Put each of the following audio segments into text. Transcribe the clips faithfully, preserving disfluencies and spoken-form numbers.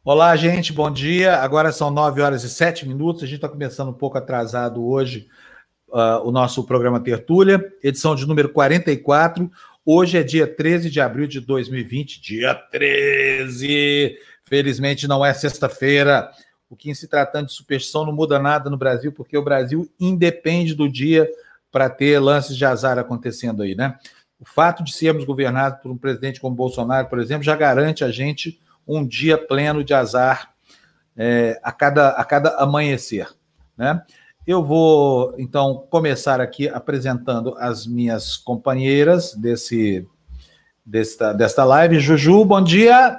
Olá, gente, bom dia. Agora são nove horas e sete minutos. A gente está começando um pouco atrasado hoje uh, o nosso programa Tertúlia, edição de número quarenta e quatro. Hoje é dia treze de abril de dois mil e vinte. Dia treze! Felizmente não é sexta-feira. O que, em se tratando de superstição, não muda nada no Brasil, porque o Brasil independe do dia para ter lances de azar acontecendo aí, né? O fato de sermos governados por um presidente como Bolsonaro, por exemplo, já garante a gente um dia pleno de azar é, a, cada, a cada amanhecer, né? Eu vou, então, começar aqui apresentando as minhas companheiras desse, desta, desta live. Juju, bom dia!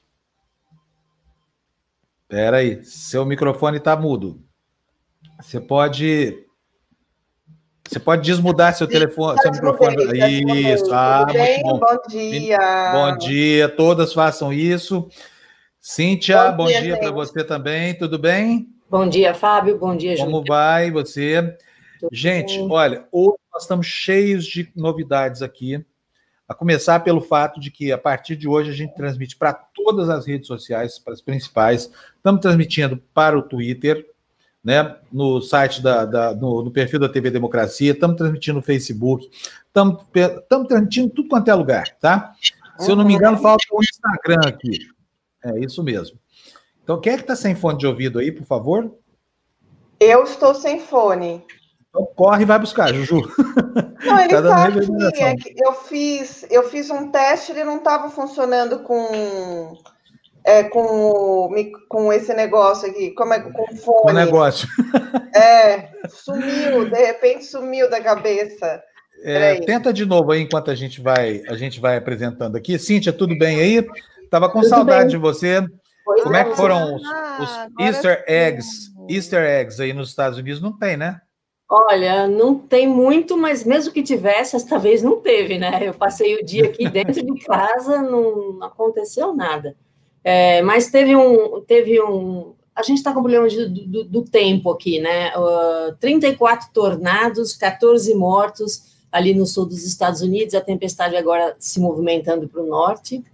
Espera aí, seu microfone está mudo. Você pode... Você pode desmudar seu telefone, seu microfone. Isso, ah, muito bom. Bom dia. Bom dia, todas façam isso. Cíntia, bom dia, dia para você também, tudo bem? Bom dia, Fábio, bom dia, Como Júlia. vai você? Tudo Gente, bem. olha, hoje nós estamos cheios de novidades aqui, a começar pelo fato de que, a partir de hoje, a gente transmite para todas as redes sociais, para as principais. Estamos transmitindo para o Twitter, né, no site, da, da no, no perfil da T V Democracia, estamos transmitindo no Facebook, estamos, estamos transmitindo tudo quanto é lugar, tá? Se eu não me engano, falta o Instagram aqui. É isso mesmo. Então, quem é que está sem fone de ouvido aí, por favor? Eu estou sem fone. Então, corre e vai buscar, Juju. Não, ele tá dando tá aqui. reverberação. É que eu, fiz, eu fiz um teste, ele não estava funcionando com, é, com, com esse negócio aqui, como é, com fone. O negócio. É, sumiu, de repente sumiu da cabeça. É, tenta de novo aí, enquanto a gente vai, a gente vai apresentando aqui. Cíntia, tudo bem aí? Tava com Tudo saudade bem. de você. Pois Como é que foram os, Ah, os agora Easter sim. eggs? Easter eggs aí nos Estados Unidos não tem, né? Olha, não tem muito, mas mesmo que tivesse, esta vez não teve, né? Eu passei o dia aqui dentro de casa, não, não aconteceu nada. É, mas teve um, teve um... A gente está com problema de, do, do tempo aqui, né? Uh, trinta e quatro tornados, quatorze mortos ali no sul dos Estados Unidos, a tempestade agora se movimentando para o norte.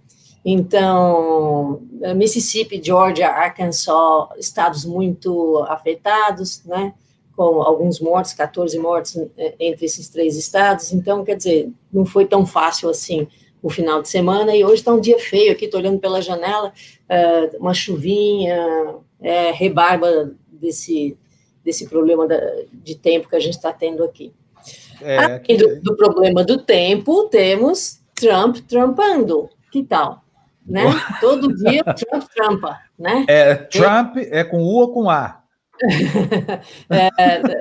Então, Mississippi, Georgia, Arkansas, estados muito afetados, né, com alguns mortos, quatorze mortos entre esses três estados. Então, quer dizer, não foi tão fácil assim o final de semana, e hoje está um dia feio aqui, estou olhando pela janela, uma chuvinha, é, rebarba desse, desse problema de tempo que a gente está tendo aqui. É, Além que... do, do problema do tempo, temos Trump trampando, que tal? Né? Todo dia Trump trampa, né? É, Trump é com U ou com A? é,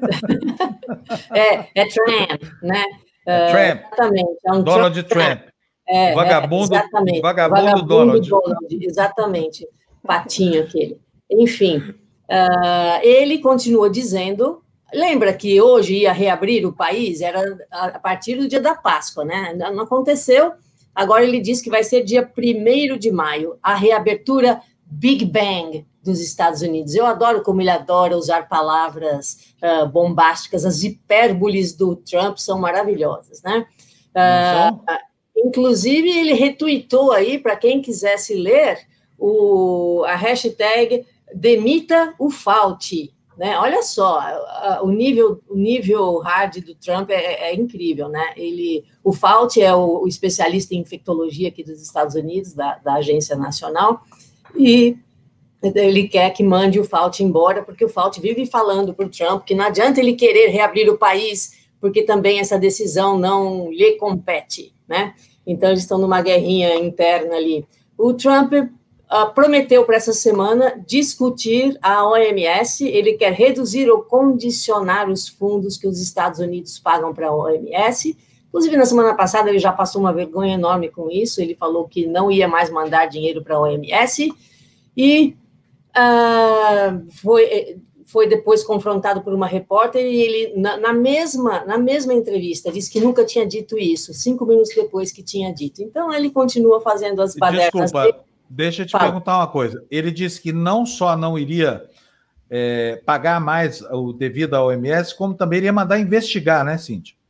é, é Trump, né? É Trump. Exatamente. É um Donald Trump. Trump. É, vagabundo, é, exatamente. Vagabundo, vagabundo Donald. Donald. Exatamente. Patinho aquele. Enfim, uh, ele continua dizendo... Lembra que hoje ia reabrir o país? Era a partir do dia da Páscoa, né? Não aconteceu. Agora ele diz que vai ser dia primeiro de maio, a reabertura Big Bang dos Estados Unidos. Eu adoro como ele adora usar palavras uh, bombásticas, as hipérboles do Trump são maravilhosas, né? Uh, inclusive, ele retuitou aí, para quem quisesse ler, o, a hashtag Demita o Fauci. Né? Olha só, o nível, o nível hard do Trump é, é incrível, né? Ele, o Fauci é o, o especialista em infectologia aqui dos Estados Unidos, da, da Agência Nacional, e ele quer que mande o Fauci embora, porque o Fauci vive falando para o Trump que não adianta ele querer reabrir o país, porque também essa decisão não lhe compete, né? Então, eles estão numa guerrinha interna ali. O Trump... Uh, prometeu para essa semana discutir a O M S, ele quer reduzir ou condicionar os fundos que os Estados Unidos pagam para a O M S, inclusive na semana passada ele já passou uma vergonha enorme com isso, ele falou que não ia mais mandar dinheiro para a O M S, e uh, foi, foi depois confrontado por uma repórter, e ele, na, na, mesma, na mesma entrevista, disse que nunca tinha dito isso, cinco minutos depois que tinha dito. Então, ele continua fazendo as badernas dele. Deixa eu te Fala. perguntar uma coisa. Ele disse que não só não iria é, pagar mais o devido à O M S, como também iria mandar investigar, né, Cíntia?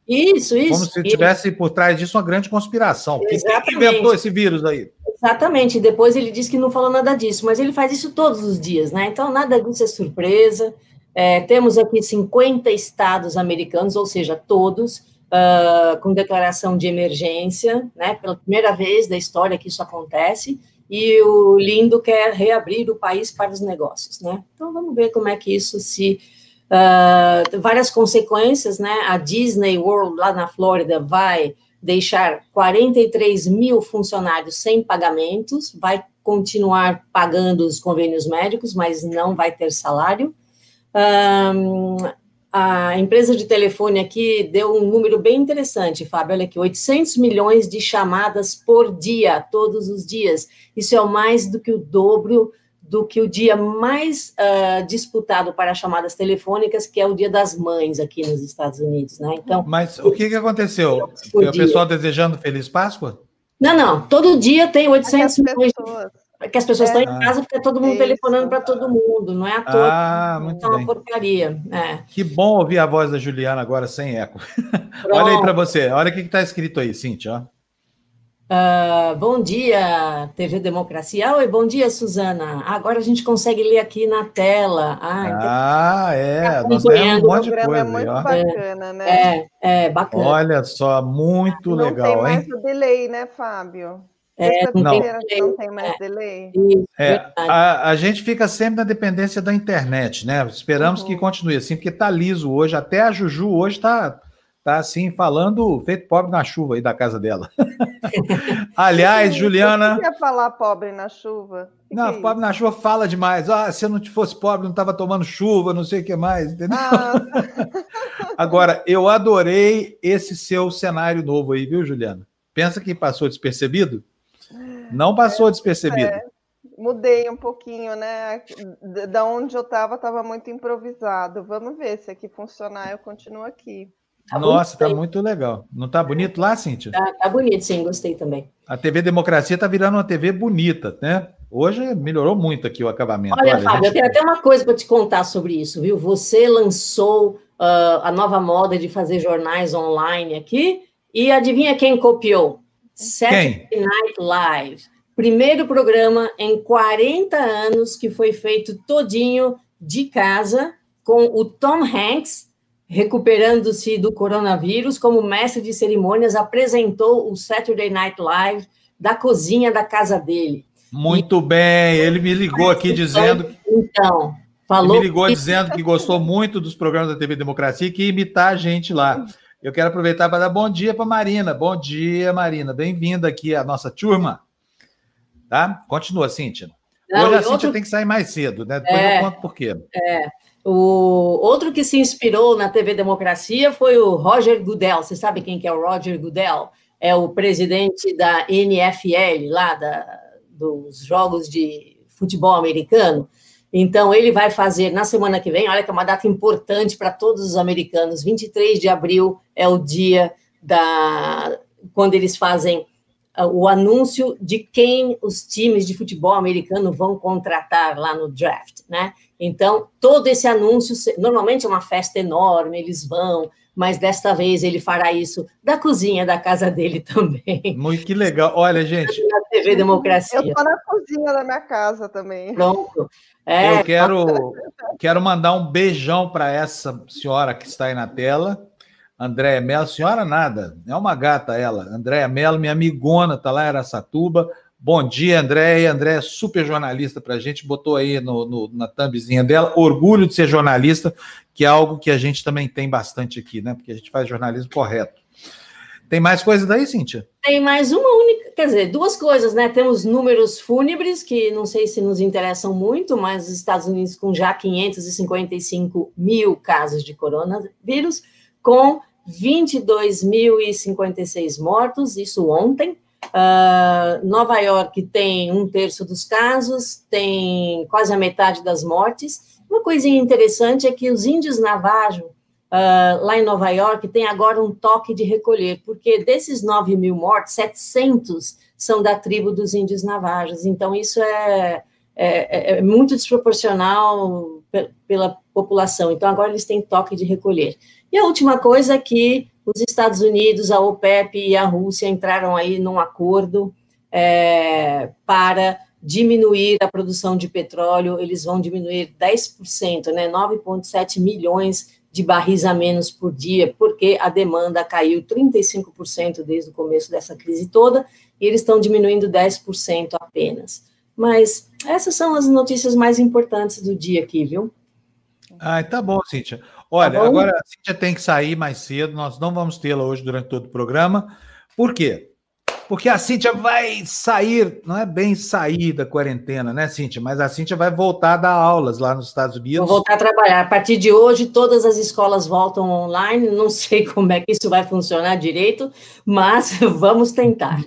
Isso, isso. Como se tivesse por trás disso uma grande conspiração. Quem inventou esse vírus aí? Exatamente. Depois ele disse que não falou nada disso, mas ele faz isso todos os dias, né? Então, nada disso é surpresa. É, temos aqui cinquenta estados americanos, ou seja, todos, uh, com declaração de emergência, né? Pela primeira vez da história que isso acontece, e o lindo quer reabrir o país para os negócios, né? Então, vamos ver como é que isso se... Uh, várias consequências, né? A Disney World, lá na Flórida, vai deixar quarenta e três mil funcionários sem pagamentos, vai continuar pagando os convênios médicos, mas não vai ter salário. Um, a empresa de telefone aqui deu um número bem interessante, Fábio, olha aqui, oitocentos milhões de chamadas por dia, todos os dias. Isso é mais do que o dobro do que o dia mais uh, disputado para chamadas telefônicas, que é o Dia das Mães aqui nos Estados Unidos, né? Então, mas o que, que aconteceu? Foi o pessoal desejando Feliz Páscoa? Não, não. Todo dia tem oitocentos milhões de... que as pessoas é, estão em casa, fica todo mundo isso. telefonando para todo mundo, não é à toa. Ah, muito é uma bem. porcaria. É. Que bom ouvir a voz da Juliana agora sem eco. Olha aí para você, olha o que está escrito aí, Cíntia. Uh, bom dia, T V Democracia. Oi, bom dia, Suzana. Agora a gente consegue ler aqui na tela. Ah, ah é. Nós temos um monte de coisa. É muito aí, bacana, né? É, é, bacana. Olha só, muito não legal, hein? Não tem mais o delay, né, Fábio? É, não, não. Tem, não tem mais é. delay. É, a, a gente fica sempre na dependência da internet, né? Esperamos uhum. que continue assim, porque tá liso hoje. Até a Juju hoje tá... Tá assim, falando, feito pobre na chuva aí da casa dela. Aliás, Juliana... Você quer falar pobre na chuva? Que não, que é pobre na chuva fala demais. Ah, se eu não fosse pobre, não estava tomando chuva, não sei o que mais, entendeu? Ah. Agora, eu adorei esse seu cenário novo aí, viu, Juliana? Pensa que passou despercebido? Não passou é, despercebido. É. Mudei um pouquinho, né? Da onde eu estava, estava muito improvisado. Vamos ver se aqui funcionar, eu continuo aqui. Tá Nossa, tá muito legal. Não tá bonito lá, Cíntia? Tá, tá bonito, sim, gostei também. A T V Democracia tá virando uma T V bonita, né? Hoje melhorou muito aqui o acabamento. Olha, Olha Fábio, gente... eu tenho até uma coisa para te contar sobre isso, viu? Você lançou uh, a nova moda de fazer jornais online aqui, e adivinha quem copiou? Saturday Night Live. Primeiro programa em quarenta anos que foi feito todinho de casa, com o Tom Hanks, recuperando-se do coronavírus, como mestre de cerimônias, apresentou o Saturday Night Live da cozinha da casa dele. Muito e... bem, ele me ligou aqui dizendo... Então, falou... Ele me ligou que... dizendo que gostou muito dos programas da T V Democracia e que ia imitar a gente lá. Eu quero aproveitar para dar bom dia para Marina. Bom dia, Marina. Bem-vinda aqui à nossa turma. Tá? Continua, Cíntia. Não, Hoje a Cíntia outro... tem que sair mais cedo, né? Depois é, eu conto por quê. É... O outro que se inspirou na T V Democracia foi o Roger Goodell. Você sabe quem que é o Roger Goodell? É o presidente da N F L, lá da, dos Jogos de Futebol Americano. Então, ele vai fazer na semana que vem, olha que é uma data importante para todos os americanos, vinte e três de abril é o dia da, quando eles fazem o anúncio de quem os times de futebol americano vão contratar lá no draft, né? Então, todo esse anúncio, normalmente é uma festa enorme, eles vão, mas desta vez ele fará isso da cozinha da casa dele também. Muito que legal. Olha, gente... Na T V Democracia. Eu estou na cozinha da minha casa também. Pronto. É, Eu quero, quero mandar um beijão para essa senhora que está aí na tela, Andréia Mello. Senhora nada, é uma gata ela. Andréia Mello, minha amigona, está lá em Araçatuba. Bom dia, Andréia. Andréia é super jornalista para a gente, botou aí no, no, na thumbzinha dela, orgulho de ser jornalista, que é algo que a gente também tem bastante aqui, né? Porque a gente faz jornalismo correto. Tem mais coisa daí, Cíntia? Tem mais uma única, quer dizer, duas coisas, né? Temos números fúnebres, que não sei se nos interessam muito, mas os Estados Unidos com já quinhentos e cinquenta e cinco mil casos de coronavírus, com vinte e dois mil e cinquenta e seis mortos, isso ontem. Uh, Nova York tem um terço dos casos, tem quase a metade das mortes. Uma coisinha interessante é que os índios Navajo, uh, lá em Nova York, tem agora um toque de recolher, porque desses nove mil mortos, setecentos são da tribo dos índios Navajos. Então, isso é, é, é muito desproporcional pela população. Então, agora eles têm toque de recolher. E a última coisa é que os Estados Unidos, a OPEP e a Rússia entraram aí num acordo é, para diminuir a produção de petróleo. Eles vão diminuir dez por cento, né, nove vírgula sete milhões de barris a menos por dia, porque a demanda caiu trinta e cinco por cento desde o começo dessa crise toda, e eles estão diminuindo dez por cento apenas. Mas essas são as notícias mais importantes do dia aqui, viu? Ah, tá bom, Cíntia. Olha, tá agora a Cíntia tem que sair mais cedo, nós não vamos tê-la hoje durante todo o programa. Por quê? Porque a Cíntia vai sair, não é bem sair da quarentena, né, Cíntia? Mas a Cíntia vai voltar a dar aulas lá nos Estados Unidos. Vou voltar a trabalhar. A partir de hoje, todas as escolas voltam online. Não sei como é que isso vai funcionar direito, mas vamos tentar.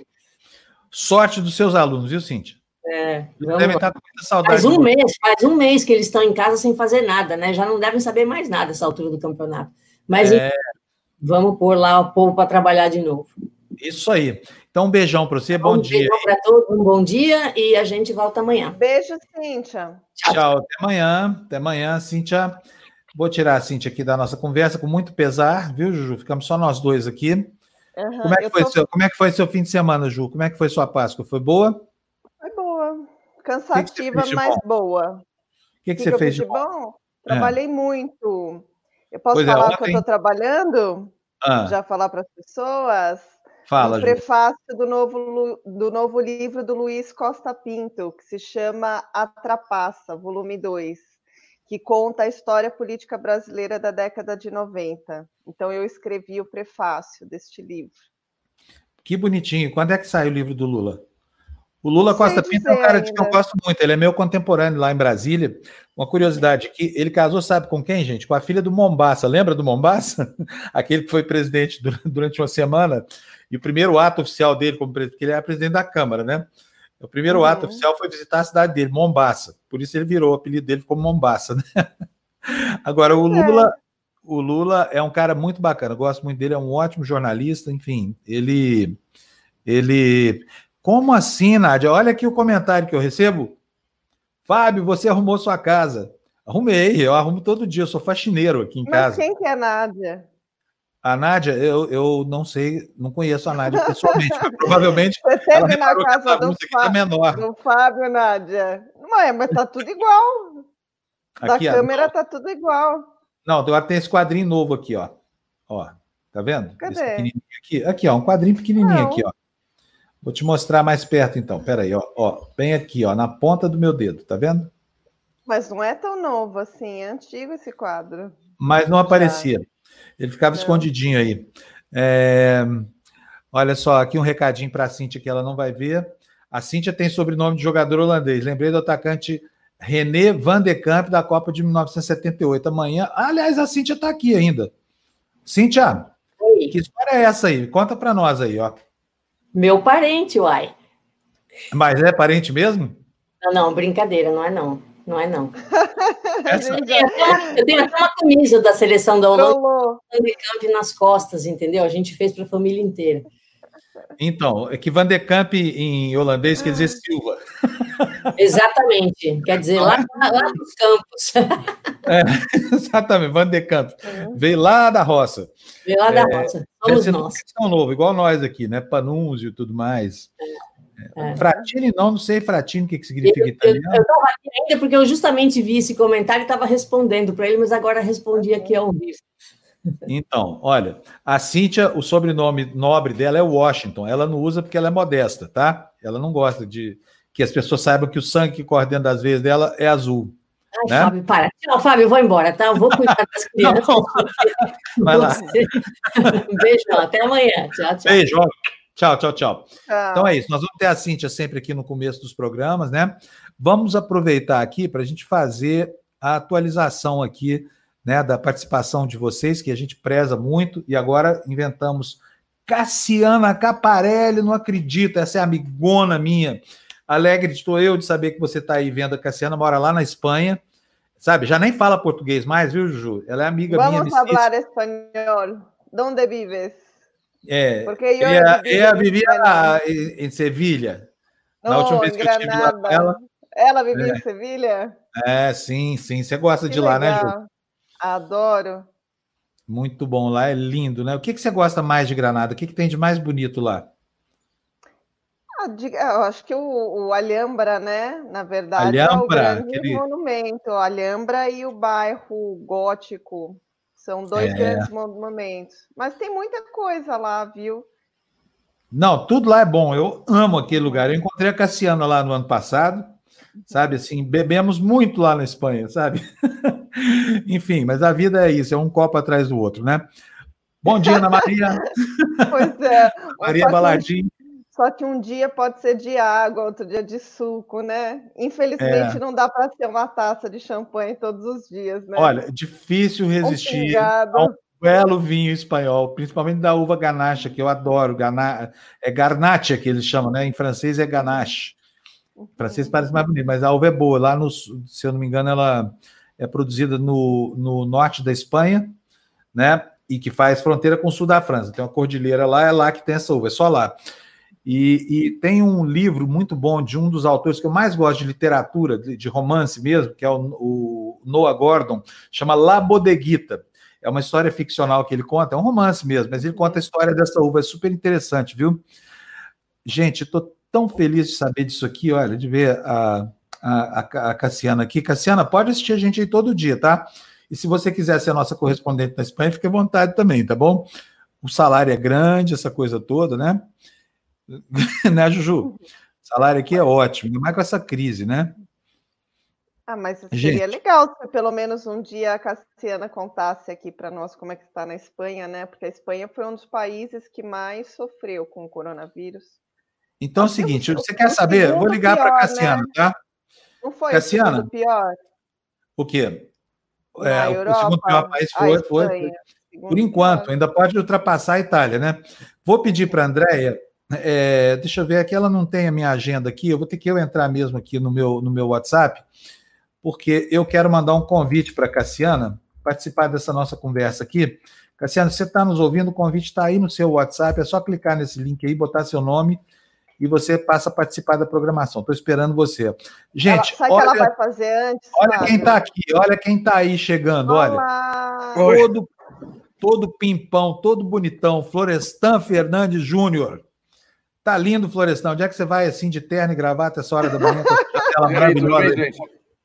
Sorte dos seus alunos, viu, Cíntia? É, eles devem estar com muita saudade. Faz um mês, faz um mês que eles estão em casa sem fazer nada, né? Já não devem saber mais nada essa altura do campeonato. Mas é... vamos pôr lá o povo para trabalhar de novo. Isso aí. Então, um beijão para você, bom um dia. Um beijão para todos, um bom dia e a gente volta amanhã. Beijo, Cíntia. Tchau, tchau, até amanhã. Até amanhã, Cíntia. Vou tirar a Cíntia aqui da nossa conversa com muito pesar, viu, Juju? Ficamos só nós dois aqui. Uhum, como, é que foi tô... seu, como é que foi seu fim de semana, Ju? Como é que foi sua Páscoa? Foi boa? Foi boa. Cansativa, que que mas boa. O que, que, que, você fez de bom? bom? Trabalhei é. muito. Eu posso pois falar é, que eu estou trabalhando? Ah. Já falar para as pessoas? Fala, o prefácio do novo, do novo livro do Luiz Costa Pinto, que se chama A Trapaça, volume dois, que conta a história política brasileira da década de noventa. Então, eu escrevi o prefácio deste livro. Que bonitinho. Quando é que sai o livro do Lula? O Lula Costa Pinto é um cara de que eu gosto muito, ele é meu contemporâneo lá em Brasília. Uma curiosidade, que ele casou, sabe com quem, gente? Com a filha do Mombaça, lembra do Mombaça? Aquele que foi presidente durante uma semana, e o primeiro ato oficial dele, como presidente, porque ele era presidente da Câmara, né? O primeiro uhum. ato oficial foi visitar a cidade dele, Mombaça, por isso ele virou, o apelido dele ficou Mombaça, né? Agora, o Lula, é. o Lula é um cara muito bacana, eu gosto muito dele, é um ótimo jornalista, enfim, ele... ele... Como assim, Nádia? Olha aqui o comentário que eu recebo. Fábio, você arrumou sua casa. Arrumei, eu arrumo todo dia, eu sou faxineiro aqui em Mas casa. Mas quem que é a Nádia? A Nádia, eu, eu não sei, não conheço a Nádia pessoalmente, mas provavelmente você teve na casa do, Fá... tá menor. do Fábio, Nádia. Não é, mas tá tudo igual. Da aqui, câmera ó, tá tudo igual. Não, agora tem esse quadrinho novo aqui, ó. Ó, tá vendo? Cadê? Esse pequenininho aqui. Aqui, ó, um quadrinho pequenininho não. aqui, ó. Vou te mostrar mais perto, então. Peraí, ó, ó. Bem aqui, ó, na ponta do meu dedo, tá vendo? Mas não é tão novo assim, é antigo esse quadro. Mas não aparecia. Já. Ele ficava não. escondidinho aí. É... Olha só, aqui um recadinho para a Cíntia que ela não vai ver. A Cíntia tem sobrenome de jogador holandês. Lembrei do atacante René van de Kamp da Copa de mil novecentos e setenta e oito. Amanhã. Ah, aliás, a Cíntia está aqui ainda. Cíntia, Oi. Que história é essa aí? Conta para nós aí, ó. Meu parente, uai. Mas é parente mesmo? Não, não, brincadeira, não é não. Não é não. Essa... eu, tenho uma, eu tenho até uma camisa da seleção da Holanda de Kamp nas costas, entendeu? A gente fez para a família inteira. Então, é que Van de Kamp em holandês quer dizer Silva. Exatamente, quer dizer lá, lá dos campos. É, exatamente, Van de Kamp. Uhum. Veio lá da roça. Veio lá da é, roça, somos nós. São novo, igual nós aqui, né? Panunzio e tudo mais. É. É. Fratini, não, não sei Fratini o que, que significa eu, italiano. Eu estava aqui ainda porque eu justamente vi esse comentário e estava respondendo para ele, mas agora respondi aqui ao vivo. Então, olha, a Cíntia, o sobrenome nobre dela é Washington. Ela não usa porque ela é modesta, tá? Ela não gosta de que as pessoas saibam que o sangue que corre dentro das veias dela é azul. Ai, né? Fábio, para. Tchau, Fábio, eu vou embora, tá? Eu vou cuidar das crianças. Não, vai lá. Beijo, até amanhã. Tchau, tchau. Beijo. Tchau, tchau, tchau. Então é isso. Nós vamos ter a Cíntia sempre aqui no começo dos programas, né? Vamos aproveitar aqui para a gente fazer a atualização aqui, né, da participação de vocês, que a gente preza muito, e agora inventamos Cassiana Caparelli, não acredito, essa é a amigona minha. Alegre estou eu de saber que você está aí vendo a Cassiana, mora lá na Espanha, sabe, já nem fala português mais, viu, Juju? Ela é amiga Vamos minha. Vamos falar espanhol. Onde vives? É, Porque eu ela, ela vivia em, em Sevilha. Na última vez que eu estive lá com ela. Ela vivia é. em Sevilha? É, sim, sim. Você gosta que de legal. Lá, né, Ju? Adoro. Muito bom, lá é lindo, né? O que, que você gosta mais de Granada? O que, que tem de mais bonito lá? Eu acho que o, o Alhambra, né? Na verdade, Alhambra, é o grande aquele... monumento. O Alhambra e o bairro gótico. São dois é. grandes monumentos. Mas tem muita coisa lá, viu? Não, tudo lá é bom. Eu amo aquele lugar. Eu encontrei a Cassiana lá no ano passado, sabe? Assim, bebemos muito lá na Espanha, sabe? Enfim, mas a vida é isso, é um copo atrás do outro, né? Bom dia, Ana Maria. Pois é. Maria Balardim. Só que um dia pode ser de água, outro dia de suco, né? Infelizmente, é. não dá para ser uma taça de champanhe todos os dias, né? Olha, difícil resistir um a um belo vinho espanhol, principalmente da uva ganache, que eu adoro. Gana... É garnacha que eles chamam, né? Em francês é ganache. Em francês parece mais bonito, mas a uva é boa. Lá, no, se eu não me engano, ela é produzida no, no norte da Espanha, né? E que faz fronteira com o sul da França. Tem uma cordilheira lá, é lá que tem essa uva, é só lá. E, e tem um livro muito bom de um dos autores que eu mais gosto de literatura, de, de romance mesmo, que é o, o Noah Gordon, chama La Bodeguita. É uma história ficcional que ele conta, é um romance mesmo, mas ele conta a história dessa uva, é super interessante, viu? Gente, estou tão feliz de saber disso aqui, olha, de ver a, a, a Cassiana aqui. Cassiana, pode assistir a gente aí todo dia, tá? E se você quiser ser a nossa correspondente na Espanha, fique à vontade também, tá bom? O salário é grande, essa coisa toda, né? Né, Juju? O salário aqui é ótimo, ainda mais com essa crise, né? Ah, mas seria Gente. legal se pelo menos um dia a Cassiana contasse aqui para nós como é que está na Espanha, né? Porque a Espanha foi um dos países que mais sofreu com o coronavírus. Então é o seguinte, você quer saber? Eu vou ligar para a Cassiana, né? Tá? Não foi Cassiana, o pior? O quê? Na é, Europa, o segundo pior país foi, foi, foi. Por enquanto, ainda pode ultrapassar a Itália, né? Vou pedir para a Andréia, é, deixa eu ver, aqui ela não tem a minha agenda aqui, eu vou ter que eu entrar mesmo aqui no meu, no meu WhatsApp, porque eu quero mandar um convite para a Cassiana participar dessa nossa conversa aqui. Cassiana, você está nos ouvindo, o convite está aí no seu WhatsApp, é só clicar nesse link aí, botar seu nome e você passa a participar da programação. Estou esperando você. Gente, ela, sabe olha, que ela vai fazer antes? Olha sabe? quem está aqui, olha quem está aí chegando, Olá. olha. Todo, todo pimpão, todo bonitão, Florestan Fernandes Júnior. Tá lindo, Florestan. Onde é que você vai assim de terno e gravata essa hora da manhã com aquela maravilhosa? Bem,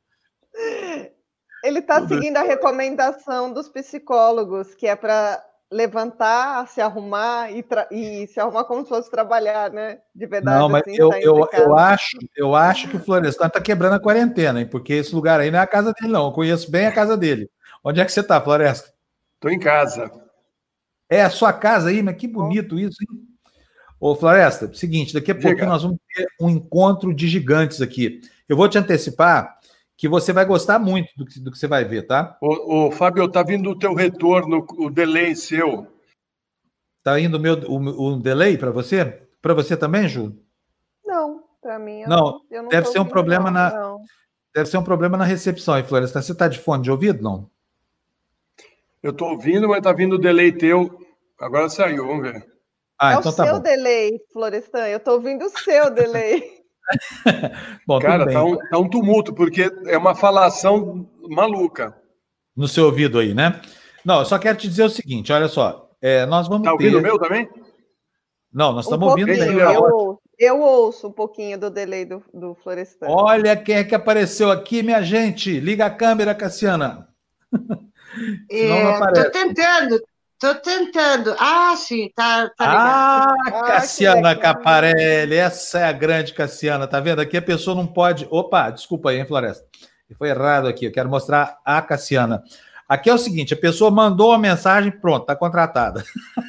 Ele está seguindo a recomendação dos psicólogos, que é para levantar, se arrumar e, e se arrumar como se fosse trabalhar, né? De verdade. Não, mas assim, eu, tá eu, eu, acho, eu acho que o Florestan está quebrando a quarentena, hein? Porque esse lugar aí não é a casa dele, não. Eu conheço bem a casa dele. Onde é que você está, Floresta? Estou em casa. É a sua casa aí, mas que bonito isso, hein? Ô, Floresta, seguinte, daqui a Diga. pouquinho nós vamos ter um encontro de gigantes aqui. Eu vou te antecipar que você vai gostar muito do que, do que você vai ver, tá? Ô, ô Fábio, tá vindo o teu retorno, o delay seu. Tá indo o, meu, o, o delay para você? Para você também, Ju? Não, para mim eu não. Eu não deve ser um problema não, na não. Deve ser um problema na recepção, hein, Floresta? Você tá de fone de ouvido, não? Eu tô ouvindo, mas tá vindo o delay teu. Agora saiu, vamos ver. Ah, é então o tá seu bom. delay, Florestan. Eu tô ouvindo o seu delay. Bom, Cara, tudo bem. Tá, um, tá um tumulto, porque é uma falação maluca. No seu ouvido aí, né? Não, eu só quero te dizer o seguinte, olha só. É, nós vamos tá ter... ouvindo o meu também? Não, nós um estamos ouvindo... Eu, ouço, eu ouço um pouquinho do delay do, do Florestan. Olha quem é que apareceu aqui, minha gente. Liga a câmera, Cassiana. Senão não aparece. Tô tentando. Tô tentando. Ah, sim, tá, tá ligado. Ah, Ah, Cassiana que Caparelli, essa é a grande Cassiana, tá vendo? Aqui a pessoa não pode... Opa, desculpa aí, hein, Floresta? Foi errado aqui, eu quero mostrar a Cassiana. Aqui é o seguinte, a pessoa mandou uma mensagem, pronto, tá contratada.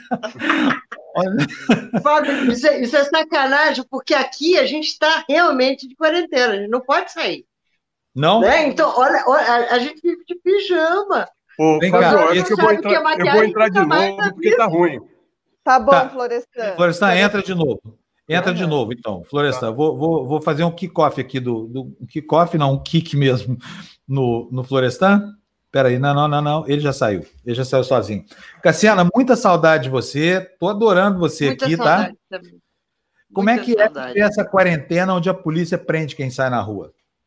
Fábio, isso é, isso é sacanagem, porque aqui a gente está realmente de quarentena, a gente não pode sair. Não? Né? Então, olha, olha, a gente vive de pijama. Ô, Vem Fábio, cá, olha que eu vou entrar, eu vou entrar de novo, porque tá ruim. Tá bom, Tá. Florestan. Florestan, entra de novo. Entra Uhum. de novo, então. Florestan, vou, vou, vou fazer um kick-off aqui do... do um kick-off, não, um kick mesmo no, no Florestan. Peraí, não, não, não, não. Ele já saiu. Ele já saiu sozinho. Cassiana, muita saudade de você. Tô adorando você muita aqui, saudade, tá? também. Como Muita é que saudade. é essa quarentena onde a polícia prende quem sai na rua?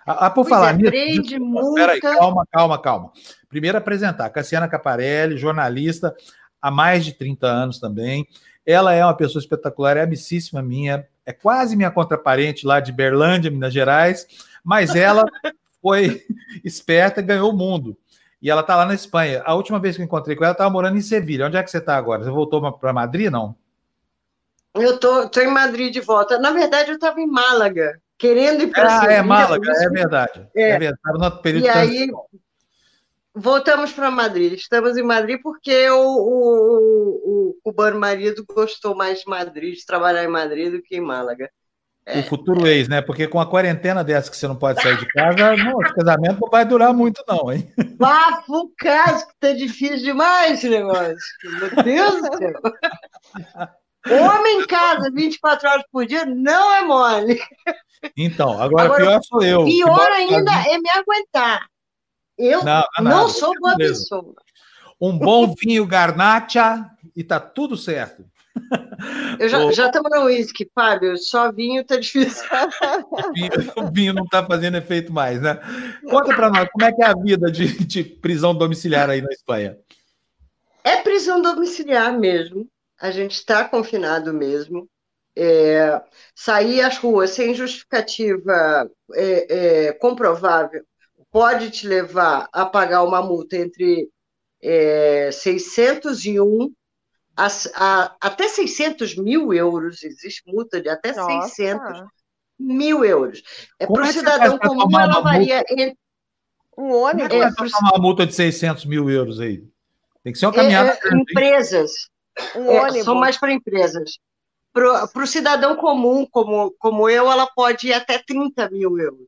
Ah, por falar nisso... Aprende, multa... Peraí, calma, calma, calma. Primeiro apresentar, Cassiana Caparelli, jornalista há mais de trinta anos também. Ela é uma pessoa espetacular, é amicíssima minha, é quase minha contraparente lá de Berlândia, Minas Gerais, mas ela foi esperta e ganhou o mundo. E ela está lá na Espanha. A última vez que eu encontrei com ela, estava morando em Sevilha. Onde é que você está agora? Você voltou para Madrid, não? Eu tô, tô em Madrid de volta. Na verdade, eu estava em Málaga, querendo ir para Ah, Sevilha. é Málaga, é verdade. É, é verdade. Estava no período e de aí, voltamos para Madrid. Estamos em Madrid porque o, o, o cubano marido gostou mais de Madrid, de trabalhar em Madrid do que em Málaga. O é, futuro é. ex, né? Porque com a quarentena dessa que você não pode sair de casa, não, esse casamento não vai durar muito, não, hein? Bafo, caso, que tá difícil demais esse negócio. Meu Deus do céu. Homem em casa vinte e quatro horas por dia não é mole. Então, agora, agora pior sou eu. Pior ainda é me aguentar. Eu não, não, não sou boa mesmo. pessoa. Um bom vinho Garnacha e tá tudo certo. Eu já, o... já estamos no uísque, Fábio. Só vinho tá difícil. O vinho, o vinho não está fazendo efeito mais, né? Conta para nós, como é que é a vida de, de prisão domiciliar aí na Espanha? É prisão domiciliar mesmo. A gente está confinado mesmo. É, sair às ruas sem justificativa é, é, comprovável pode te levar a pagar uma multa entre é, seiscentos e um A, a, até seiscentos mil euros, existe multa de até Nossa. seiscentos mil euros. É para o cidadão comum, ela varia entre... Um ônibus? Como é que vai tomar uma multa de seiscentos mil euros aí? Tem que ser uma caminhada. É, é, empresas. Um é, são mais para empresas. Para o cidadão comum, como, como eu, ela pode ir até trinta mil euros.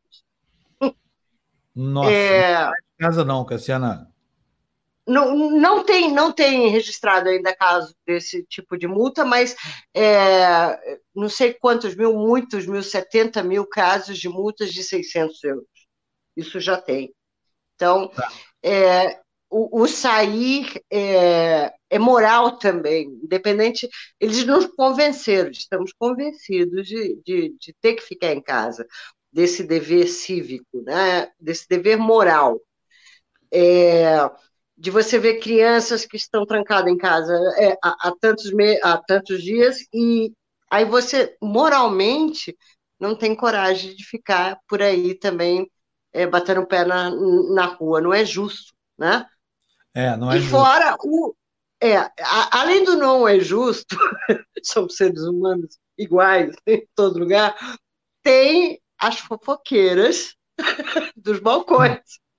Nossa, é... não é de casa não, Cassiana. Não, não, tem, não tem registrado ainda caso desse tipo de multa, mas é, não sei quantos mil, muitos mil, setenta mil casos de multas de seiscentos euros. Isso já tem. Então, tá. é, o, o sair é, é moral também, independente. Eles nos convenceram, estamos convencidos de, de, de ter que ficar em casa, desse dever cívico, né? Desse dever moral. É, de você ver crianças que estão trancadas em casa é, há, há, tantos me... há tantos dias, e aí você, moralmente, não tem coragem de ficar por aí também é, batendo o pé na, na rua. Não é justo, né? É, não é e justo. fora, o, é, a, além do não é justo, somos seres humanos iguais em todo lugar, tem as fofoqueiras dos balcões,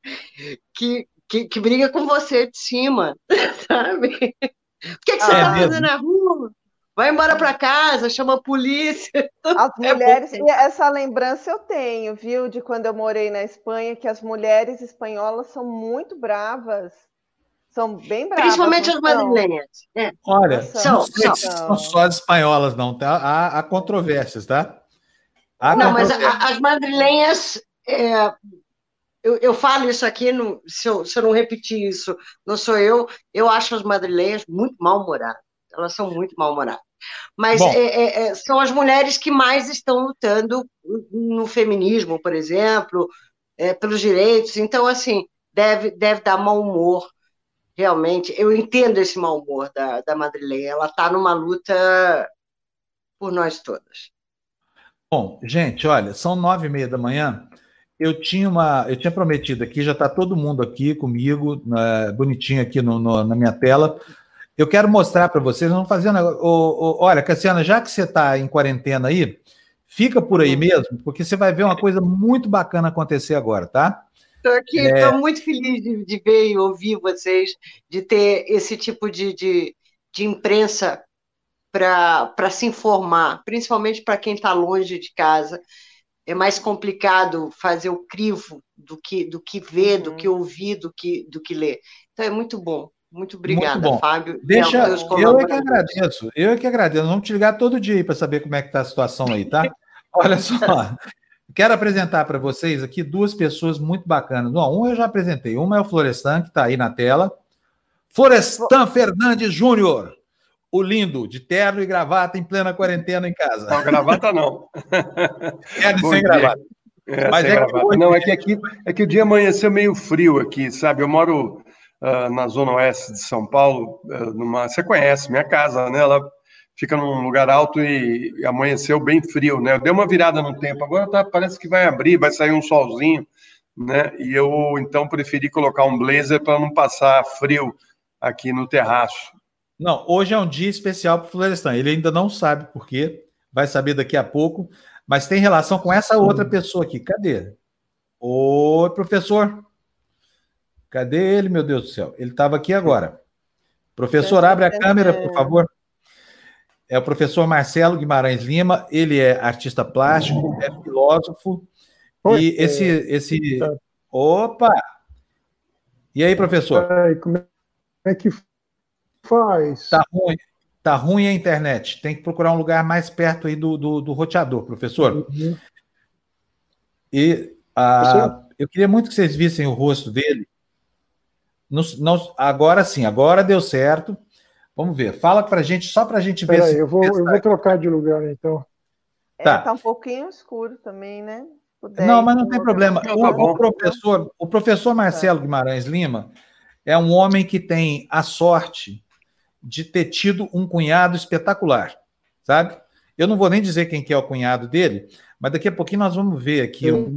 que Que, que briga com você de cima, sabe? O que, é que você está ah, fazendo na rua? Vai embora para casa, chama a polícia. As mulheres, é e essa lembrança eu tenho, viu, de quando eu morei na Espanha, que as mulheres espanholas são muito bravas, são bem bravas. Principalmente as madrilenhas. É. Olha, são, não sei são. se são só as espanholas, não, tá? Há, há controvérsias, tá? Há não, controvérsias. Mas a, as madrilenhas... É... Eu, eu falo isso aqui, no, se, eu, se eu não repetir isso, não sou eu, eu acho as madrilenhas muito mal-humoradas. Elas são muito mal-humoradas. Mas é, é, são as mulheres que mais estão lutando no feminismo, por exemplo, é, pelos direitos. Então, assim, deve, deve dar mau humor, realmente. Eu entendo esse mau humor da, da madrilenha. Ela está numa luta por nós todas. Bom, gente, olha, são nove e meia da manhã. Eu tinha, uma, eu tinha prometido aqui, já está todo mundo aqui comigo, né, bonitinho aqui no, no, na minha tela. Eu quero mostrar para vocês, vamos fazer um negócio. Oh, oh, olha, Cassiana, já que você está em quarentena aí, fica por aí mesmo, porque você vai ver uma coisa muito bacana acontecer agora, tá? Estou aqui, estou é... muito feliz de, de ver e ouvir vocês, de ter esse tipo de, de, de imprensa para se informar, principalmente para quem está longe de casa. É mais complicado fazer o crivo do que, do que ver, uhum. do que ouvir, do que, do que ler. Então, é muito bom. Muito obrigada, muito bom. Fábio. Deixa, eu é que agradeço. Eu é que agradeço. Vamos te ligar todo dia aí para saber como é que está a situação aí, tá? Olha só. Quero apresentar para vocês aqui duas pessoas muito bacanas. Bom, um eu já apresentei. Uma é o Florestan, que está aí na tela. Florestan Fernandes Júnior. O lindo, de terno e gravata em plena quarentena em casa. Não, gravata não. Terno sem gravata. É, Mas sem é que gravata. hoje- Não, é que aqui é que o dia amanheceu meio frio aqui, sabe? Eu moro ah, na zona oeste de São Paulo, ah, numa, você conhece minha casa, né? Ela fica num lugar alto e, e amanheceu bem frio, né? Deu uma virada no tempo, agora tá, parece que vai abrir, vai sair um solzinho, né? E eu então preferi colocar um blazer para não passar frio aqui no terraço. Não, hoje é um dia especial para o Florestan. Ele ainda não sabe por quê, vai saber daqui a pouco, mas tem relação com essa outra pessoa aqui. Cadê? Oi, professor. Cadê ele, meu Deus do céu? Ele estava aqui agora. Professor, abre a câmera, por favor. É o professor Marcelo Guimarães Lima, ele é artista plástico, é filósofo, Oi, e esse... esse... Opa! E aí, professor? Ai, como é que faz? Tá ruim, tá ruim a internet. Tem que procurar um lugar mais perto aí do, do, do roteador, professor. Uhum. E ah, eu queria muito que vocês vissem o rosto dele. Não, não, agora sim, agora deu certo. Vamos ver. Fala pra gente, só pra gente ver. Espera se aí, eu vou, eu vou trocar de lugar, então. Tá. É, tá um pouquinho escuro também, né? Puder Não, ir mas não com tem outra problema. Não, O, tá o bom. professor, o professor Marcelo Guimarães Lima é um homem que tem a sorte de ter tido um cunhado espetacular, sabe? Eu não vou nem dizer quem que é o cunhado dele, mas daqui a pouquinho nós vamos ver aqui. Um...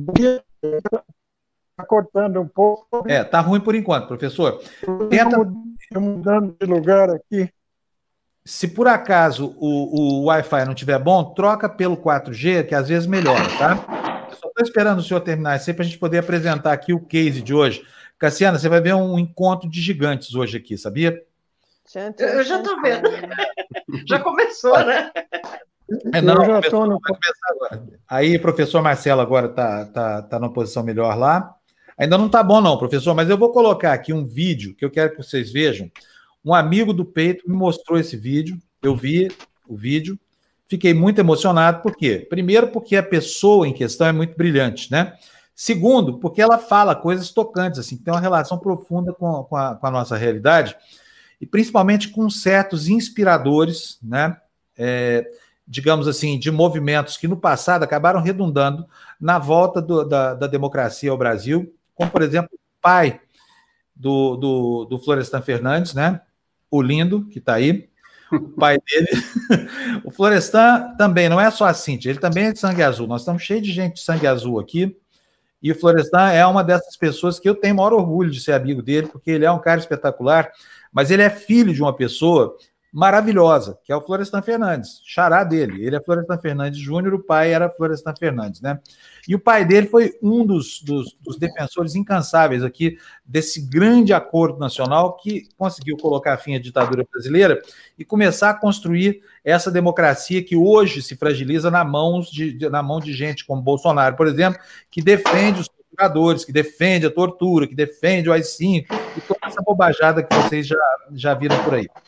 Tá cortando um pouco. É, tá ruim por enquanto, professor. Tenta... Estou mudando de lugar aqui. Se por acaso o, o Wi-Fi não estiver bom, troca pelo quatro G, que às vezes melhora, tá? Eu só estou esperando o senhor terminar isso aí para a gente poder apresentar aqui o case de hoje. Cassiana, você vai ver um encontro de gigantes hoje aqui, sabia? Tchan, tchan, Eu já tchan, tô vendo. tchan. Já começou, né? É, não, Eu já professor, tô no- vai começar agora. Aí, professor Marcelo agora está tá, tá numa posição melhor lá. Ainda não está bom, não, professor, mas eu vou colocar aqui um vídeo que eu quero que vocês vejam. Um amigo do Peito me mostrou esse vídeo, eu vi o vídeo, fiquei muito emocionado, por quê? Primeiro, porque a pessoa em questão é muito brilhante, né? Segundo, porque ela fala coisas tocantes, assim, que tem uma relação profunda com, com, a, com a nossa realidade, e principalmente com certos inspiradores, né? É, digamos assim, de movimentos que no passado acabaram redundando na volta do, da, da democracia ao Brasil, como, por exemplo, o pai do, do, do Florestan Fernandes, né? O lindo, que está aí, o pai dele. O Florestan também, não é só a Cíntia, ele também é de sangue azul. Nós estamos cheios de gente de sangue azul aqui, e o Florestan é uma dessas pessoas que eu tenho o maior orgulho de ser amigo dele, porque ele é um cara espetacular, mas ele é filho de uma pessoa maravilhosa, que é o Florestan Fernandes, xará dele. Ele é Florestan Fernandes Júnior, o pai era Florestan Fernandes, né? E o pai dele foi um dos, dos, dos defensores incansáveis aqui desse grande acordo nacional que conseguiu colocar fim à ditadura brasileira e começar a construir essa democracia que hoje se fragiliza na, mãos de, de, na mão de gente como Bolsonaro, por exemplo, que defende os torturadores, que defende a tortura, que defende o A I cinco e toda essa bobajada que vocês já, já viram por aí.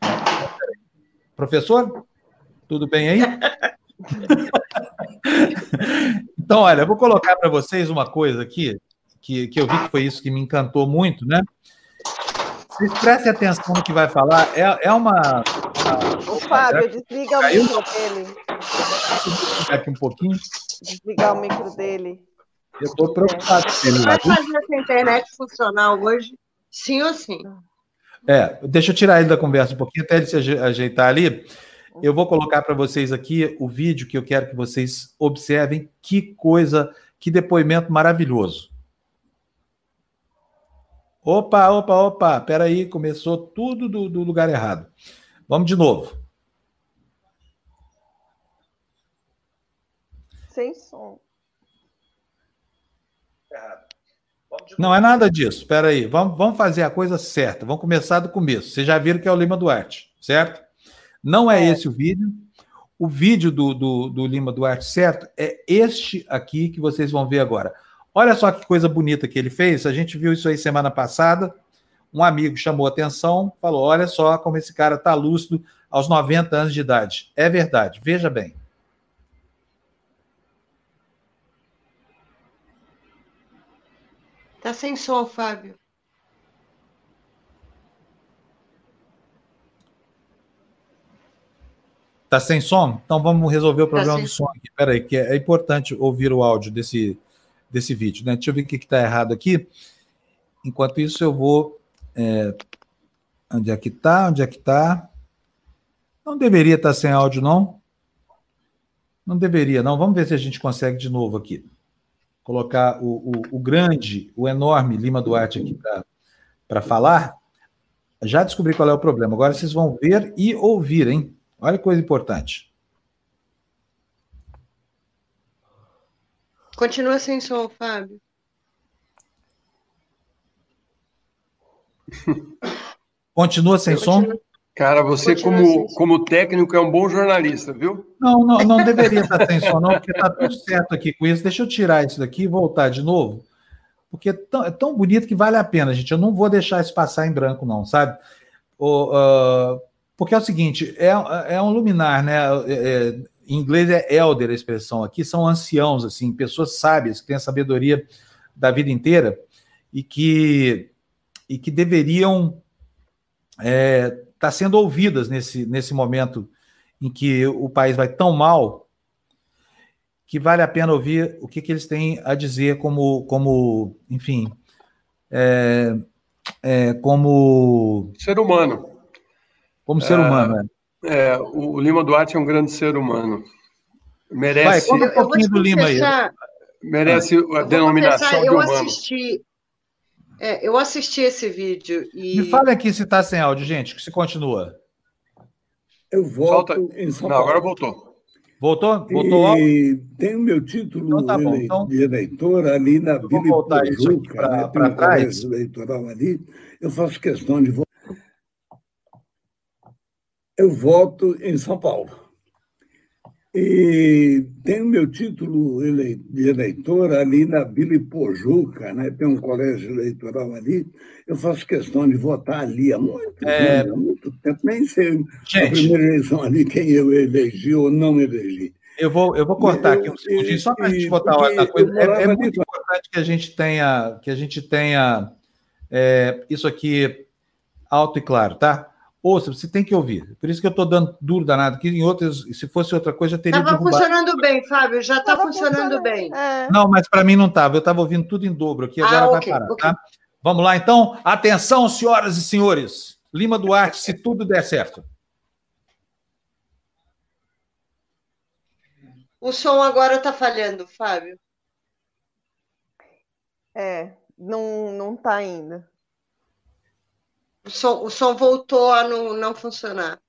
Professor, tudo bem aí? Então, olha, eu vou colocar para vocês uma coisa aqui, que, que eu vi que foi isso que me encantou muito, né? Vocês prestem atenção no que vai falar. É, é uma... uma... Ô, Fábio, desliga o Caiu? micro dele. Aqui um pouquinho. Desligar o micro dele. Eu estou preocupado com ele lá, Vai viu? fazer essa internet funcionar hoje, sim ou sim? É, deixa eu tirar ele da conversa um pouquinho, até ele se aje- ajeitar ali. Eu vou colocar para vocês aqui o vídeo que eu quero que vocês observem. Que coisa, que depoimento maravilhoso. Opa, opa, opa, peraí, começou tudo do, do lugar errado. Vamos de novo. Sem som. Não é nada disso, peraí, vamos, vamos fazer a coisa certa, vamos começar do começo. Vocês já viram que é o Lima Duarte, certo? Não é, É. esse o vídeo. O vídeo do, do, do Lima Duarte, certo? É este aqui que vocês vão ver agora. Olha só que coisa bonita que ele fez. A gente viu isso aí semana passada. Um amigo chamou a atenção, falou: olha só como esse cara está lúcido aos noventa anos de idade. É verdade, veja bem. Tá sem som, Fábio. Tá sem som? Então vamos resolver o problema sem do som aqui. Peraí, que é, é importante ouvir o áudio desse, desse vídeo, né? Deixa eu ver o que está errado aqui. Enquanto isso, eu vou... É, onde é que está? Onde é que está? Não deveria estar sem áudio, não? Não deveria, não. Vamos ver se a gente consegue de novo aqui. Colocar o, o, o grande, o enorme Lima Duarte aqui para falar. Já descobri qual é o problema. Agora vocês vão ver e ouvir, hein? Olha que coisa importante. Continua sem som, Fábio. Continua sem som? Cara, você como, como técnico é um bom jornalista, viu? Não, não, não deveria estar sem som, não, porque está tudo certo aqui com isso. Deixa eu tirar isso daqui e voltar de novo, porque é tão, é tão bonito que vale a pena, gente. Eu não vou deixar isso passar em branco, não, sabe? O, uh, porque é o seguinte, é, é um luminar, né? É, é, em inglês é elder a expressão aqui, são anciãos, assim, pessoas sábias, que têm a sabedoria da vida inteira e que, e que deveriam é, estar sendo ouvidas nesse, nesse momento em que o país vai tão mal, que vale a pena ouvir o que, que eles têm a dizer como, como enfim, é, é, como... Ser humano. Como ser humano, é. É, o Lima Duarte é um grande ser humano. Merece. Vai, conta um pouquinho do Lima aí. Merece a denominação de eu humano. Assisti, é, eu assisti esse vídeo e... Me fala aqui se está sem áudio, gente, que se continua. Eu volto Volta. em São Não, Paulo. agora voltou. Voltou? Voltou? E tenho meu título Então tá bom, ele- então- de eleitor ali na Eu vou Vila voltar isso aqui Ipojuca, pra- né? Tem pra um trás. colégio eleitoral ali. Eu faço questão de votar. Eu voto em São Paulo. E tenho meu título ele- de eleitor ali na Vila Ipojuca, né? Tem um colégio eleitoral ali. Eu faço questão de votar ali há muito É. tempo, há muito tempo. Nem sei na Gente. primeira eleição ali quem eu elegi ou não elegi. Eu vou, eu vou cortar Eu- aqui um segundinho, só para a e- gente botar a porque ordem na coisa. eu morava É, é ali muito com- importante que a gente tenha, que a gente tenha é, isso aqui alto e claro, tá? Ouça, você tem que ouvir. Por isso que eu estou dando duro danado, que em outras, se fosse outra coisa, já teria Estava derrubado. funcionando bem, Fábio, já está Tava funcionando bem. É. Não, mas para mim não estava. Eu estava ouvindo tudo em dobro aqui, agora Ah, vai ok, parar, ok. tá? Vamos lá, então. Atenção, senhoras e senhores. Lima Duarte, se tudo der certo. O som agora está falhando, Fábio. É, não, não tá ainda. O som, o som voltou a não, não funcionar.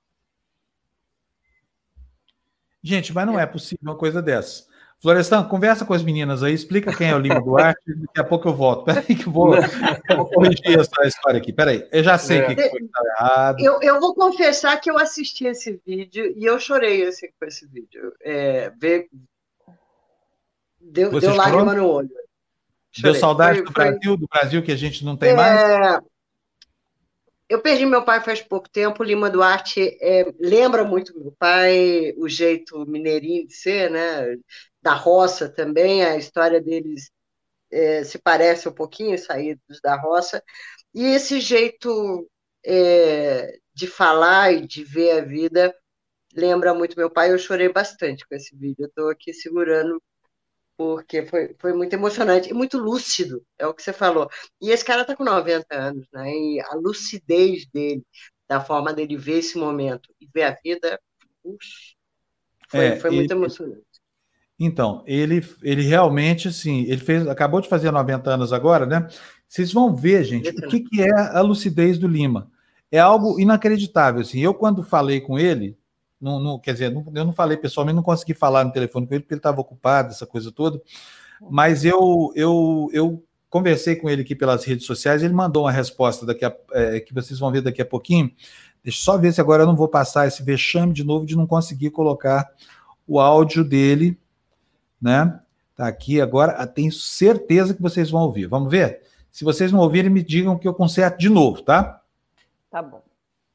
Gente, mas não é possível uma coisa dessa. Florestan, conversa com as meninas aí, explica quem é o Lima Duarte, daqui a pouco eu volto. Peraí que eu vou, eu vou corrigir essa história aqui. Peraí, eu já sei o É. que foi que tá errado. Eu, eu vou confessar que eu assisti esse vídeo e eu chorei assim, com esse vídeo. É, ver... Deu, Você deu chorou? lágrima no olho. Deu Chorei. saudade Foi- do foi- Brasil, do Brasil que a gente não tem mais? É, eu perdi meu pai faz pouco tempo. Lima Duarte é, lembra muito meu pai, o jeito mineirinho de ser, né? Da roça também, a história deles é, se parece um pouquinho, saídos da roça. E esse jeito é, de falar e de ver a vida lembra muito meu pai. Eu chorei bastante com esse vídeo. Eu estou aqui segurando porque foi, foi muito emocionante e muito lúcido, é o que você falou. E esse cara está com noventa anos, né? E a lucidez dele, da forma dele ver esse momento e ver a vida, puxa, foi, É, foi e- muito emocionante. Então, ele, ele realmente, assim, ele fez, acabou de fazer noventa anos agora, né? Vocês vão ver, gente, o que, que é a lucidez do Lima. É algo inacreditável, assim. Eu, quando falei com ele, não, não, quer dizer, não, eu não falei pessoalmente, não consegui falar no telefone com ele, porque ele estava ocupado, essa coisa toda, mas eu, eu, eu conversei com ele aqui pelas redes sociais, ele mandou uma resposta daqui a, é, que vocês vão ver daqui a pouquinho. Deixa eu só ver se agora eu não vou passar esse vexame de novo de não conseguir colocar o áudio dele, né? Tá aqui agora, tenho certeza que vocês vão ouvir. Vamos ver? Se vocês não ouvirem, me digam que eu conserto de novo, tá? Tá bom.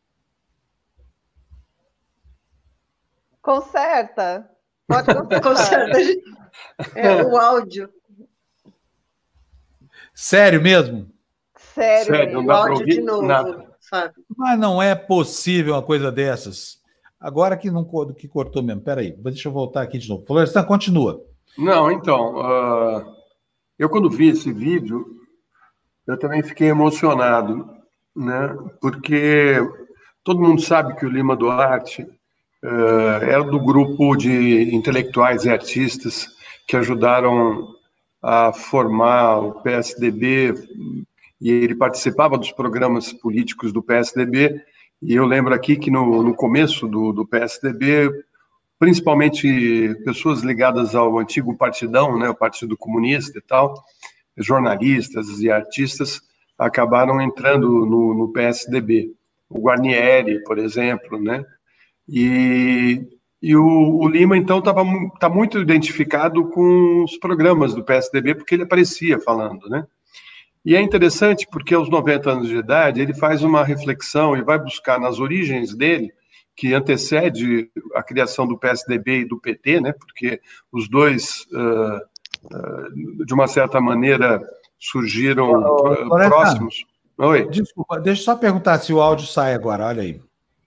Conserta. Pode consertar. Conserta é, o áudio. Sério mesmo? Sério, Sério, não O dá pra áudio ouvir de novo, nada. Fábio. Mas não é possível uma coisa dessas. Agora que não que cortou mesmo. Peraí, deixa eu voltar aqui de novo. Florestan, continua. Não, então, ah, Eu, quando vi esse vídeo, eu também fiquei emocionado, né? Porque todo mundo sabe que o Lima Duarte uh, era do grupo de intelectuais e artistas que ajudaram a formar o P S D B, e ele participava dos programas políticos do P S D B, e eu lembro aqui que no, no começo do, do P S D B, principalmente pessoas ligadas ao antigo Partidão, né, o Partido Comunista e tal, jornalistas e artistas, acabaram entrando no, no P S D B. O Guarnieri, por exemplo, né? E, e o, o Lima, então, estava tá muito identificado com os programas do P S D B, porque ele aparecia falando, né? E é interessante porque, aos noventa anos de idade, ele faz uma reflexão e vai buscar nas origens dele, que antecede a criação do P S D B e do P T, né? Porque os dois, uh, uh, de uma certa maneira, surgiram oh, próximos. Oi. Desculpa, deixa eu só perguntar se o áudio sai agora, olha aí.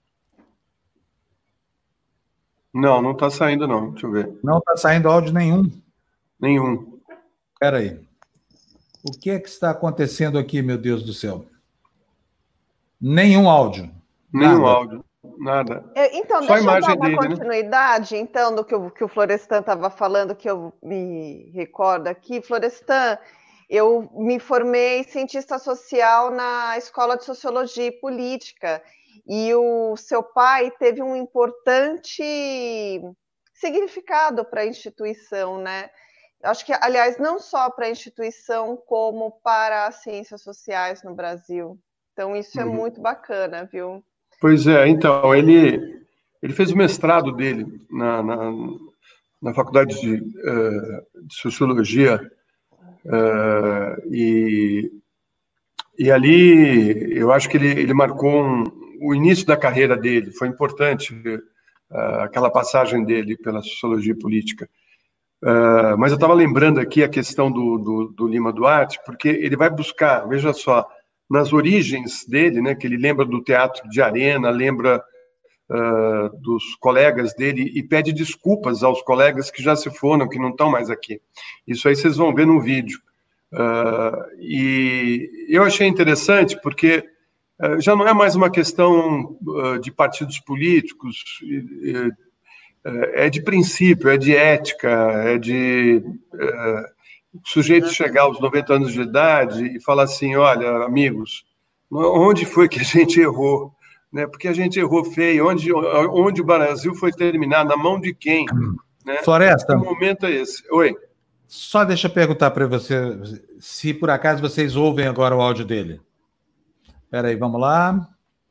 Não, não está saindo, não. Deixa eu ver. Não está saindo áudio nenhum? Nenhum. Espera aí. O que é que está acontecendo aqui, meu Deus do céu? Nenhum áudio. Nenhum nada. áudio, nada. Eu, então, Só deixa a eu dar uma dele, continuidade, né? Então, do que o, que o Florestan estava falando, que eu me recordo aqui. Florestan, eu me formei cientista social na Escola de Sociologia e Política, e o seu pai teve um importante significado para a instituição, né? Acho que, aliás, não só para a instituição, como para as ciências sociais no Brasil. Então, isso é uhum. muito bacana, viu? Pois é, então, ele, ele fez o mestrado dele na, na, na Faculdade de, uh, de Sociologia, uh, e, e ali eu acho que ele, ele marcou um, o início da carreira dele, foi importante uh, aquela passagem dele pela Sociologia Política. Uh, mas eu estava lembrando aqui a questão do, do, do Lima Duarte, porque ele vai buscar, veja só, nas origens dele, né, que ele lembra do teatro de arena, lembra uh, dos colegas dele e pede desculpas aos colegas que já se foram, que não estão mais aqui. Isso aí vocês vão ver no vídeo. Uh, e eu achei interessante porque uh, já não é mais uma questão uh, de partidos políticos, uh, é de princípio, é de ética, é de é, o sujeito chegar aos noventa anos de idade e falar assim, olha, amigos, onde foi que a gente errou? Né? Porque a gente errou feio, onde, onde o Brasil foi terminar, na mão de quem? Né? Floresta. Que momento é esse? Oi. Só deixa eu perguntar para você, se por acaso vocês ouvem agora o áudio dele. Espera aí, vamos lá.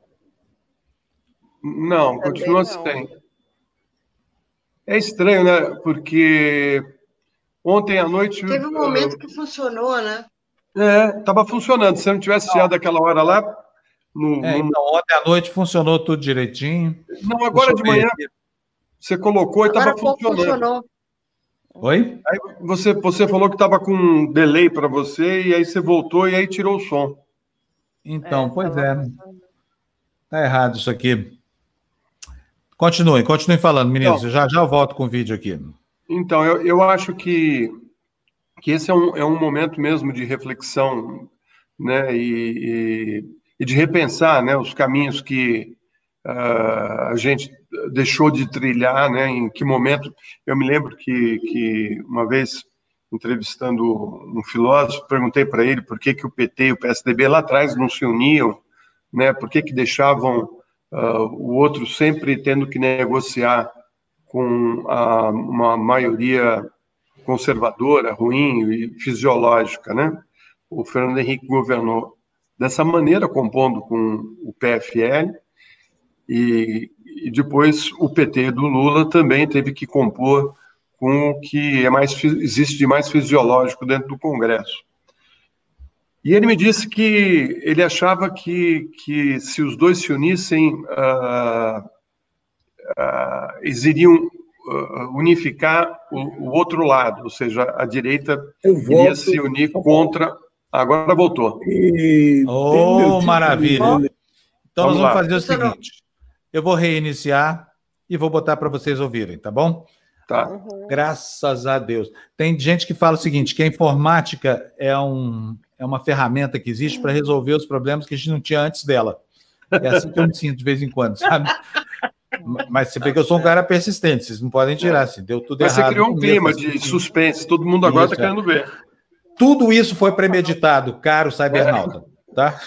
Não, continua sem. É estranho, né? Porque ontem à noite... Teve um momento que funcionou, né? É, estava funcionando. Se eu não tivesse tirado aquela hora lá... No, é, no... Então, ontem à noite funcionou tudo direitinho. Não, agora de manhã aqui. Você colocou e estava funcionando. Funcionou. Oi? Aí você, você falou que estava com um delay para você, e aí você voltou e aí tirou o som. Então, é, pois é. Está errado isso aqui. Continuem, continuem falando, meninos. Então, já, já eu volto com o vídeo aqui. Então, eu, eu acho que, que esse é um, é um momento mesmo de reflexão, né, e, e, e de repensar, né, os caminhos que uh, a gente deixou de trilhar, né, em que momento. Eu me lembro que, que uma vez, entrevistando um filósofo, perguntei para ele por que, que o P T e o P S D B lá atrás não se uniam, né, por que, que deixavam... Uh, o outro sempre tendo que negociar com a, uma maioria conservadora, ruim e fisiológica, né? O Fernando Henrique governou dessa maneira, compondo com o P F L, e, e depois o P T do Lula também teve que compor com o que é mais, existe de mais fisiológico dentro do Congresso. E ele me disse que ele achava que, que se os dois se unissem, uh, uh, eles iriam uh, unificar o, o outro lado, ou seja, a direita iria se unir contra... Agora voltou. E... Oh, maravilha! Então vamos nós vamos lá. fazer o seguinte, eu vou reiniciar e vou botar para vocês ouvirem, tá bom? Tá. Uhum. Graças a Deus. Tem gente que fala o seguinte, que a informática é, um, é uma ferramenta que existe para resolver os problemas que a gente não tinha antes dela. É assim que eu me sinto de vez em quando, sabe? Mas você vê que eu sou um cara persistente, vocês não podem tirar, assim, deu tudo Mas errado. você criou um começo, clima assim, de suspense, todo mundo agora está isso, é. querendo ver. Tudo isso foi premeditado, caro cybernauta, tá?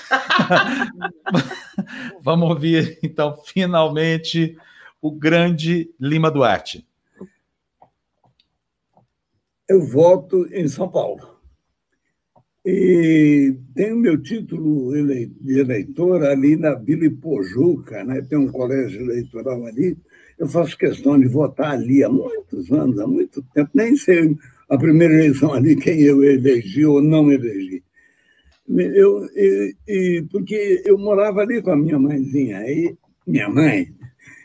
Vamos ouvir, então, finalmente, o grande Lima Duarte. Eu voto em São Paulo. E tenho meu título de eleitor ali na Vila Ipojuca, né? Tem um colégio eleitoral ali. Eu faço questão de votar ali há muitos anos, há muito tempo. Nem sei a primeira eleição ali quem eu elegi ou não elegi. Eu, e, e, porque eu morava ali com a minha mãezinha, e, minha mãe,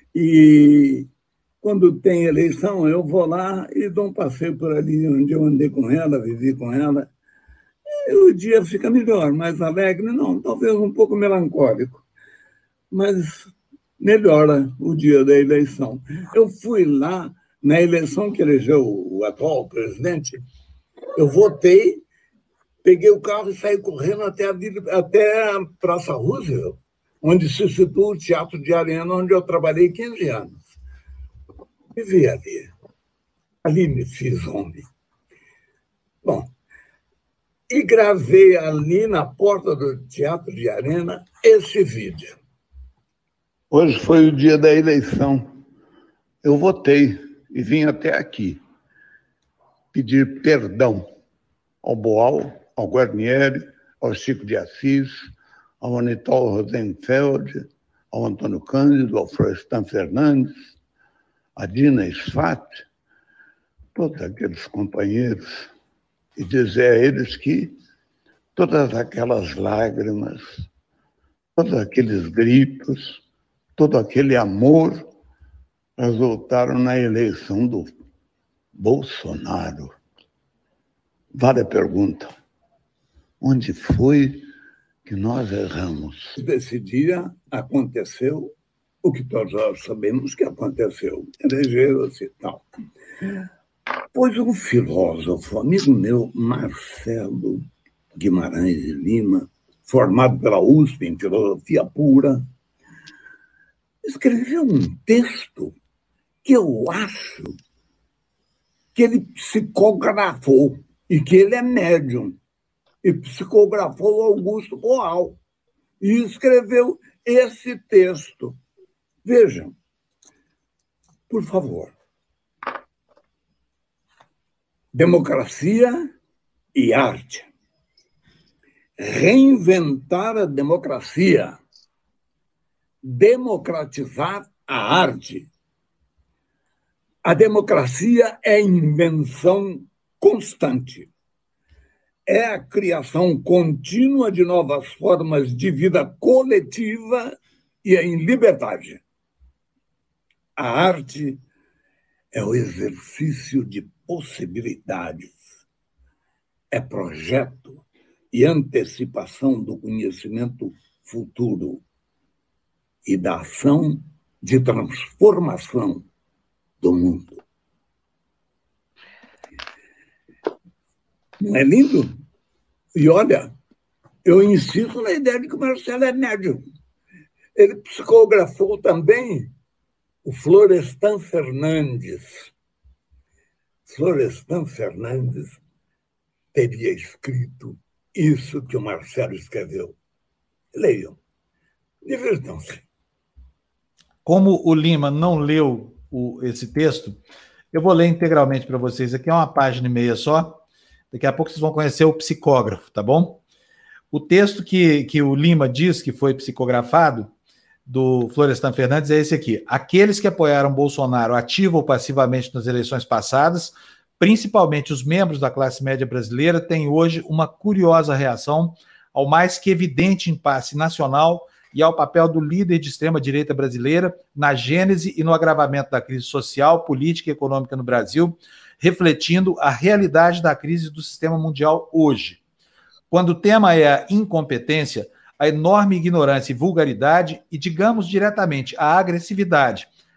e quando tem eleição, eu vou lá e dou um passeio por ali onde eu andei com ela, vivi com ela. E o dia fica melhor, mais alegre, não, talvez um pouco melancólico, mas melhora o dia da eleição. Eu fui lá, na eleição que elegeu o atual presidente, eu votei, peguei o carro e saí correndo até a, até a Praça Roosevelt, onde se situa o Teatro de Arena, onde eu trabalhei quinze anos. Vivi ali. Ali me fiz homem. Bom, e gravei ali na porta do Teatro de Arena esse vídeo. Hoje foi o dia da eleição. Eu votei e vim até aqui pedir perdão ao Boal, ao Guarnieri, ao Chico de Assis, ao Anatol Rosenfeld, ao Antônio Cândido, ao Florestan Fernandes, a Dina Sfat, todos aqueles companheiros, e dizer a eles que todas aquelas lágrimas, todos aqueles gritos, todo aquele amor resultaram na eleição do Bolsonaro. Vale a pergunta, onde foi que nós erramos? Desse dia aconteceu o que todos nós sabemos que aconteceu, elegeram-se e tal. Pois um filósofo, amigo meu, Marcelo Guimarães de Lima, formado pela U S P em filosofia pura, escreveu um texto que eu acho que ele psicografou e que ele é médium, e psicografou Augusto Boal e escreveu esse texto. Vejam, por favor. Democracia e arte. Reinventar a democracia. Democratizar a arte. A democracia é invenção constante. É a criação contínua de novas formas de vida coletiva e em liberdade. A arte é o exercício de possibilidades. É projeto e antecipação do conhecimento futuro e da ação de transformação do mundo. Não é lindo? E olha, eu insisto na ideia de que o Marcelo é médium. Ele psicografou também o Florestan Fernandes. Florestan Fernandes teria escrito isso que o Marcelo escreveu. Leiam, divirtam-se. Como o Lima não leu o, esse texto, eu vou ler integralmente para vocês. Aqui é uma página e meia só. Daqui a pouco vocês vão conhecer o psicógrafo, tá bom? O texto que, que o Lima diz que foi psicografado, do Florestan Fernandes, é esse aqui. Aqueles que apoiaram Bolsonaro ativo ou passivamente nas eleições passadas, principalmente os membros da classe média brasileira, têm hoje uma curiosa reação ao mais que evidente impasse nacional e ao papel do líder de extrema-direita brasileira na gênese e no agravamento da crise social, política e econômica no Brasil, refletindo a realidade da crise do sistema mundial hoje. Quando o tema é a incompetência, a enorme ignorância e vulgaridade e, digamos diretamente, a agressividade,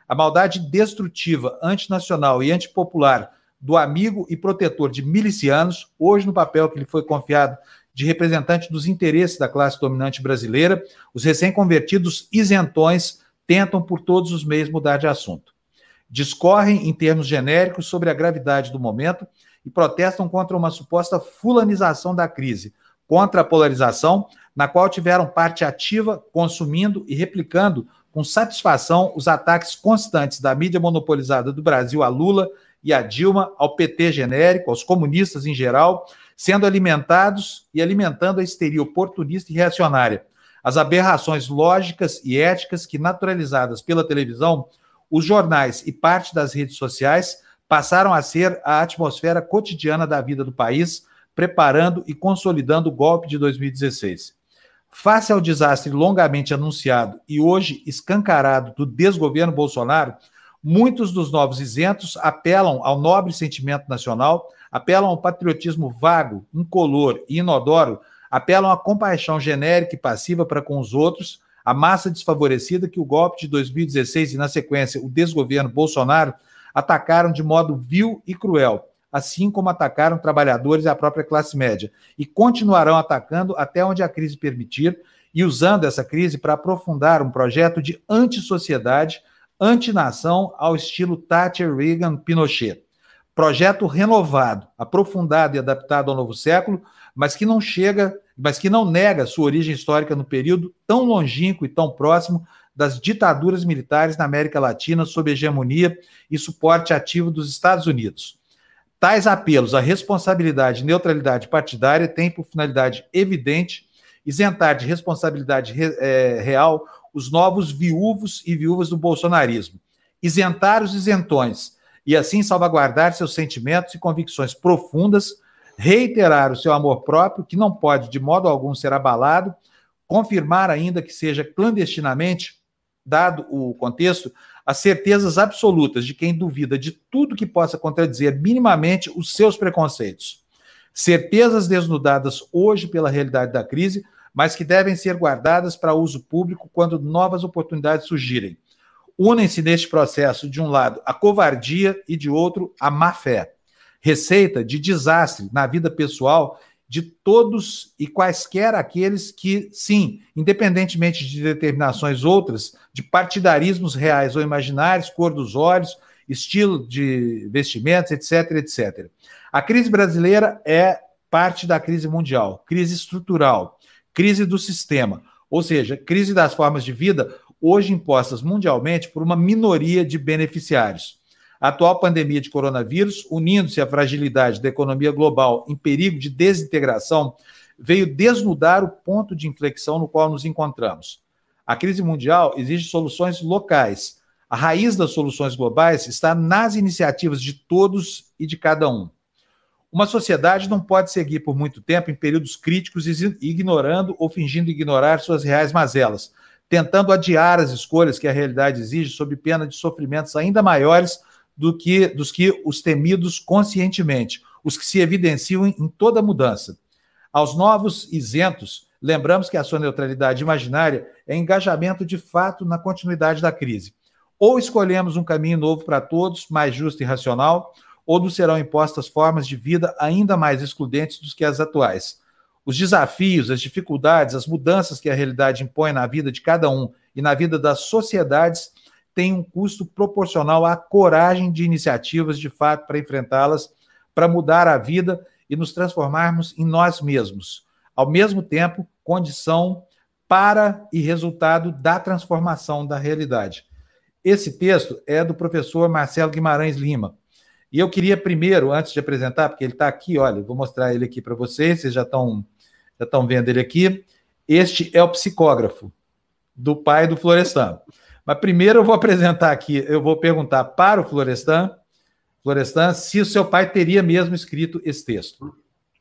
A maldade destrutiva, antinacional e antipopular do amigo e protetor de milicianos, hoje no papel que lhe foi confiado de representante dos interesses da classe dominante brasileira, os recém-convertidos isentões tentam por todos os meios mudar de assunto. Discorrem em termos genéricos sobre a gravidade do momento e protestam contra uma suposta fulanização da crise, contra a polarização, na qual tiveram parte ativa, consumindo e replicando com satisfação os ataques constantes da mídia monopolizada do Brasil a Lula e a Dilma, ao P T genérico, aos comunistas em geral, sendo alimentados e alimentando a histeria oportunista e reacionária, as aberrações lógicas e éticas que, naturalizadas pela televisão, os jornais e parte das redes sociais passaram a ser a atmosfera cotidiana da vida do país, preparando e consolidando o golpe de dois mil e dezesseis. Face ao desastre longamente anunciado e hoje escancarado do desgoverno Bolsonaro, muitos dos novos isentos apelam ao nobre sentimento nacional, apelam ao patriotismo vago, incolor e inodoro, apelam à compaixão genérica e passiva para com os outros, a massa desfavorecida que o golpe de dois mil e dezesseis e, na sequência, o desgoverno Bolsonaro atacaram de modo vil e cruel, assim como atacaram trabalhadores e a própria classe média, e continuarão atacando até onde a crise permitir, e usando essa crise para aprofundar um projeto de antissociedade, antinação ao estilo Thatcher, Reagan, Pinochet. Projeto renovado, aprofundado e adaptado ao novo século, mas que não chega, mas que não nega sua origem histórica no período tão longínquo e tão próximo das ditaduras militares na América Latina sob hegemonia e suporte ativo dos Estados Unidos. Tais apelos à responsabilidade e neutralidade partidária têm por finalidade evidente isentar de responsabilidade re, é, real os novos viúvos e viúvas do bolsonarismo, isentar os isentões e assim salvaguardar seus sentimentos e convicções profundas, reiterar o seu amor próprio, que não pode de modo algum ser abalado, confirmar ainda que seja clandestinamente, dado o contexto, as certezas absolutas de quem duvida de tudo que possa contradizer minimamente os seus preconceitos. Certezas desnudadas hoje pela realidade da crise, mas que devem ser guardadas para uso público quando novas oportunidades surgirem. Unem-se neste processo, de um lado, a covardia e, de outro, a má-fé. Receita de desastre na vida pessoal de todos e quaisquer aqueles que, sim, independentemente de determinações outras, de partidarismos reais ou imaginários, cor dos olhos, estilo de vestimentos, etc, etcétera. A crise brasileira é parte da crise mundial, crise estrutural, crise do sistema, ou seja, crise das formas de vida hoje impostas mundialmente por uma minoria de beneficiários. A atual pandemia de coronavírus, unindo-se à fragilidade da economia global em perigo de desintegração, veio desnudar o ponto de inflexão no qual nos encontramos. A crise mundial exige soluções locais. A raiz das soluções globais está nas iniciativas de todos e de cada um. Uma sociedade não pode seguir por muito tempo em períodos críticos ignorando ou fingindo ignorar suas reais mazelas, tentando adiar as escolhas que a realidade exige sob pena de sofrimentos ainda maiores do que, dos que os temidos conscientemente, os que se evidenciam em toda mudança. Aos novos isentos, lembramos que a sua neutralidade imaginária é engajamento de fato na continuidade da crise. Ou escolhemos um caminho novo para todos, mais justo e racional, ou nos serão impostas formas de vida ainda mais excludentes dos que as atuais. Os desafios, as dificuldades, as mudanças que a realidade impõe na vida de cada um e na vida das sociedades têm um custo proporcional à coragem de iniciativas de fato para enfrentá-las, para mudar a vida e nos transformarmos em nós mesmos. Ao mesmo tempo, condição para e resultado da transformação da realidade. Esse texto é do professor Marcelo Guimarães Lima. E eu queria primeiro, antes de apresentar, porque ele está aqui, olha, vou mostrar ele aqui para vocês, vocês já estão já estão vendo ele aqui. Este é o psicógrafo do pai do Florestan. Mas primeiro eu vou apresentar aqui, eu vou perguntar para o Florestan, Florestan, se o seu pai teria mesmo escrito esse texto.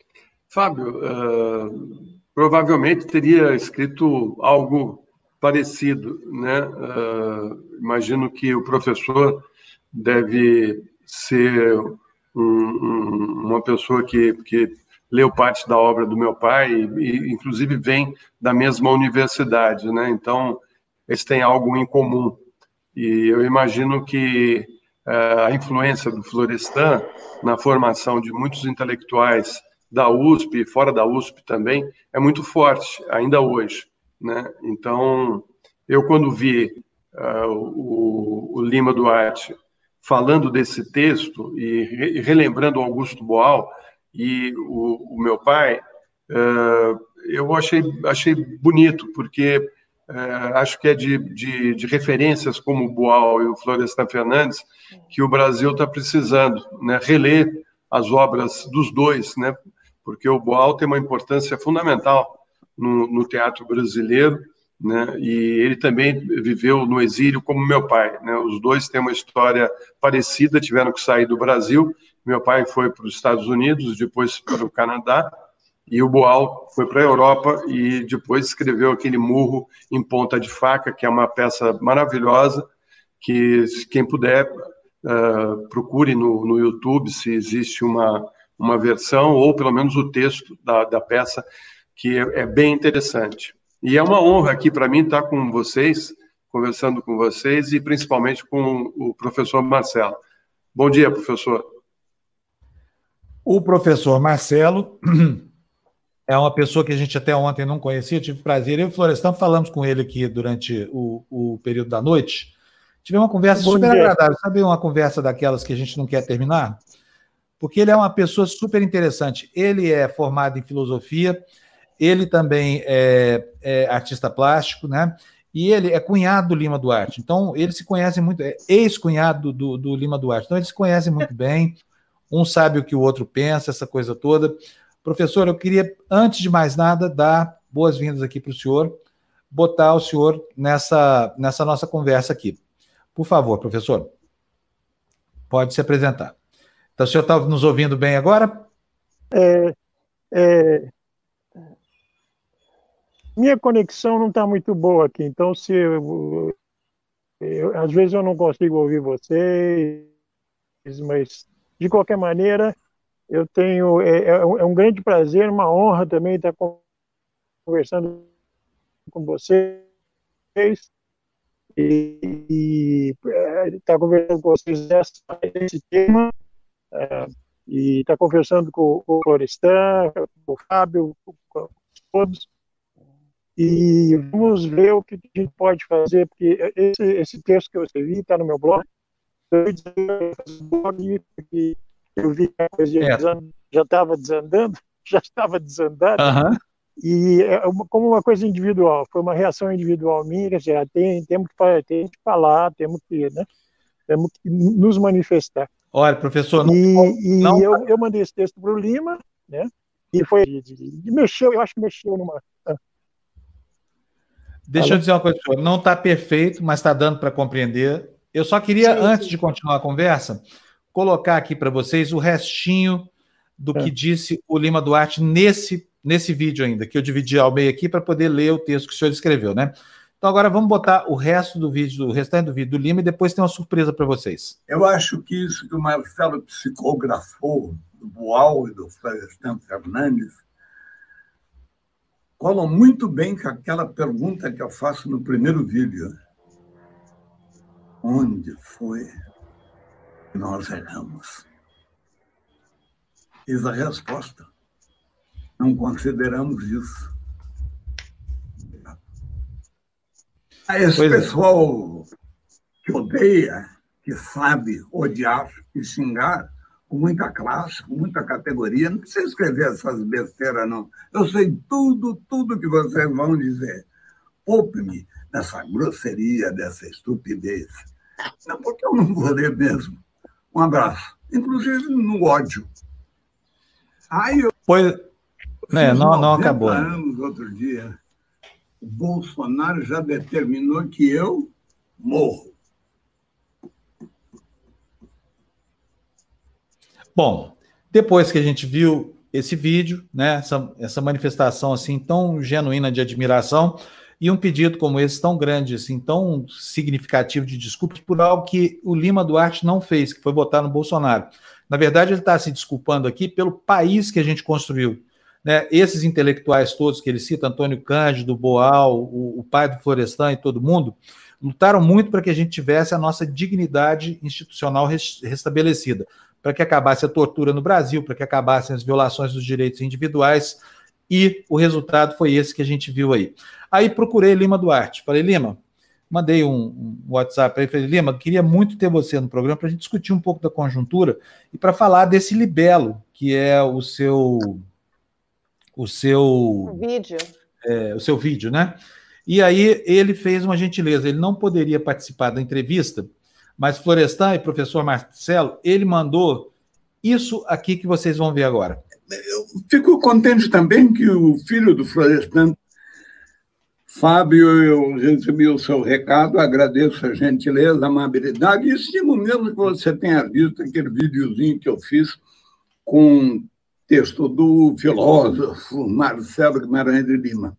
Fábio, uh, provavelmente teria escrito algo parecido, né? Uh, imagino que o professor deve ser um, um, uma pessoa que, que leu parte da obra do meu pai e, e, inclusive, vem da mesma universidade, né? Então, eles têm algo em comum. E eu imagino que uh, a influência do Florestan na formação de muitos intelectuais da U S P e fora da U S P também é muito forte, ainda hoje, né? Então, eu quando vi uh, o, o Lima Duarte falando desse texto e re, relembrando Augusto Boal e o, o meu pai, uh, eu achei, achei bonito, porque uh, acho que é de, de, de referências como o Boal e o Florestan Fernandes que o Brasil está precisando, né? Reler as obras dos dois, né? Porque o Boal tem uma importância fundamental no, no teatro brasileiro, né? E ele também viveu no exílio como meu pai, né? Os dois têm uma história parecida, tiveram que sair do Brasil. Meu pai foi para os Estados Unidos, depois para o Canadá, e o Boal foi para a Europa e depois escreveu aquele Murro em Ponta de Faca, que é uma peça maravilhosa, que quem puder uh, procure no, no YouTube se existe uma, uma versão, ou pelo menos o texto da, da peça, que é, é bem interessante. E é uma honra aqui para mim estar com vocês, conversando com vocês, e principalmente com o professor Marcelo. Bom dia, professor. O professor Marcelo é uma pessoa que a gente até ontem não conhecia, tive prazer. Eu e o Florestan falamos com ele aqui durante o, o período da noite. Tivemos uma conversa Bom super dia. agradável. Sabe uma conversa daquelas que a gente não quer terminar? Porque ele é uma pessoa super interessante. Ele é formado em filosofia, ele também é, é artista plástico, né? E ele é cunhado do Lima Duarte. Então, eles se conhecem muito, é ex-cunhado do, do Lima Duarte. Então, eles se conhecem muito bem. Um sabe o que o outro pensa, essa coisa toda. Professor, eu queria, antes de mais nada, dar boas-vindas aqui para o senhor, botar o senhor nessa, nessa nossa conversa aqui. Por favor, professor, pode se apresentar. Então, o senhor está nos ouvindo bem agora? É, é, minha conexão não está muito boa aqui, então se eu, eu, às vezes eu não consigo ouvir vocês, mas de qualquer maneira eu tenho é, é um grande prazer, uma honra também estar conversando com vocês e, e estar conversando com vocês nesse tema. É, e está conversando com, com o Florestan, com o Fábio, com, com todos, e vamos ver o que a gente pode fazer, porque esse, esse texto que eu escrevi está no meu blog, porque eu vi que a coisa é. já estava desandando, já estava desandada, uhum. E é uma, como uma coisa individual, foi uma reação individual minha, quer dizer, tem, temos que, tem que falar, temos que, né, temos que nos manifestar. Olha, professor, não, e, não... e eu, eu mandei esse texto para o Lima, né? E foi de, de, de mexeu, eu acho que mexeu numa. Deixa Alô? eu dizer uma coisa, professor. Não está perfeito, mas está dando para compreender. Eu só queria, sim, antes sim. de continuar a conversa, colocar aqui para vocês o restinho do é. que disse o Lima Duarte nesse, nesse vídeo ainda, que eu dividi ao meio aqui para poder ler o texto que o senhor escreveu, né? Então, agora vamos botar o resto do vídeo, o restante do vídeo do Lima, e depois tem uma surpresa para vocês. Eu acho que isso que o Marcelo psicografou, do Boal e do Florestan Fernandes, colam muito bem com aquela pergunta que eu faço no primeiro vídeo. Onde foi que nós erramos? Eis a resposta. Não consideramos isso. Esse pois pessoal é. que odeia, que sabe odiar e xingar, com muita classe, com muita categoria, não precisa escrever essas besteiras, não. Eu sei tudo, tudo que vocês vão dizer. Poupe-me dessa grosseria, dessa estupidez. Não, porque eu não vou ler mesmo. Um abraço. Inclusive no ódio. Aí eu... Pois... É, não, não acabou. anos outro dia. O Bolsonaro já determinou que eu morro. Bom, depois que a gente viu esse vídeo, né, essa, essa manifestação assim tão genuína de admiração e um pedido como esse tão grande, assim, tão significativo de desculpas por algo que o Lima Duarte não fez, que foi votar no Bolsonaro. Na verdade, ele está se desculpando aqui pelo país que a gente construiu. Né, esses intelectuais todos que ele cita, Antônio Cândido, Boal, o, o pai do Florestan e todo mundo, lutaram muito para que a gente tivesse a nossa dignidade institucional restabelecida, para que acabasse a tortura no Brasil, para que acabassem as violações dos direitos individuais, e o resultado foi esse que a gente viu aí. Aí procurei Lima Duarte, falei, Lima, mandei um, um WhatsApp aí, falei, Lima, queria muito ter você no programa para a gente discutir um pouco da conjuntura e para falar desse libelo, que é o seu... o seu... vídeo. É, o seu vídeo, né? E aí ele fez uma gentileza, ele não poderia participar da entrevista, mas Florestan e professor Marcelo, ele mandou isso aqui que vocês vão ver agora. Eu fico contente também que o filho do Florestan, Fábio, eu recebi o seu recado, agradeço a gentileza, a amabilidade, e estimo mesmo que você tenha visto aquele videozinho que eu fiz com texto do filósofo Marcelo Guimarães de Lima.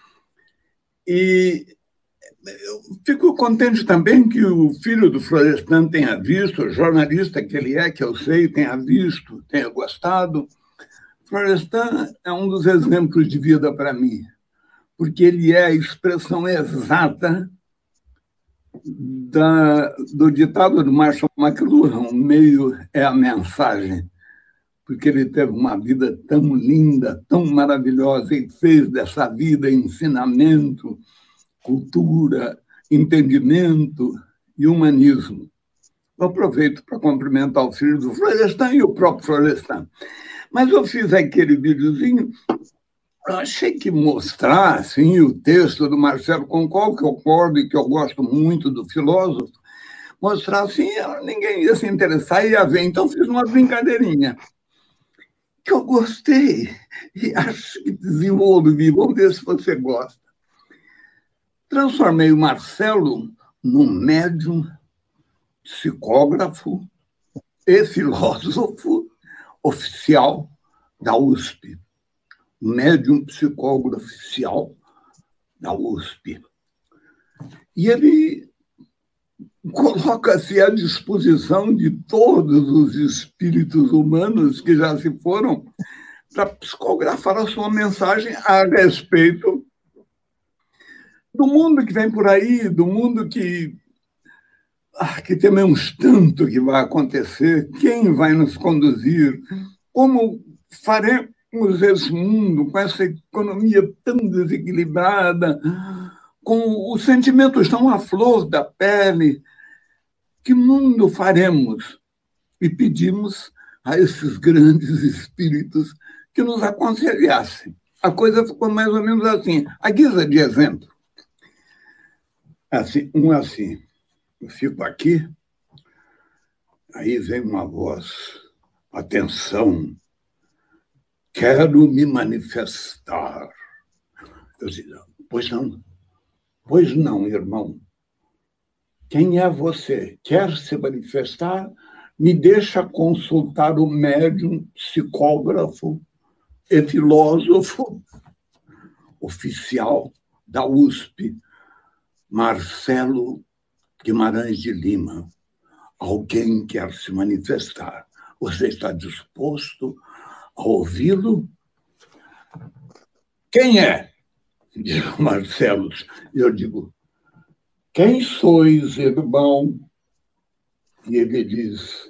E eu fico contente também que o filho do Florestan tenha visto, o jornalista que ele é, que eu sei, tenha visto, tenha gostado. Florestan é um dos exemplos de vida para mim, porque ele é a expressão exata da, do ditado do Marshall McLuhan, o meio é a mensagem, porque ele teve uma vida tão linda, tão maravilhosa, e fez dessa vida ensinamento, cultura, entendimento e humanismo. Eu aproveito para cumprimentar o filho do Florestan e o próprio Florestan. Mas eu fiz aquele videozinho, eu achei que mostrar assim, o texto do Marcelo, com o qual que eu concordo e que eu gosto muito do filósofo, mostrar assim, ninguém ia se interessar, ia ver. Então fiz uma brincadeirinha que eu gostei e acho que desenvolvi. Vamos ver se você gosta. Transformei o Marcelo num médium, psicógrafo e filósofo oficial da U S P. Médium psicógrafo oficial da U S P. E ele coloca-se à disposição de todos os espíritos humanos que já se foram para psicografar a sua mensagem a respeito do mundo que vem por aí, do mundo que, ah, que tememos tanto que vai acontecer, quem vai nos conduzir, como faremos esse mundo com essa economia tão desequilibrada, com os sentimentos tão à flor da pele. Que mundo faremos? E pedimos a esses grandes espíritos que nos aconselhassem. A coisa ficou mais ou menos assim, à guisa de exemplo. Assim, um assim, eu fico aqui, aí vem uma voz, atenção, quero me manifestar. Eu disse, pois não, pois não, irmão. Quem é você? Quer se manifestar? Me deixa consultar o médium, psicógrafo e filósofo oficial da U S P, Marcelo Guimarães de Lima. Alguém quer se manifestar. Você está disposto a ouvi-lo? Quem é? Diz Marcelo. Eu digo, quem sois, irmão? E ele diz,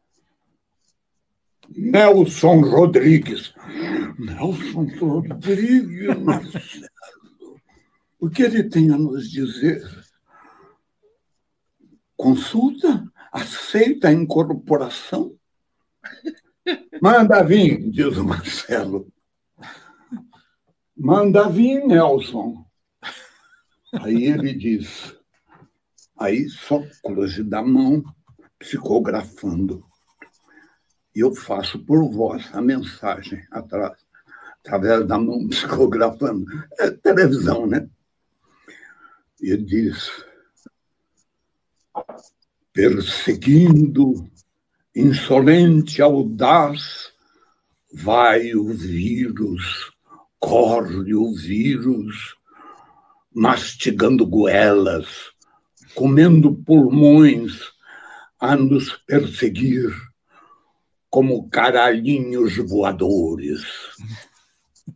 Nelson Rodrigues. Nelson Rodrigues, Marcelo. O que ele tem a nos dizer? Consulta? Aceita a incorporação? Manda vir, diz o Marcelo. Manda vir, Nelson. Aí ele diz, aí só close da mão, psicografando. E eu faço por voz a mensagem atrás, através da mão psicografando. É televisão, né? E ele diz, perseguindo, insolente, audaz, vai o vírus, corre o vírus, mastigando goelas, comendo pulmões, a nos perseguir como caralhinhos voadores.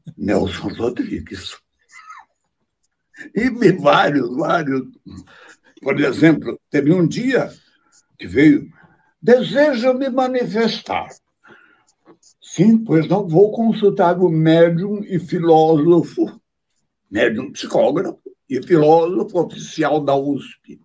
Nelson Rodrigues. E vários, vários. Por exemplo, teve um dia que veio, desejo me manifestar. Sim, pois não vou consultar o médium e filósofo, médium psicógrafo e filósofo oficial da U S P.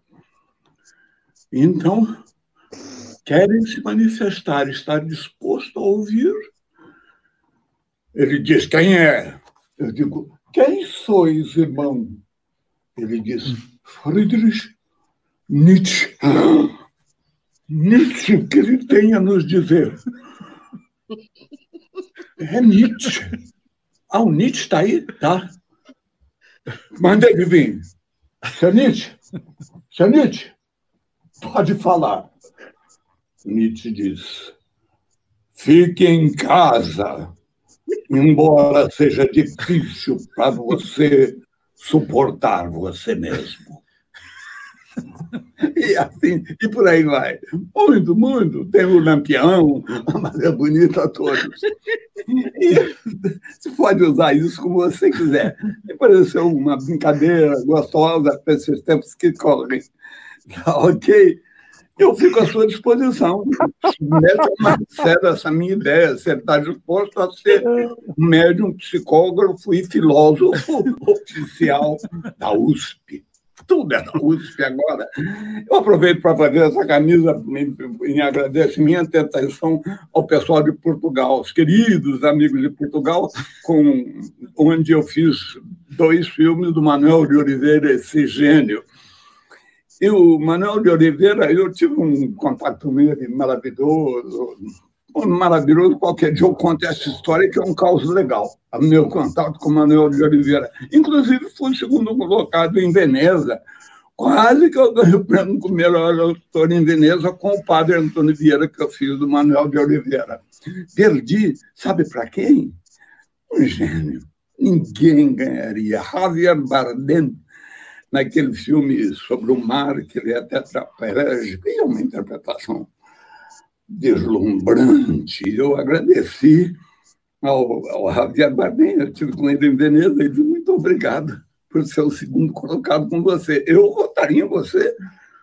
Então, querem se manifestar, está disposto a ouvir? Ele diz, quem é? Eu digo, quem sois, irmão? Ele diz, Friedrich Nietzsche. Nietzsche, o que ele tem a nos dizer? É Nietzsche. Ah, o Nietzsche está aí? Tá. Manda ele vir. Seu Nietzsche, seu Nietzsche, pode falar. Nietzsche diz, fique em casa, embora seja difícil para você suportar você mesmo. E assim, e por aí vai. Muito, muito. Tem o Lampião, mas é bonito a todos. E você pode usar isso como você quiser. Me pareceu uma brincadeira gostosa para esses tempos que correm. Tá, ok? Eu fico à sua disposição. Mete uma séria essa minha ideia. Você está disposto a ser médium, psicógrafo e filósofo oficial da U S P. Tudo é da U S P agora. Eu aproveito para fazer essa camisa em, em agradecimento e atenção ao pessoal de Portugal, os queridos amigos de Portugal, com, onde eu fiz dois filmes do Manuel de Oliveira, esse gênio. E o Manuel de Oliveira, eu tive um contato com ele maravilhoso, maravilhoso, qualquer dia eu conto essa história, que é um caos legal, o meu contato com o Manuel de Oliveira. Inclusive, fui segundo colocado em Veneza, quase que eu ganhei o prêmio como melhor autor em Veneza com o padre Antônio Vieira, que eu fiz do Manuel de Oliveira. Perdi, sabe para quem? Um gênio. Ninguém ganharia. Javier Bardem, naquele filme sobre o mar, que ele é tetraplégico, e é uma interpretação deslumbrante. Eu agradeci ao, ao Javier Bardem, eu estive com ele em Veneza, ele disse, muito obrigado por ser o segundo colocado com você. Eu votaria em você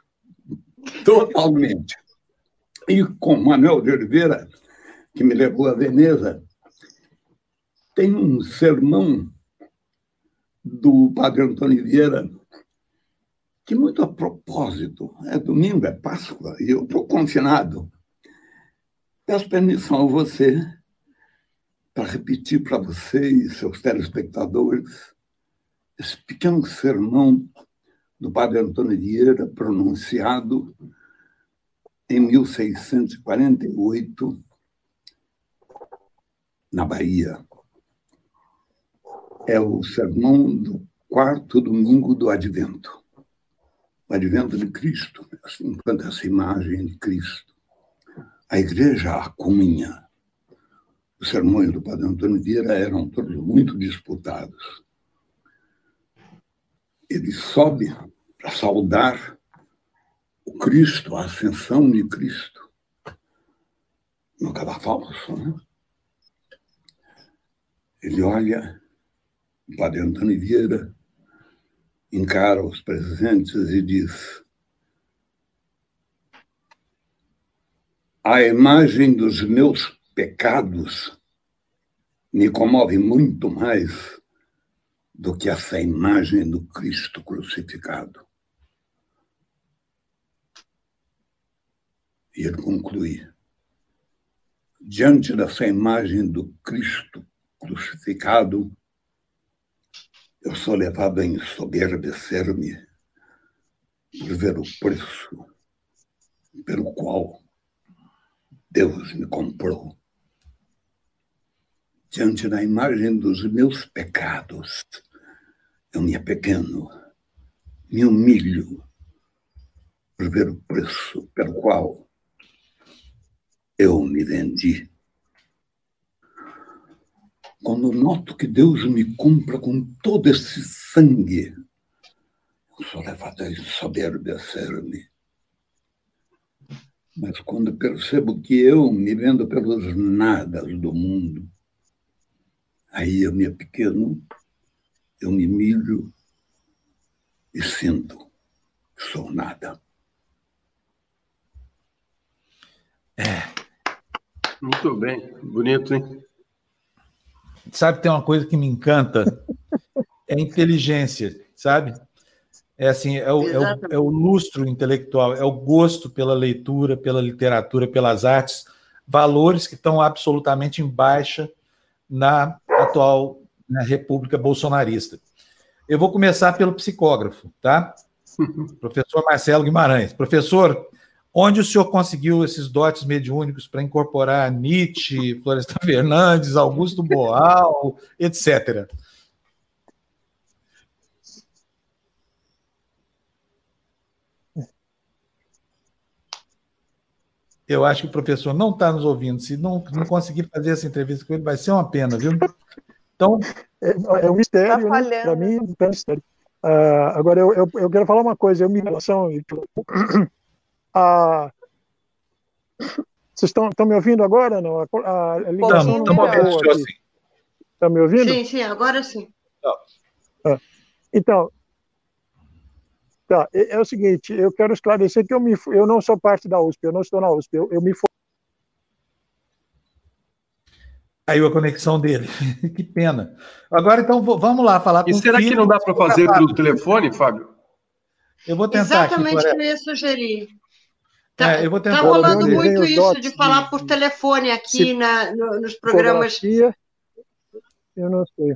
totalmente. E com Manuel de Oliveira, que me levou a Veneza, tem um sermão do padre Antônio Vieira, que muito a propósito, é domingo, é Páscoa, e eu estou confinado. Peço permissão a você para repetir para você e seus telespectadores esse pequeno sermão do padre Antônio Vieira, pronunciado em mil seiscentos e quarenta e oito, na Bahia. É o sermão do quarto domingo do Advento. O Advento de Cristo, enquanto essa imagem de Cristo. A igreja a comunha. Os sermões do padre Antônio Vieira eram todos muito disputados. Ele sobe para saudar o Cristo, a ascensão de Cristo, no cadafalso, né? Ele olha, o padre Antônio Vieira encara os presentes e diz: a imagem dos meus pecados me comove muito mais do que essa imagem do Cristo crucificado. E ele conclui: diante dessa imagem do Cristo crucificado, eu sou levado a ensoberbecer-me por ver o preço pelo qual Deus me comprou. Diante da imagem dos meus pecados, eu me apequeno, me humilho por ver o preço pelo qual eu me vendi. Quando noto que Deus me compra com todo esse sangue, eu sou levado a ensoberbecer-me. Mas quando percebo que eu me vendo pelos nadas do mundo, aí eu me apequeno, eu me humilho e sinto sou nada. É. Muito bem, bonito, hein? Sabe, tem uma coisa que me encanta, é a inteligência, sabe? É assim, é o, é, o, é o lustro intelectual, é o gosto pela leitura, pela literatura, pelas artes, valores que estão absolutamente em baixa na atual na República Bolsonarista. Eu vou começar pelo psicógrafo, tá? Professor Marcelo Guimarães. Professor, onde o senhor conseguiu esses dotes mediúnicos para incorporar Nietzsche, Florestan Fernandes, Augusto Boal, etcétera? Eu acho que o professor não está nos ouvindo. Se não, não conseguir fazer essa entrevista com ele, vai ser uma pena, viu? Então... É, é um mistério, tá, né? Para mim, é um mistério. Uh, agora, eu, eu, eu quero falar uma coisa. Eu, em relação a... Vocês estão, estão me ouvindo agora? Não? A, a ligação não está boa aqui. Estão me ouvindo? Sim, sim, agora sim. Ah, então... Tá, é, é o seguinte, eu quero esclarecer que eu, me, eu não sou parte da U S P, eu não estou na U S P, eu, eu me... Caiu a conexão dele, que pena. Agora, então, vamos lá falar com o E será que não dá para fazer pelo telefone, Fábio? Eu vou tentar. Exatamente o que eu ia sugerir. Tá, é, eu vou tentar. Tá rolando fazer. muito isso de falar por telefone aqui na, no, nos programas. Eu não sei.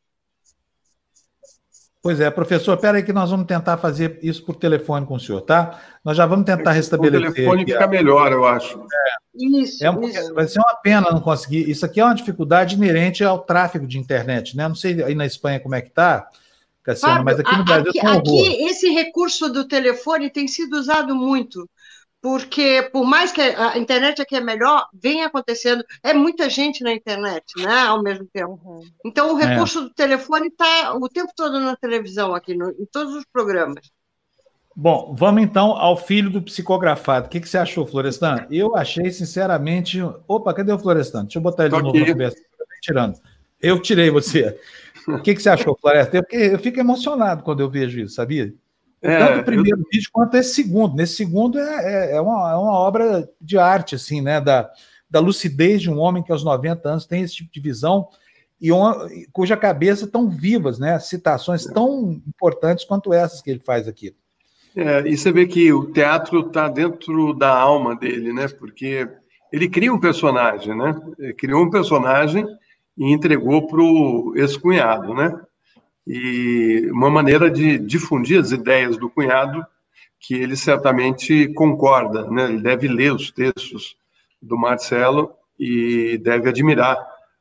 Pois é, professor, espera aí que nós vamos tentar fazer isso por telefone com o senhor, tá? Nós já vamos tentar restabelecer. O telefone aqui, fica a... melhor, eu acho. É, isso, é um, isso. Vai ser uma pena não conseguir. Isso aqui é uma dificuldade inerente ao tráfego de internet, né? Não sei aí na Espanha como é que está, Cassiana, Fábio, mas aqui no Brasil aqui, tem um horror. Aqui, esse recurso do telefone tem sido usado muito, porque, por mais que a internet aqui é melhor, vem acontecendo, é muita gente na internet, né, ao mesmo tempo. Uhum. Então, o recurso é. do telefone está o tempo todo na televisão aqui, no, em todos os programas. Bom, vamos então ao filho do psicografado. O que, que você achou, Florestan? Eu achei, sinceramente... Opa, cadê o Florestan? Deixa eu botar ele Tô de novo aqui. na conversa. Tirando. Eu tirei você. O que, que você achou, Florestan? Eu, eu fico emocionado quando eu vejo isso, sabia? É, Tanto o primeiro eu... vídeo quanto esse segundo. Nesse segundo é, é, é, uma, é uma obra de arte, assim, né? Da, da lucidez de um homem que aos noventa anos tem esse tipo de visão e uma, cuja cabeça tão vivas, né? Citações tão importantes quanto essas que ele faz aqui. É, e você vê que o teatro está dentro da alma dele, né? Porque ele cria um personagem, né? Ele criou um personagem e entregou para o ex-cunhado, né? E uma maneira de difundir as ideias do cunhado que ele certamente concorda, né? Ele deve ler os textos do Marcelo e deve admirar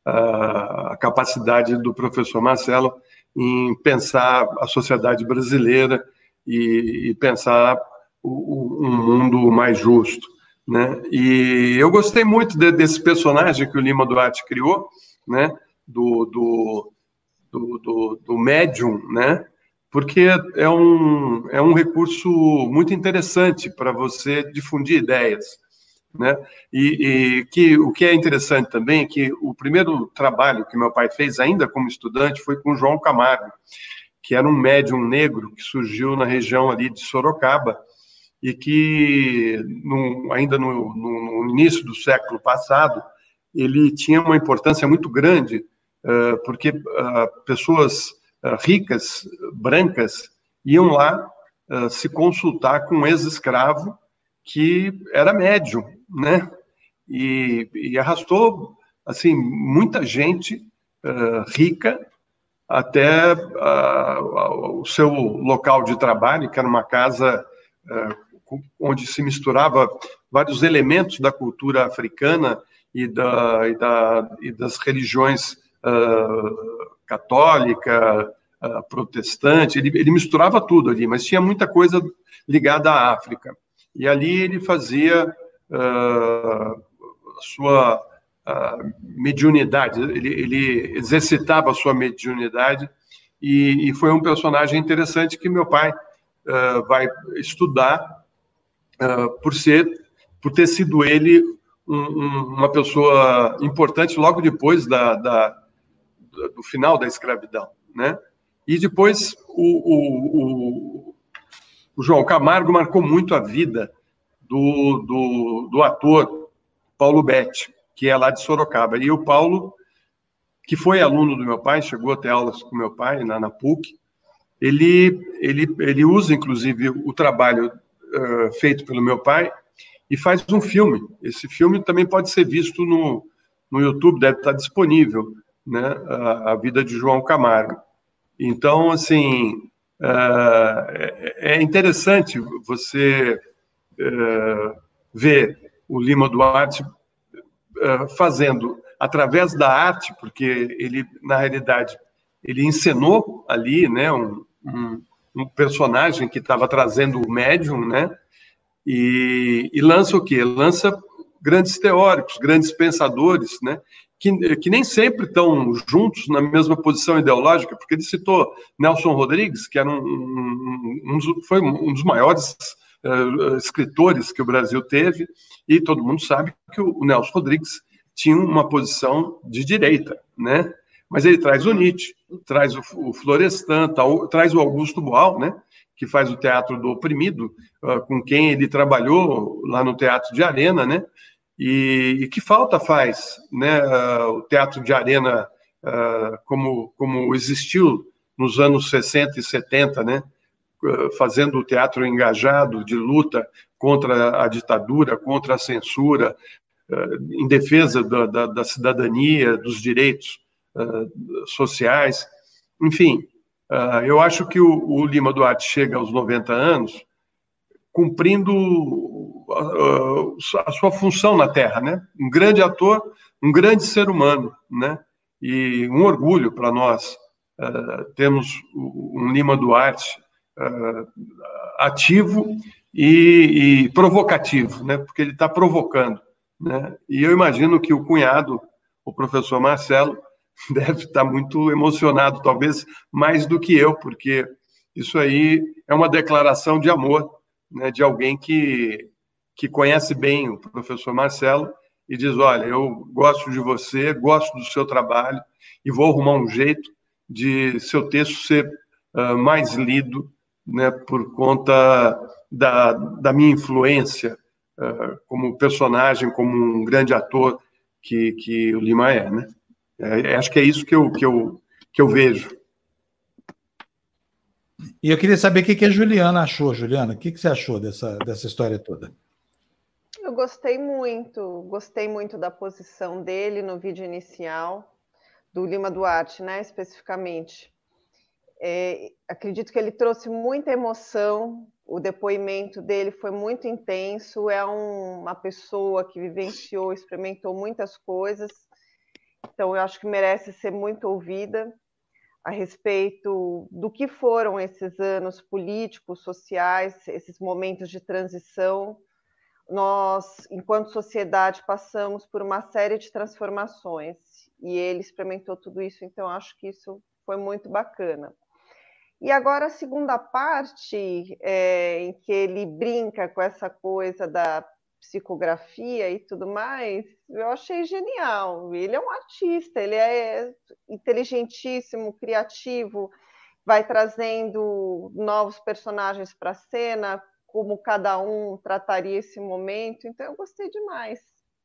a, a capacidade do professor Marcelo em pensar a sociedade brasileira e, e pensar o, o, um mundo mais justo, né? E eu gostei muito de, desse personagem que o Lima Duarte criou, né? Do, do Do, do, do médium, né? Porque é um, é um recurso muito interessante para você difundir ideias, né? E, e que, o que é interessante também é que o primeiro trabalho que meu pai fez, ainda como estudante, foi com João Camargo, que era um médium negro que surgiu na região ali de Sorocaba e que, no, ainda no, no início do século passado, ele tinha uma importância muito grande, Uh, porque uh, pessoas uh, ricas, brancas, iam lá uh, se consultar com um ex-escravo que era médium, né? E, e arrastou, assim, muita gente uh, rica até uh, o seu local de trabalho, que era uma casa uh, onde se misturava vários elementos da cultura africana e, da, e, da, e das religiões Uh, católica, uh, protestante, ele, ele misturava tudo ali, mas tinha muita coisa ligada à África. E ali ele fazia uh, sua uh, mediunidade, ele, ele exercitava a sua mediunidade e, e foi um personagem interessante que meu pai uh, vai estudar uh, por ser, por ter sido ele um, um, uma pessoa importante logo depois da, da do final da escravidão, né? E depois o, o, o, o João Camargo marcou muito a vida do, do, do ator Paulo Betti, que é lá de Sorocaba. E o Paulo, que foi aluno do meu pai, chegou a ter aulas com meu pai na, na P U C, ele, ele, ele usa, inclusive, o trabalho uh, feito pelo meu pai e faz um filme. Esse filme também pode ser visto no, no YouTube, deve estar disponível, né, a, a vida de João Camargo. Então, assim, uh, é, é interessante você uh, ver o Lima Duarte uh, fazendo, através da arte, porque ele, na realidade, ele encenou ali, né, um, um, um personagem que estava trazendo o médium, né, e, e lança o quê? Lança grandes teóricos, grandes pensadores, né, que, que nem sempre estão juntos na mesma posição ideológica, porque ele citou Nelson Rodrigues, que era um, um, um, um foi um dos maiores uh, escritores que o Brasil teve, e todo mundo sabe que o, o Nelson Rodrigues tinha uma posição de direita, né? Mas ele traz o Nietzsche, traz o, o Florestan, tal, traz o Augusto Boal, né? Que faz o Teatro do Oprimido, uh, com quem ele trabalhou lá no Teatro de Arena, né? E, e que falta faz, né? Uh, o Teatro de Arena, uh, como, como existiu nos anos sessenta e setenta, né? Uh, fazendo o teatro engajado de luta contra a ditadura, contra a censura, uh, em defesa da, da, da cidadania, dos direitos uh, sociais. Enfim, uh, eu acho que o, o Lima Duarte chega aos noventa anos cumprindo uh, a sua função na Terra, né? Um grande ator, um grande ser humano, né? E um orgulho para nós uh, termos um Lima Duarte uh, ativo e, e provocativo, né? Porque ele está provocando, né? E eu imagino que o cunhado, o professor Marcelo, deve estar muito emocionado, talvez mais do que eu, porque isso aí é uma declaração de amor, né, de alguém que, que conhece bem o professor Marcelo e diz, olha, eu gosto de você, gosto do seu trabalho e vou arrumar um jeito de seu texto ser uh, mais lido, né, por conta da, da minha influência uh, como personagem, como um grande ator que, que o Lima é, né? É, acho que é isso que eu, que eu, que eu vejo. E eu queria saber o que, que a Juliana achou. Juliana, o que, que você achou dessa, dessa história toda? Eu gostei muito, gostei muito da posição dele no vídeo inicial, do Lima Duarte, né, especificamente. É, acredito que ele trouxe muita emoção, o depoimento dele foi muito intenso, é um, uma pessoa que vivenciou, experimentou muitas coisas, então eu acho que merece ser muito ouvida a respeito do que foram esses anos políticos, sociais, esses momentos de transição. Nós, enquanto sociedade, passamos por uma série de transformações e ele experimentou tudo isso, então acho que isso foi muito bacana. E agora a segunda parte, é, em que ele brinca com essa coisa da psicografia e tudo mais, eu achei genial. Ele é um artista, ele é inteligentíssimo, criativo, vai trazendo novos personagens para a cena, como cada um trataria esse momento, então eu gostei demais.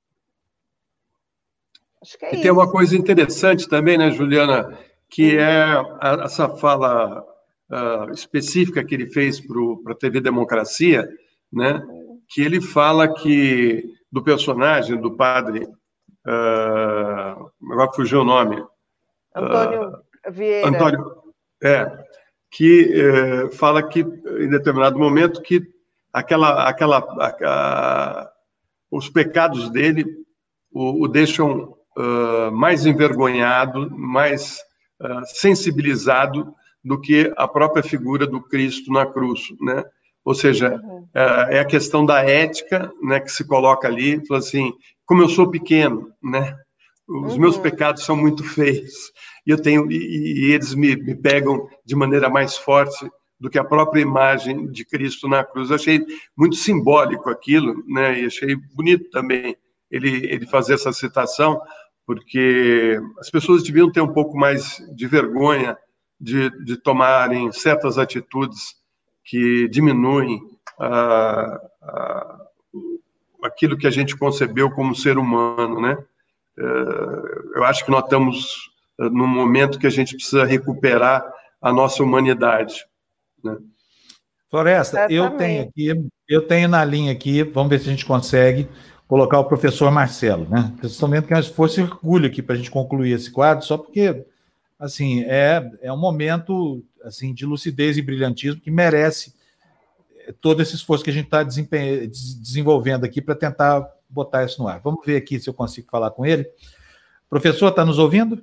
Acho que é e isso. Tem uma coisa interessante também, né, Juliana, que é a, essa fala uh, específica que ele fez para a T V Democracia, né, que ele fala que do personagem do padre, uh, agora fugiu o nome, Antônio uh, Vieira. Antônio, é, que uh, fala que em determinado momento que aquela, aquela, a, os pecados dele o, o deixam uh, mais envergonhado, mais uh, sensibilizado do que a própria figura do Cristo na cruz, né? Ou seja, uhum. é a questão da ética, né, que se coloca ali, fala assim, como eu sou pequeno, né, os uhum. meus pecados são muito feios, e, eu tenho, e, e eles me, me pegam de maneira mais forte do que a própria imagem de Cristo na cruz. Eu achei muito simbólico aquilo, né, e achei bonito também ele, ele fazer essa citação, porque as pessoas deviam ter um pouco mais de vergonha de, de tomarem certas atitudes que diminuem ah, ah, aquilo que a gente concebeu como ser humano, né? Eu acho que nós estamos num momento que a gente precisa recuperar a nossa humanidade, né? Floresta, eu tenho aqui, eu tenho na linha aqui, vamos ver se a gente consegue colocar o professor Marcelo, né? Vocês estão vendo que é um esforço e orgulho aqui para a gente concluir esse quadro, só porque, assim, é, é um momento assim, de lucidez e brilhantismo que merece todo esse esforço que a gente está desenvolvendo aqui para tentar botar isso no ar. Vamos ver aqui se eu consigo falar com ele. Professor, está nos ouvindo?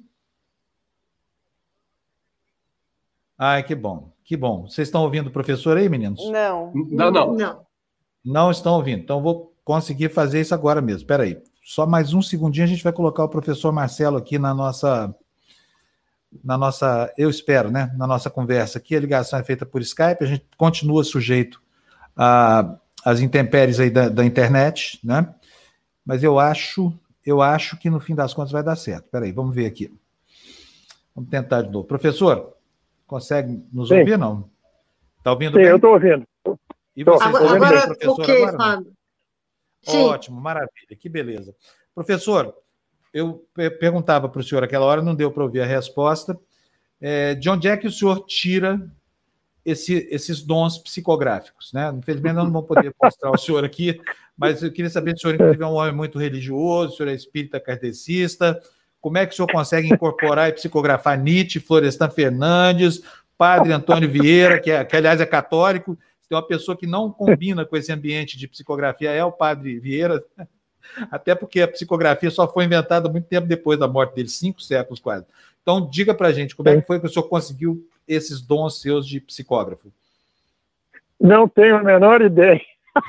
Ai, que bom, que bom. Vocês estão ouvindo o professor aí, meninos? Não. Não, não. Não. Não estão ouvindo. Então, vou conseguir fazer isso agora mesmo. Espera aí. Só mais um segundinho, a gente vai colocar o professor Marcelo aqui na nossa... Na nossa... Eu espero, né? Na nossa conversa aqui. A ligação é feita por Skype. A gente continua sujeito às intempéries aí da, da internet, né? Mas eu acho... Eu acho que, no fim das contas, vai dar certo. Espera aí, vamos ver aqui. Vamos tentar de novo. Professor, consegue nos Sim. ouvir, não? Está ouvindo Sim, bem? eu estou ouvindo. E você Agora, está ouvindo agora bem, professor? ok, Agora, não? Fábio. Sim. Ótimo, maravilha, que beleza. Professor, eu perguntava para o senhor aquela hora, não deu para ouvir a resposta. É, de onde é que o senhor tira esse, esses dons psicográficos, né? Infelizmente, nós não vamos poder mostrar o senhor aqui, mas eu queria saber se o senhor, inclusive, é um homem muito religioso, o senhor é espírita kardecista, como é que o senhor consegue incorporar e psicografar Nietzsche, Florestan Fernandes, Padre Antônio Vieira, que, é, que aliás é católico. Tem uma pessoa que não combina com esse ambiente de psicografia, é o Padre Vieira, até porque a psicografia só foi inventada muito tempo depois da morte dele, cinco séculos quase. Então, diga para a gente, como é que foi que o senhor conseguiu esses dons seus de psicógrafo? Não tenho a menor ideia.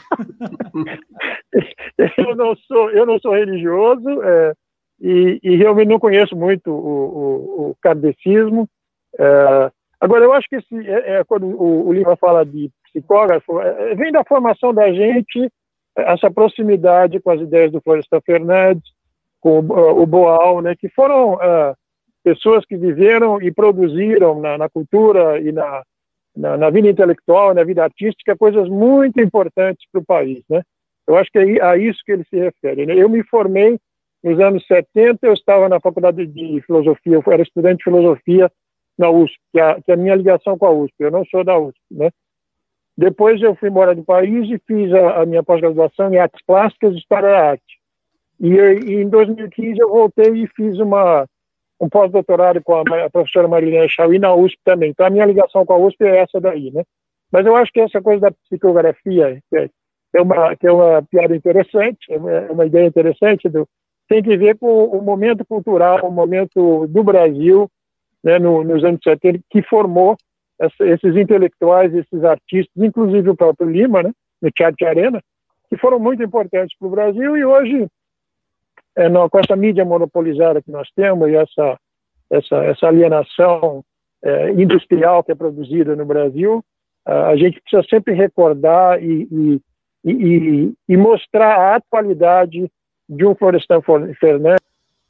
eu, não sou, eu não sou religioso é, e, e realmente não conheço muito o, o, o kardecismo. É, agora, eu acho que esse, é, é, quando o, o livro fala de psicógrafo, é, vem da formação da gente, essa proximidade com as ideias do Florestan Fernandes, com o, o Boal, né, que foram uh, pessoas que viveram e produziram na, na cultura e na, na, na vida intelectual, na vida artística, coisas muito importantes para o país, né? Eu acho que é a isso que ele se refere, né? Eu me formei nos anos setenta, eu estava na faculdade de filosofia, eu era estudante de filosofia na U S P, que é, que é a minha ligação com a U S P, eu não sou da U S P, né? Depois eu fui embora do país e fiz a, a minha pós-graduação em Artes Plásticas e História da Arte. E, e em dois mil e quinze eu voltei e fiz uma, um pós-doutorado com a, a professora Marilene Chauí na U S P também. Então a minha ligação com a U S P é essa daí, né? Mas eu acho que essa coisa da psicografia é, é, uma, que é uma piada interessante, é uma, é uma ideia interessante, do, tem que ver com o momento cultural, o momento do Brasil, né, no, nos anos setenta, que formou esses intelectuais, esses artistas, inclusive o próprio Lima, né, no Teatro Arena, que foram muito importantes para o Brasil, e hoje, é, não, com essa mídia monopolizada que nós temos, e essa, essa, essa alienação é, industrial que é produzida no Brasil, a, a gente precisa sempre recordar e, e, e, e mostrar a atualidade de um Florestan Fernandes.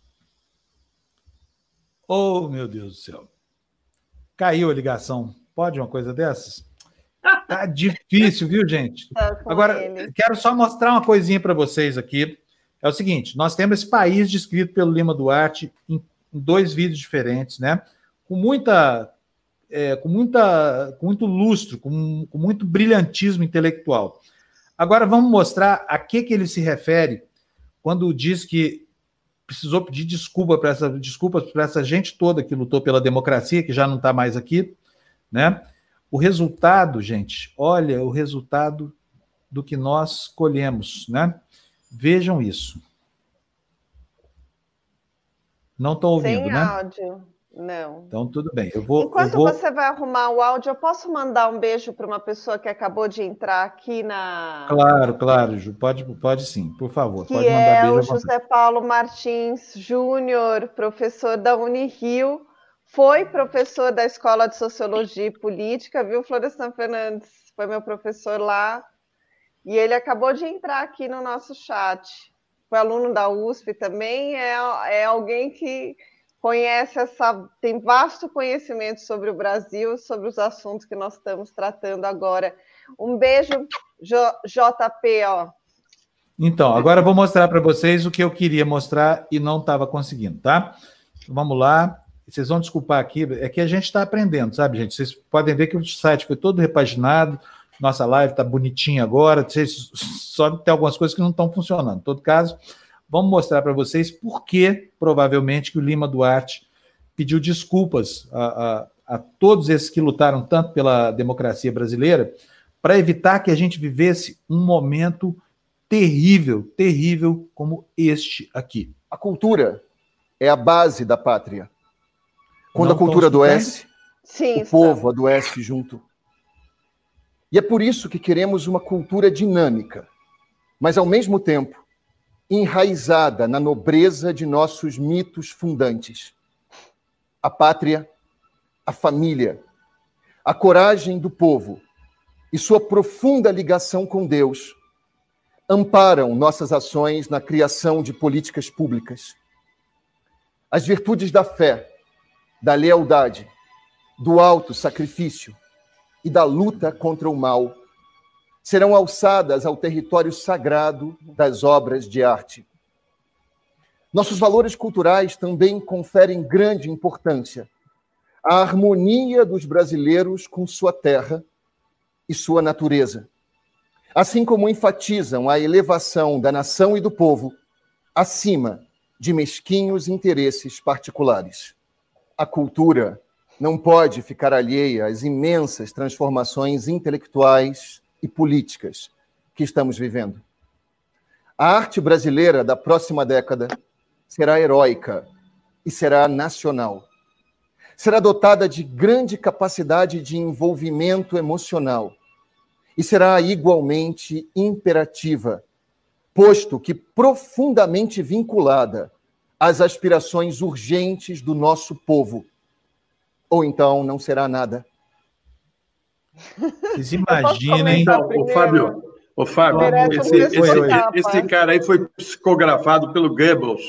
Oh, meu Deus do céu. Caiu a ligação. Pode uma coisa dessas? Tá difícil, viu, gente? Agora, quero só mostrar uma coisinha para vocês aqui. É o seguinte, nós temos esse país descrito pelo Lima Duarte em, em dois vídeos diferentes, né? Com muita, é, com muita, com muito lustro, com, com muito brilhantismo intelectual. Agora vamos mostrar a que, que ele se refere quando diz que precisou pedir desculpa para essa, desculpas para essa gente toda que lutou pela democracia, que já não está mais aqui, né? O resultado, gente, olha o resultado do que nós colhemos, né? Vejam isso. Não estão ouvindo, Sem né? áudio, não. Então, tudo bem. Eu vou, Enquanto eu vou... você vai arrumar o áudio, eu posso mandar um beijo para uma pessoa que acabou de entrar aqui na... Claro, claro, Ju, pode, pode sim, por favor. Que pode mandar é beijo o à vontade. José Paulo Martins Júnior, professor da Unirio, foi professor da Escola de Sociologia e Política, viu, Florestan Fernandes? Foi meu professor lá. E ele acabou de entrar aqui no nosso chat. Foi aluno da U S P também, é, é alguém que conhece essa, tem vasto conhecimento sobre o Brasil, sobre os assuntos que nós estamos tratando agora. Um beijo, J P, ó. Então, agora eu vou mostrar para vocês o que eu queria mostrar e não estava conseguindo, tá? Vamos lá. Vocês vão desculpar aqui, é que a gente está aprendendo, sabe, gente? Vocês podem ver que o site foi todo repaginado, nossa live está bonitinha agora, vocês, só tem algumas coisas que não estão funcionando. Em todo caso, vamos mostrar para vocês por que, provavelmente, que o Lima Duarte pediu desculpas a, a, a todos esses que lutaram tanto pela democracia brasileira, para evitar que a gente vivesse um momento terrível, terrível como este aqui. A cultura é a base da pátria. Quando Não a cultura estão adoece, Sim, o povo adoece junto. E é por isso que queremos uma cultura dinâmica, mas, ao mesmo tempo, enraizada na nobreza de nossos mitos fundantes. A pátria, a família, a coragem do povo e sua profunda ligação com Deus amparam nossas ações na criação de políticas públicas. As virtudes da fé, da lealdade, do auto-sacrifício e da luta contra o mal serão alçadas ao território sagrado das obras de arte. Nossos valores culturais também conferem grande importância à harmonia dos brasileiros com sua terra e sua natureza, assim como enfatizam a elevação da nação e do povo acima de mesquinhos interesses particulares. A cultura não pode ficar alheia às imensas transformações intelectuais e políticas que estamos vivendo. A arte brasileira da próxima década será heróica e será nacional. Será dotada de grande capacidade de envolvimento emocional e será igualmente imperativa, posto que profundamente vinculada às aspirações urgentes do nosso povo. Ou então não será nada. Vocês imaginem... Então, o Fábio, o Fábio esse, esse, esse cara aí foi psicografado pelo Goebbels.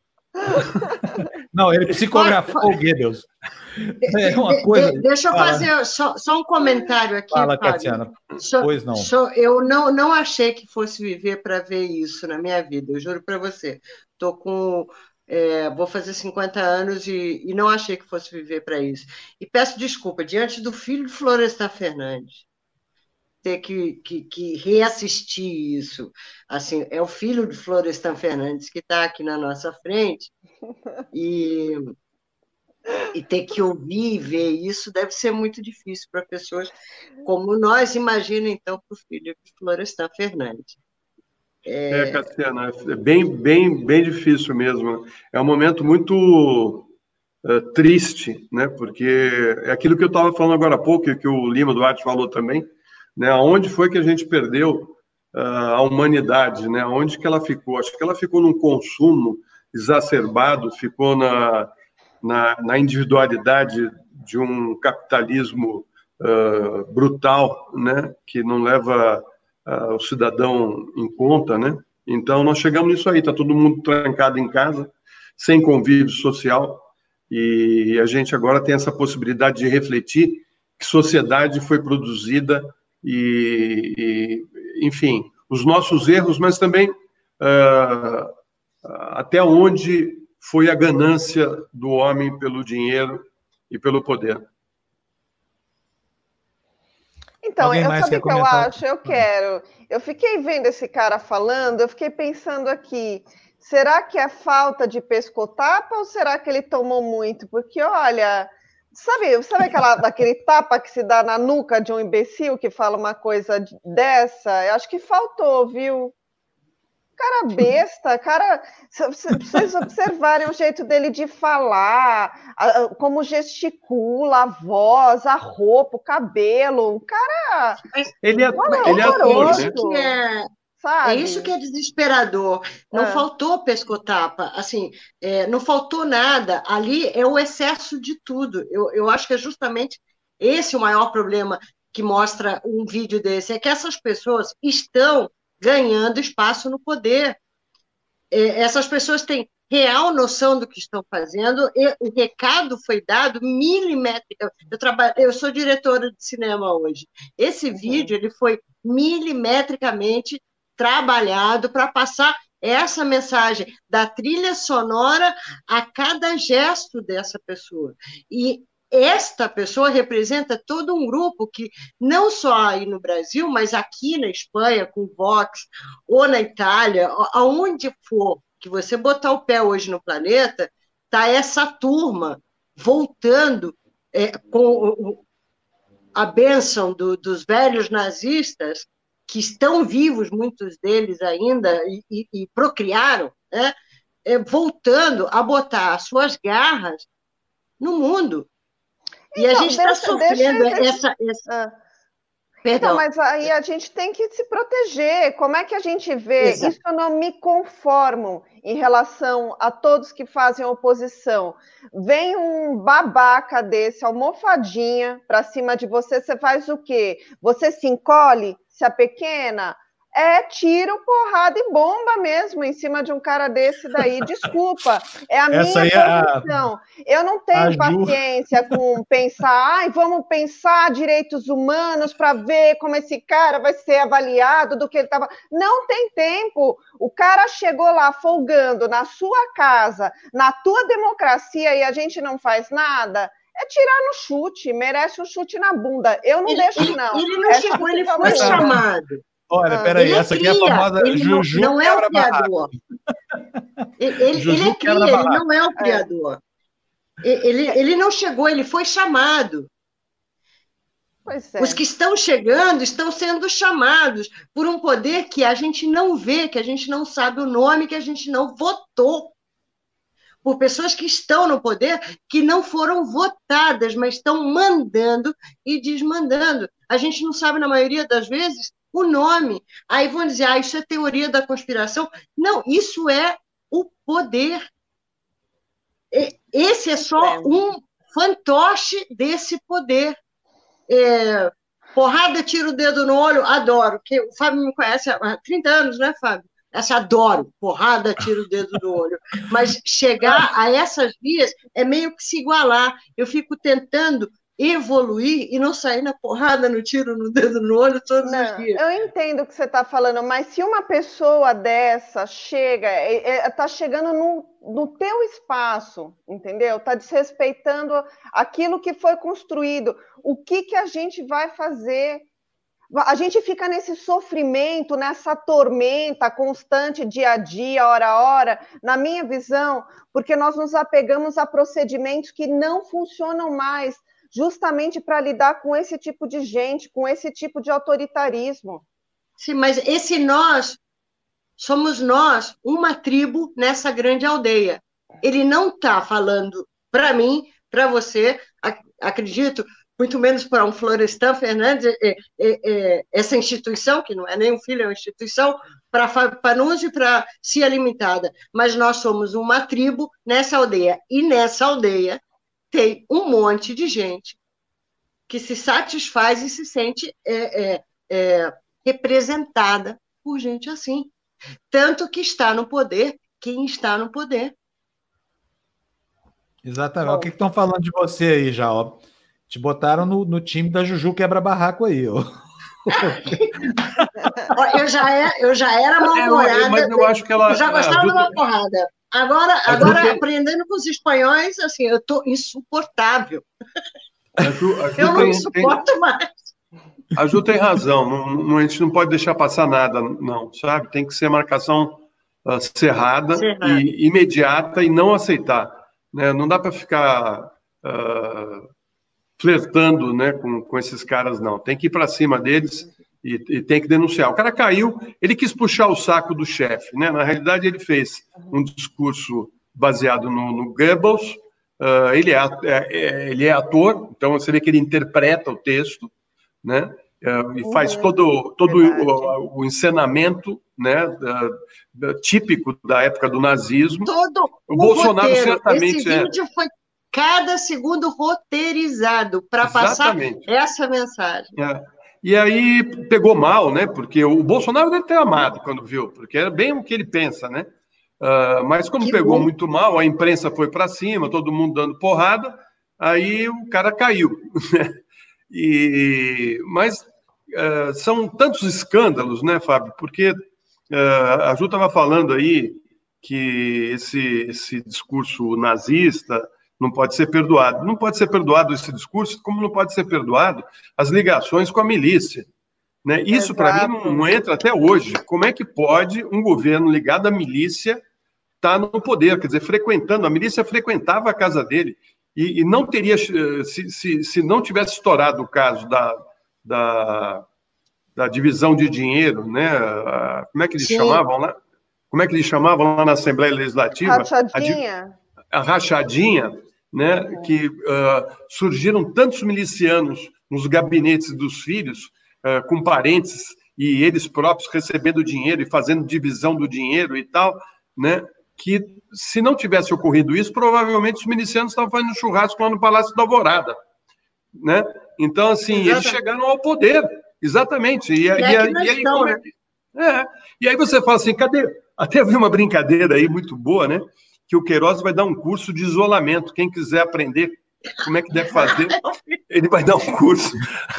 Não, ele psicografou o Goebbels. É uma coisa... De, deixa eu Fala. fazer só, só um comentário aqui, Fala, Fábio. Tatiana. Só, pois não. Só, eu não, não achei que fosse viver para ver isso na minha vida, eu juro para você. Estou com... É, vou fazer cinquenta anos e, e não achei que fosse viver para isso. E peço desculpa, diante do filho de Florestan Fernandes, ter que, que, que reassistir isso. Assim, é o filho de Florestan Fernandes que está aqui na nossa frente e, e ter que ouvir e ver isso deve ser muito difícil para pessoas como nós. Imagina, então, para o filho de Florestan Fernandes. É, é Cassiana, é bem, bem, bem difícil mesmo. É um momento muito uh, triste, né? Porque é aquilo que eu estava falando agora há pouco, que o Lima Duarte falou também, né? Onde foi que a gente perdeu uh, a humanidade, né? Onde que ela ficou? Acho que ela ficou num consumo exacerbado, ficou na, na, na individualidade de um capitalismo uh, brutal, né? Que não leva... Uh, o cidadão em conta, né? Então, nós chegamos nisso aí, está todo mundo trancado em casa, sem convívio social, e a gente agora tem essa possibilidade de refletir que sociedade foi produzida e, e enfim, os nossos erros, mas também uh, até onde foi a ganância do homem pelo dinheiro e pelo poder. Então, eu sabe o que eu acho? Eu quero. Eu fiquei vendo esse cara falando, eu fiquei pensando aqui, será que é falta de pescotapa ou será que ele tomou muito? Porque, olha, sabe, sabe aquela, aquele tapa que se dá na nuca de um imbecil que fala uma coisa dessa? Eu acho que faltou, viu? Cara besta, cara, vocês observarem o jeito dele de falar, como gesticula, a voz, a roupa, o cabelo, cara... Ele é, olha, ele é ator, né? Que é, é isso que é desesperador. Não é. faltou pescotapa, assim, é, não faltou nada. Ali é o excesso de tudo. Eu, eu acho que é justamente esse o maior problema que mostra um vídeo desse, é que essas pessoas estão ganhando espaço no poder. Essas pessoas têm real noção do que estão fazendo, e o recado foi dado milimétrica. Eu, trabalho, eu sou diretora de cinema hoje. Esse uhum. vídeo ele foi milimetricamente trabalhado para passar essa mensagem da trilha sonora a cada gesto dessa pessoa. E esta pessoa representa todo um grupo que, não só aí no Brasil, mas aqui na Espanha, com o Vox, ou na Itália, aonde for que você botar o pé hoje no planeta, está essa turma voltando é, com a bênção do, dos velhos nazistas, que estão vivos, muitos deles ainda, e, e, e procriaram, né? É, voltando a botar as suas garras no mundo. E então, a gente está sofrendo deixa, essa... essa... Ah. Perdão. Então, mas aí a gente tem que se proteger. Como é que a gente vê? Exato. Isso eu não me conformo em relação a todos que fazem oposição. Vem um babaca desse, almofadinha, para cima de você, você faz o quê? Você se encolhe, se apequena? É tiro, porrada e bomba mesmo em cima de um cara desse daí. Desculpa, é a Essa minha posição. A... Eu não tenho a paciência Ju... com pensar, ai, vamos pensar direitos humanos para ver como esse cara vai ser avaliado do que ele estava... Não tem tempo. O cara chegou lá folgando na sua casa, na tua democracia, e a gente não faz nada... É tirar no chute, merece um chute na bunda. Eu não ele, deixo, ele, não. Ele não é chegou, ele foi chamado. Olha, peraí, essa aqui é a famosa ele Juju não, não é o criador. Ele, ele, ele é cria, ele não é o criador. É. Ele, ele não chegou, ele foi chamado. Pois é. Os que estão chegando estão sendo chamados por um poder que a gente não vê, que a gente não sabe o nome, que a gente não votou. Por pessoas que estão no poder, que não foram votadas, mas estão mandando e desmandando. A gente não sabe, na maioria das vezes, o nome. Aí vão dizer, ah, isso é teoria da conspiração. Não, isso é o poder. Esse é só um fantoche desse poder. É, porrada, tira o dedo no olho, adoro. Que o Fábio me conhece há trinta anos, né, Fábio? Essa adoro, porrada, tira o dedo do olho. Mas chegar a essas vias é meio que se igualar. Eu fico tentando evoluir e não sair na porrada, no tiro no dedo no olho todos não, os dias. Eu entendo o que você está falando, mas se uma pessoa dessa chega, está chegando no, no teu espaço, entendeu? Está desrespeitando aquilo que foi construído. O que, que a gente vai fazer? A gente fica nesse sofrimento, nessa tormenta constante, dia a dia, hora a hora, na minha visão, porque nós nos apegamos a procedimentos que não funcionam mais, justamente para lidar com esse tipo de gente, com esse tipo de autoritarismo. Sim, mas esse nós, somos nós, uma tribo nessa grande aldeia. Ele não está falando para mim, para você, acredito, muito menos para um Florestan Fernandes, é, é, é, essa instituição, que não é nem um filho, é uma instituição, para Panunzi e para Cia Limitada. Mas nós somos uma tribo nessa aldeia. E nessa aldeia tem um monte de gente que se satisfaz e se sente é, é, é, representada por gente assim. Tanto que está no poder quem está no poder. Exatamente. Bom, o que estão falando de você aí, já, ó? Te botaram no, no time da Juju Quebra-Barraco aí, ó. eu, já é, eu já era mal-humorada. É, mas eu acho que ela... Eu já gostava de uma porrada. Agora, agora Ju... aprendendo com os espanhóis, assim, eu estou insuportável. A Ju, a Ju eu não tem, suporto tem... mais. A Ju tem razão. Não, não, a gente não pode deixar passar nada, não, sabe? Tem que ser marcação uh, cerrada, cerrada. E imediata e não aceitar. Né? Não dá para ficar... Uh, flertando, né, com, com esses caras, não. Tem que ir para cima deles e, e tem que denunciar. O cara caiu, ele quis puxar o saco do chefe, né? Na realidade, ele fez um discurso baseado no, no Goebbels. Uh, ele, é, é, ele é ator, então você vê que ele interpreta o texto, né? Uh, e faz todo, todo o, o encenamento, né, uh, típico da época do nazismo. Todo o, o Bolsonaro roteiro. certamente Esse vídeo é... foi cada segundo roteirizado para passar essa mensagem. É. E aí pegou mal, né? Porque o Bolsonaro deve ter amado quando viu, porque era bem o que ele pensa, né? Uh, mas como Que pegou bom. muito mal, a imprensa foi para cima, todo mundo dando porrada, aí o cara caiu. e, mas uh, são tantos escândalos, né, Fábio? Porque uh, a Ju estava falando aí que esse, esse discurso nazista não pode ser perdoado. Não pode ser perdoado esse discurso, como não pode ser perdoado as ligações com a milícia. Né? Isso, para mim, não, não entra até hoje. Como é que pode um governo ligado à milícia estar no poder? Quer dizer, frequentando, a milícia frequentava a casa dele e, e não teria, se, se, se não tivesse estourado o caso da, da, da divisão de dinheiro, né? Como é que eles Sim. chamavam lá? Como é que eles chamavam lá na Assembleia Legislativa? Rachadinha. A, a rachadinha, né? Uhum. Que uh, surgiram tantos milicianos nos gabinetes dos filhos, uh, com parentes, e eles próprios recebendo dinheiro e fazendo divisão do dinheiro e tal, né? Que se não tivesse ocorrido isso, provavelmente os milicianos estavam fazendo churrasco lá no Palácio da Alvorada, né? Então, assim, Exatamente. eles chegaram ao poder, exatamente. E, e, e, e, aí, estão, né? é, e aí você fala assim, cadê... Até vi uma brincadeira aí muito boa, né? Que o Queiroz vai dar um curso de isolamento. Quem quiser aprender como é que deve fazer, ele vai dar um curso.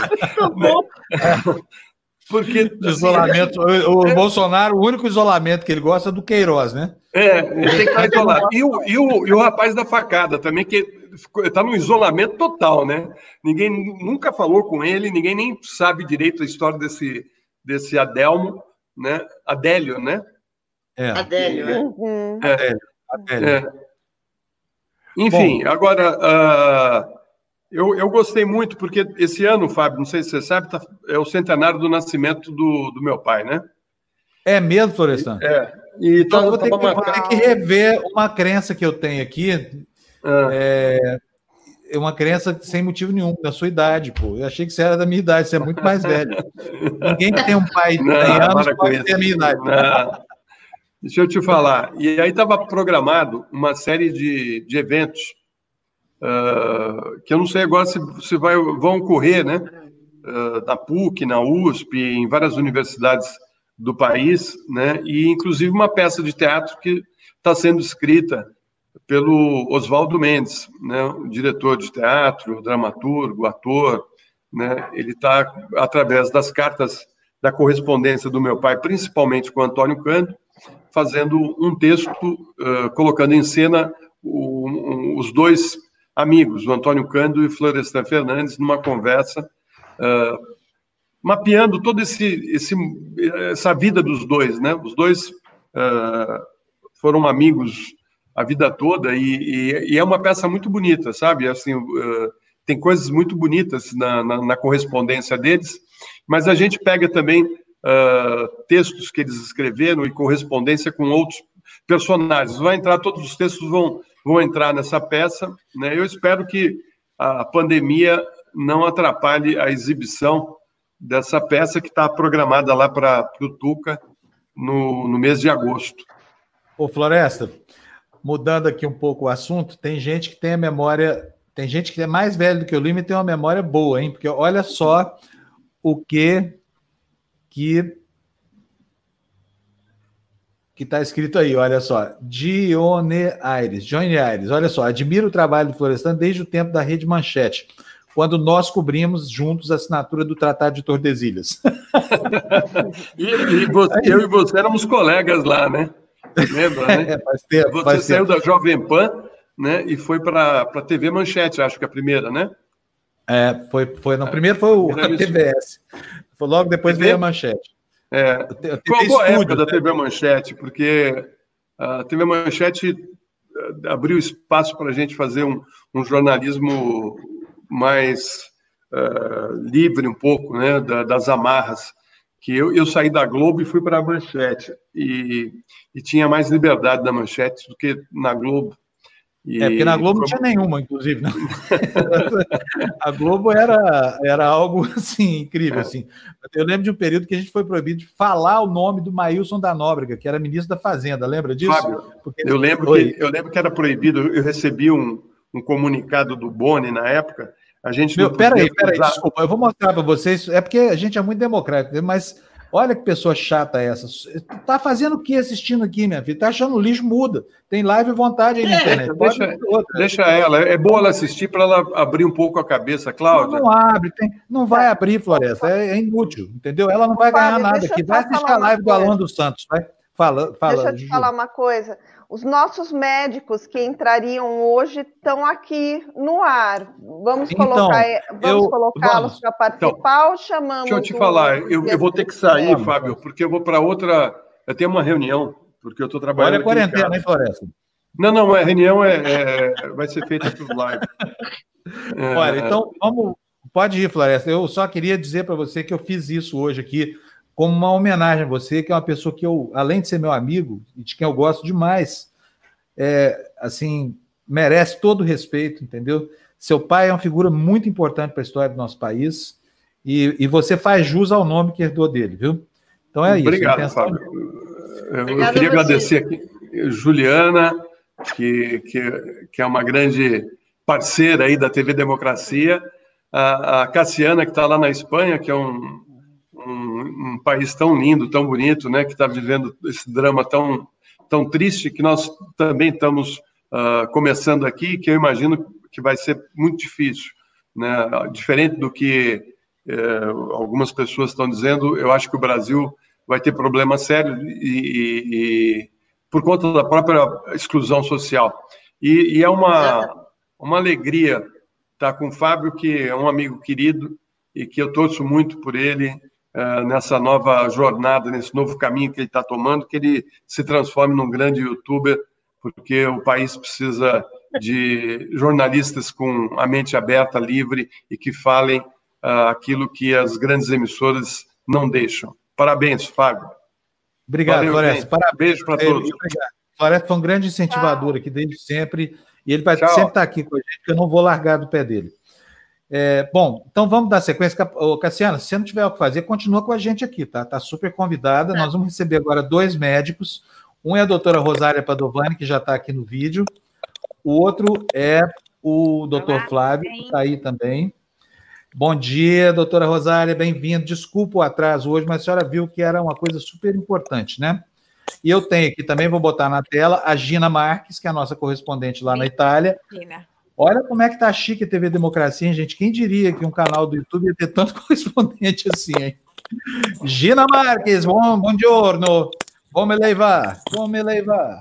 Porque de isolamento. Assim, o, o é, Bolsonaro, o único isolamento que ele gosta é do Queiroz, né? É, ele tem que estar isolado. E o, e, o, e o rapaz da facada também, que está no isolamento total, né? Ninguém nunca falou com ele, ninguém nem sabe direito a história desse, desse Adelmo, né? Adélio, né? É. Adélio, né? Uhum. É. Adélio. Adélio. É. Enfim, Bom, agora, uh, eu, eu gostei muito, porque esse ano, Fábio, não sei se você sabe, tá, é o centenário do nascimento do, do meu pai, né? É mesmo, Florestan? É. E então, tá, eu vou ter, que, vou ter que rever uma crença que eu tenho aqui, ah. é, é uma crença sem motivo nenhum, da sua idade, pô. Eu achei que você era da minha idade, você é muito mais velho. Ninguém que tem um pai de cem anos pode ter a minha idade. Não. Deixa eu te falar. E aí estava programado uma série de, de eventos uh, que eu não sei agora se, se vai, vão ocorrer, né? Uh, na P U C, na U S P, em várias universidades do país, né? E inclusive uma peça de teatro que está sendo escrita pelo Oswaldo Mendes, né? O diretor de teatro, dramaturgo, ator, né? Ele está, através das cartas da correspondência do meu pai, principalmente com Antônio Cândido, fazendo um texto, uh, colocando em cena o, um, os dois amigos, o Antônio Cândido e Florestan Fernandes, numa conversa, uh, mapeando toda esse, esse, essa vida dos dois, né? Os dois uh, foram amigos a vida toda e, e, e é uma peça muito bonita, sabe? Assim, uh, tem coisas muito bonitas na, na, na correspondência deles, mas a gente pega também Uh, textos que eles escreveram e correspondência com outros personagens. Vai entrar, todos os textos vão, vão entrar nessa peça, né? Eu espero que a pandemia não atrapalhe a exibição dessa peça que está programada lá para o Tuca no, no mês de agosto. Ô, Floresta, mudando aqui um pouco o assunto, tem gente que tem a memória, tem gente que é mais velho do que o Lima e tem uma memória boa, hein? Porque olha só o que que que está escrito aí, olha só, Dione Aires, Johnny Aires, olha só, admiro o trabalho do Florestan desde o tempo da Rede Manchete, quando nós cobrimos juntos a assinatura do Tratado de Tordesilhas. e, e você, eu e você éramos colegas lá, né? Lembra, né? É, faz tempo, você faz saiu tempo. Da Jovem Pan, né? E foi para a T V Manchete, acho que a primeira, né? É, foi, foi, não, primeiro foi o a T V S. Foi logo depois veio a Manchete. É, foi uma boa época da T V Manchete, porque a T V Manchete abriu espaço para a gente fazer um, um jornalismo mais uh, livre um pouco, né, da, das amarras. Que eu, eu saí da Globo e fui para a Manchete, e, e tinha mais liberdade na Manchete do que na Globo. E... É, porque na Globo não tinha nenhuma, inclusive. Né? A Globo era, era algo, assim, incrível. É. Assim. Eu lembro de um período que a gente foi proibido de falar o nome do Maílson da Nóbrega, que era ministro da Fazenda. Lembra disso? Fábio, porque... eu, lembro que, eu lembro que era proibido. Eu recebi um, um comunicado do Boni na época. A gente Meu, peraí, peraí, desculpa. Eu vou mostrar para vocês. É porque a gente é muito democrático, mas Olha que pessoa chata essa. Tá fazendo o que assistindo aqui, minha filha? Tá achando lixo, muda. Tem live à vontade aí na É, internet. deixa, deixa ela. É bom ela assistir para ela abrir um pouco a cabeça, Cláudia. Não, não abre, tem, não vai abrir, Floresta. É, é inútil, entendeu? Ela não vai ganhar Fábio, nada deixa aqui. eu Vai só assistir falar a uma live do coisa. Alan dos Santos. Vai. Fala, fala. Deixa eu te Ju. falar uma coisa. Os nossos médicos que entrariam hoje estão aqui no ar. Vamos Então, colocar, vamos eu- colocá-los vamos. para participar ou chamamos? Deixa eu te o- falar, eu, eu vou ter que sair, Vamos, Fábio, vamos. porque eu vou para outra. Eu tenho uma reunião, porque eu estou trabalhando. Olha a aqui em quarentena, casa. hein, Floresta? Não, não, a reunião é, é- vai ser feita por live. É, Olha, então, vamos. Pode ir, Floresta. Eu só queria dizer para você que eu fiz isso hoje aqui como uma homenagem a você, que é uma pessoa que eu, além de ser meu amigo e de quem eu gosto demais, é, assim, merece todo o respeito, entendeu? Seu pai é uma figura muito importante para a história do nosso país e, e você faz jus ao nome que herdou dele, viu? Então é isso. Obrigado, intenção- Fábio. Eu, Obrigada eu queria a você. agradecer aqui Juliana, que, que, que é uma grande parceira aí da T V Democracia, a, a Cassiana, que está lá na Espanha, que é um, um, um país tão lindo, tão bonito, né, que está vivendo esse drama tão, tão triste, que nós também estamos uh, começando aqui, que eu imagino que vai ser muito difícil, né? Diferente do que eh, algumas pessoas estão dizendo, eu acho que o Brasil vai ter problemas sérios e, e, e por conta da própria exclusão social. E, e é uma, uma alegria estar com o Fábio, que é um amigo querido e que eu torço muito por ele uh, nessa nova jornada, nesse novo caminho que ele está tomando, que ele se transforme num grande youtuber, porque o país precisa de jornalistas com a mente aberta, livre e que falem uh, aquilo que as grandes emissoras não deixam. Parabéns, Fábio. Obrigado, Valeu, Floresta. gente. Parabéns. Beijo para É, todos. muito obrigado. Floresta foi um grande incentivador Tchau. aqui desde sempre, e ele vai Tchau. sempre estar aqui com a gente, porque eu não vou largar do pé dele. É, bom, então vamos dar sequência. Ô, Cassiana, se você não tiver o que fazer, continua com a gente aqui, tá? Tá super convidada. Nós vamos receber agora dois médicos. Um é a doutora Rosália Padovani, que já está aqui no vídeo. O outro é o doutor Olá, Flávio, tudo que bem? está aí também. Bom dia, doutora Rosália, bem-vindo. Desculpa o atraso hoje, mas a senhora viu que era uma coisa super importante, né? E eu tenho aqui também, vou botar na tela, a Gina Marques, que é a nossa correspondente lá na Itália. Gina. Olha como é que tá chique a T V Democracia, hein, gente? Quem diria que um canal do YouTube ia ter tanto correspondente assim, hein? Gina Marques, bom, bom giorno. Come levar, come levar.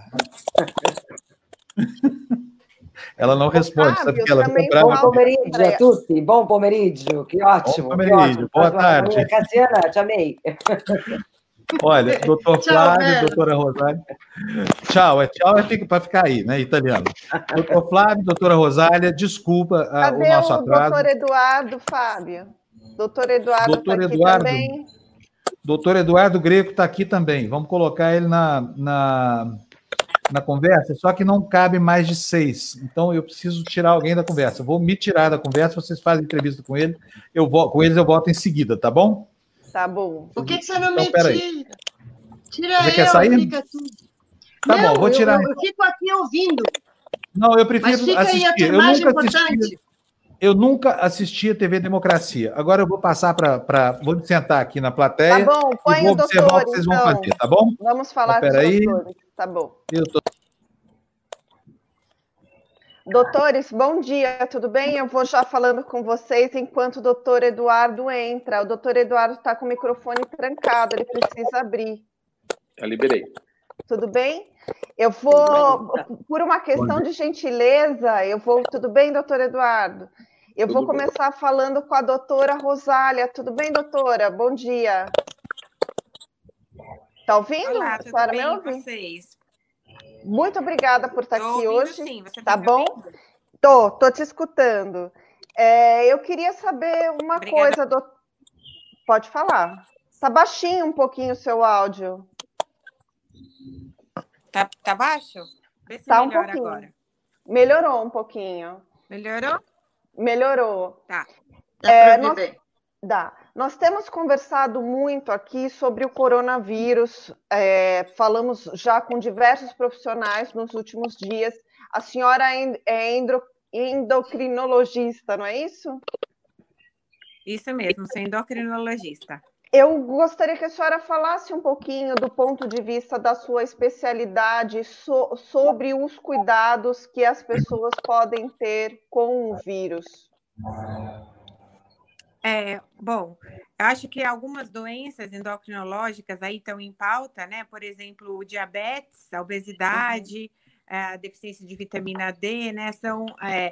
Ela não responde, sabe Fábio, que ela também ficou brava. fala- Buon pomeriggio a tutti, buon pomeriggio, que ótimo. Bom que pomeriggio, ótimo. boa Faz uma- tarde. Cassiana, te amei. Olha, doutor Tchau, Flávio, Vera. doutora Rosália. Tchau, é tchau, é para ficar aí, né, italiano. Doutor Flávio, doutora Rosália, desculpa ah, o Cadê nosso o atraso. doutor Eduardo, Fábio? Doutor Eduardo está Doutor aqui Eduardo. também. Doutor Eduardo Greco está aqui também. Vamos colocar ele na, na, na conversa, só que não cabe mais de seis. Então eu preciso tirar alguém da conversa. Eu vou me tirar da conversa, vocês fazem entrevista com ele, eu vou, com eles eu volto em seguida, tá bom? Tá bom. Por que, que você não Então, me peraí. tira? Tira Você eu, quer sair? fica tudo. Tá não, bom, vou tirar. Eu, eu fico aqui ouvindo. Não, eu Mas prefiro fica aí a assistir. tua Eu mais nunca importante. assisti. Eu nunca assisti a T V Democracia. Agora eu vou passar para. Vou sentar aqui na Tá plateia bom, e põe vou o observar doutor, o que vocês vão então. fazer, tá bom? Vamos falar Então, com os peraí. doutores. Tá bom. Eu tô... Doutores, bom dia, tudo bem? Eu vou já falando com vocês enquanto o doutor Eduardo entra. O doutor Eduardo está com o microfone trancado, ele precisa abrir. Já liberei. Tudo bem? Eu vou, por uma questão de gentileza, eu vou. Tudo bem, doutor Eduardo? Eu Tudo vou bem. começar falando com a doutora Rosália. Tudo bem, doutora? Bom dia. Tá ouvindo? Olá, A tudo senhora me bem ouve? com vocês? Muito obrigada por estar Tô aqui ouvindo hoje. sim, você Tá me bom? ouvindo? Tô, tô te escutando. É, eu queria saber uma Obrigada. coisa, doutor. Pode falar. Tá baixinho um pouquinho o seu áudio. Tá, tá baixo? Vê se Tá um melhora pouquinho. agora. Melhorou um pouquinho. Melhorou? Melhorou. Tá. Dá É, para ouvir nós- bem. Dá. Nós temos conversado muito aqui sobre o coronavírus, é, falamos já com diversos profissionais nos últimos dias. A senhora é en- é endro- endocrinologista, não é isso? Isso mesmo, sou endocrinologista. Eu gostaria que a senhora falasse um pouquinho do ponto de vista da sua especialidade so, sobre os cuidados que as pessoas podem ter com o vírus. É, bom, eu acho que algumas doenças endocrinológicas aí estão em pauta, né? Por exemplo, o diabetes, a obesidade, uhum. a deficiência de vitamina D, né? São é,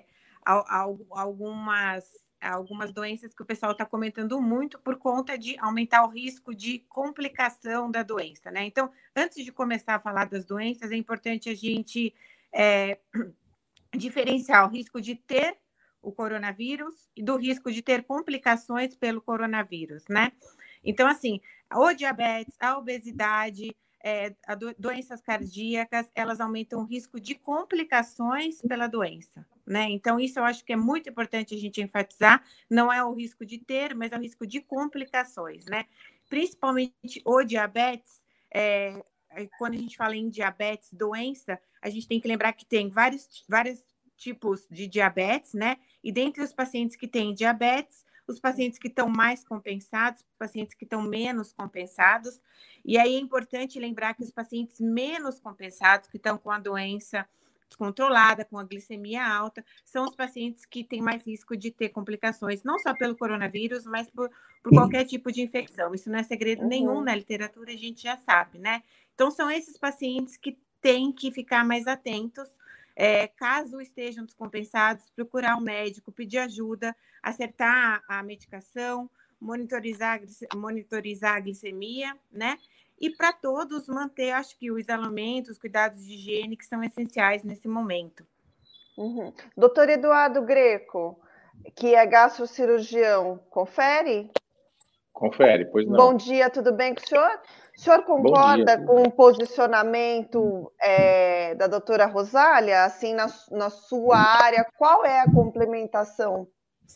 algumas, algumas doenças que o pessoal está comentando muito por conta de aumentar o risco de complicação da doença, né? Então, antes de começar a falar das doenças, é importante a gente é, diferenciar o risco de ter o coronavírus e do risco de ter complicações pelo coronavírus, né? Então, assim, o diabetes, a obesidade, é, a do, doenças cardíacas, elas aumentam o risco de complicações pela doença, né? Então, isso eu acho que é muito importante a gente enfatizar, não é o risco de ter, mas é o risco de complicações, né? Principalmente o diabetes, é, quando a gente fala em diabetes, doença, a gente tem que lembrar que tem vários, vários tipos de diabetes, né? E dentre os pacientes que têm diabetes, os pacientes que estão mais compensados, os pacientes que estão menos compensados. E aí é importante lembrar que os pacientes menos compensados, que estão com a doença descontrolada, com a glicemia alta, são os pacientes que têm mais risco de ter complicações, não só pelo coronavírus, mas por, por qualquer tipo de infecção. Isso não é segredo uhum. nenhum, na literatura a gente já sabe, né? Então, são esses pacientes que têm que ficar mais atentos. É, caso estejam descompensados, procurar um médico, pedir ajuda, acertar a medicação, monitorizar, monitorizar a glicemia, né? E para todos manter, acho que o isolamento, os cuidados de higiene que são essenciais nesse momento. Uhum. Doutor Eduardo Greco, que é gastrocirurgião, confere? Confere, pois não. Bom dia, tudo bem com o senhor? O senhor concorda com o posicionamento é, da doutora Rosália, assim, na, na sua área, qual é a complementação?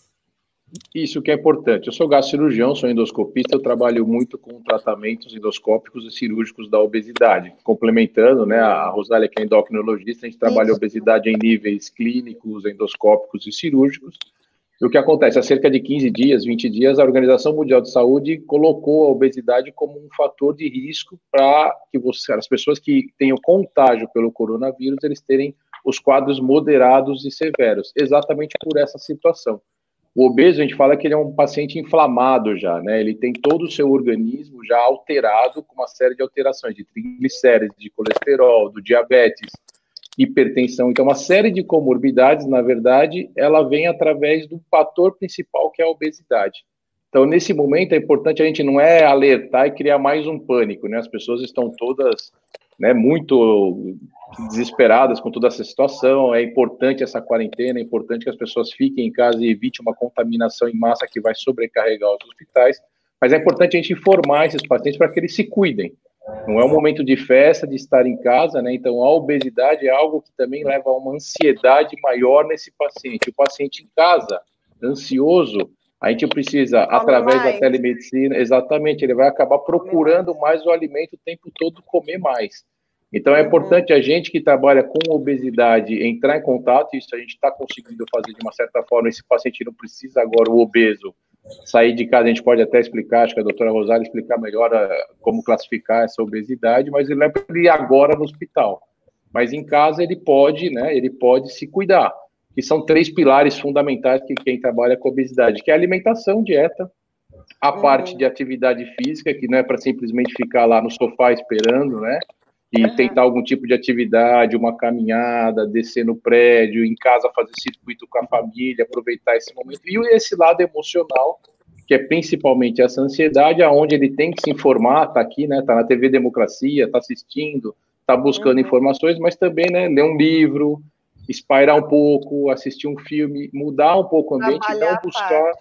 Isso que é importante. Eu sou gastrocirurgião, sou endoscopista, eu trabalho muito com tratamentos endoscópicos e cirúrgicos da obesidade. Complementando, né, a Rosália, que é endocrinologista, a gente trabalha a obesidade em níveis clínicos, endoscópicos e cirúrgicos. E o que acontece? Há cerca de quinze dias, vinte dias, a Organização Mundial de Saúde colocou a obesidade como um fator de risco para que você, as pessoas que tenham contágio pelo coronavírus, eles terem os quadros moderados e severos, exatamente por essa situação. O obeso, a gente fala que ele é um paciente inflamado já, né? Ele tem todo o seu organismo já alterado, com uma série de alterações, de triglicérides, de colesterol, do diabetes, hipertensão. Então, uma série de comorbidades, na verdade, ela vem através do fator principal, que é a obesidade. Então, nesse momento, é importante a gente não é alertar e criar mais um pânico, né? As pessoas estão todas, né, muito desesperadas com toda essa situação. É importante essa quarentena, é importante que as pessoas fiquem em casa e evite uma contaminação em massa que vai sobrecarregar os hospitais, mas é importante a gente informar esses pacientes para que eles se cuidem. Não é um momento de festa, de estar em casa, né? Então, a obesidade é algo que também leva a uma ansiedade maior nesse paciente. O paciente em casa, ansioso, a gente precisa, Come através mais. da telemedicina, exatamente, ele vai acabar procurando mais o alimento o tempo todo, comer mais. Então, é uhum. importante a gente que trabalha com obesidade entrar em contato, isso a gente está conseguindo fazer de uma certa forma, esse paciente não precisa agora, o obeso, sair de casa, a gente pode até explicar, acho que a doutora Rosália explicar melhor a, como classificar essa obesidade, mas ele não é para ele ir agora no hospital. Mas em casa ele pode, né, ele pode se cuidar, que são três pilares fundamentais que quem trabalha com obesidade, que é a alimentação, dieta, a uhum. parte de atividade física, que não é para simplesmente ficar lá no sofá esperando, né, e uhum. tentar algum tipo de atividade, uma caminhada, descer no prédio, em casa fazer circuito com a família, aproveitar esse momento. E esse lado emocional, que é principalmente essa ansiedade, aonde ele tem que se informar, tá aqui, né, tá na T V Democracia, tá assistindo, tá buscando uhum. informações, mas também, né, ler um livro, espairar um pouco, assistir um filme, mudar um pouco o ambiente, não buscar...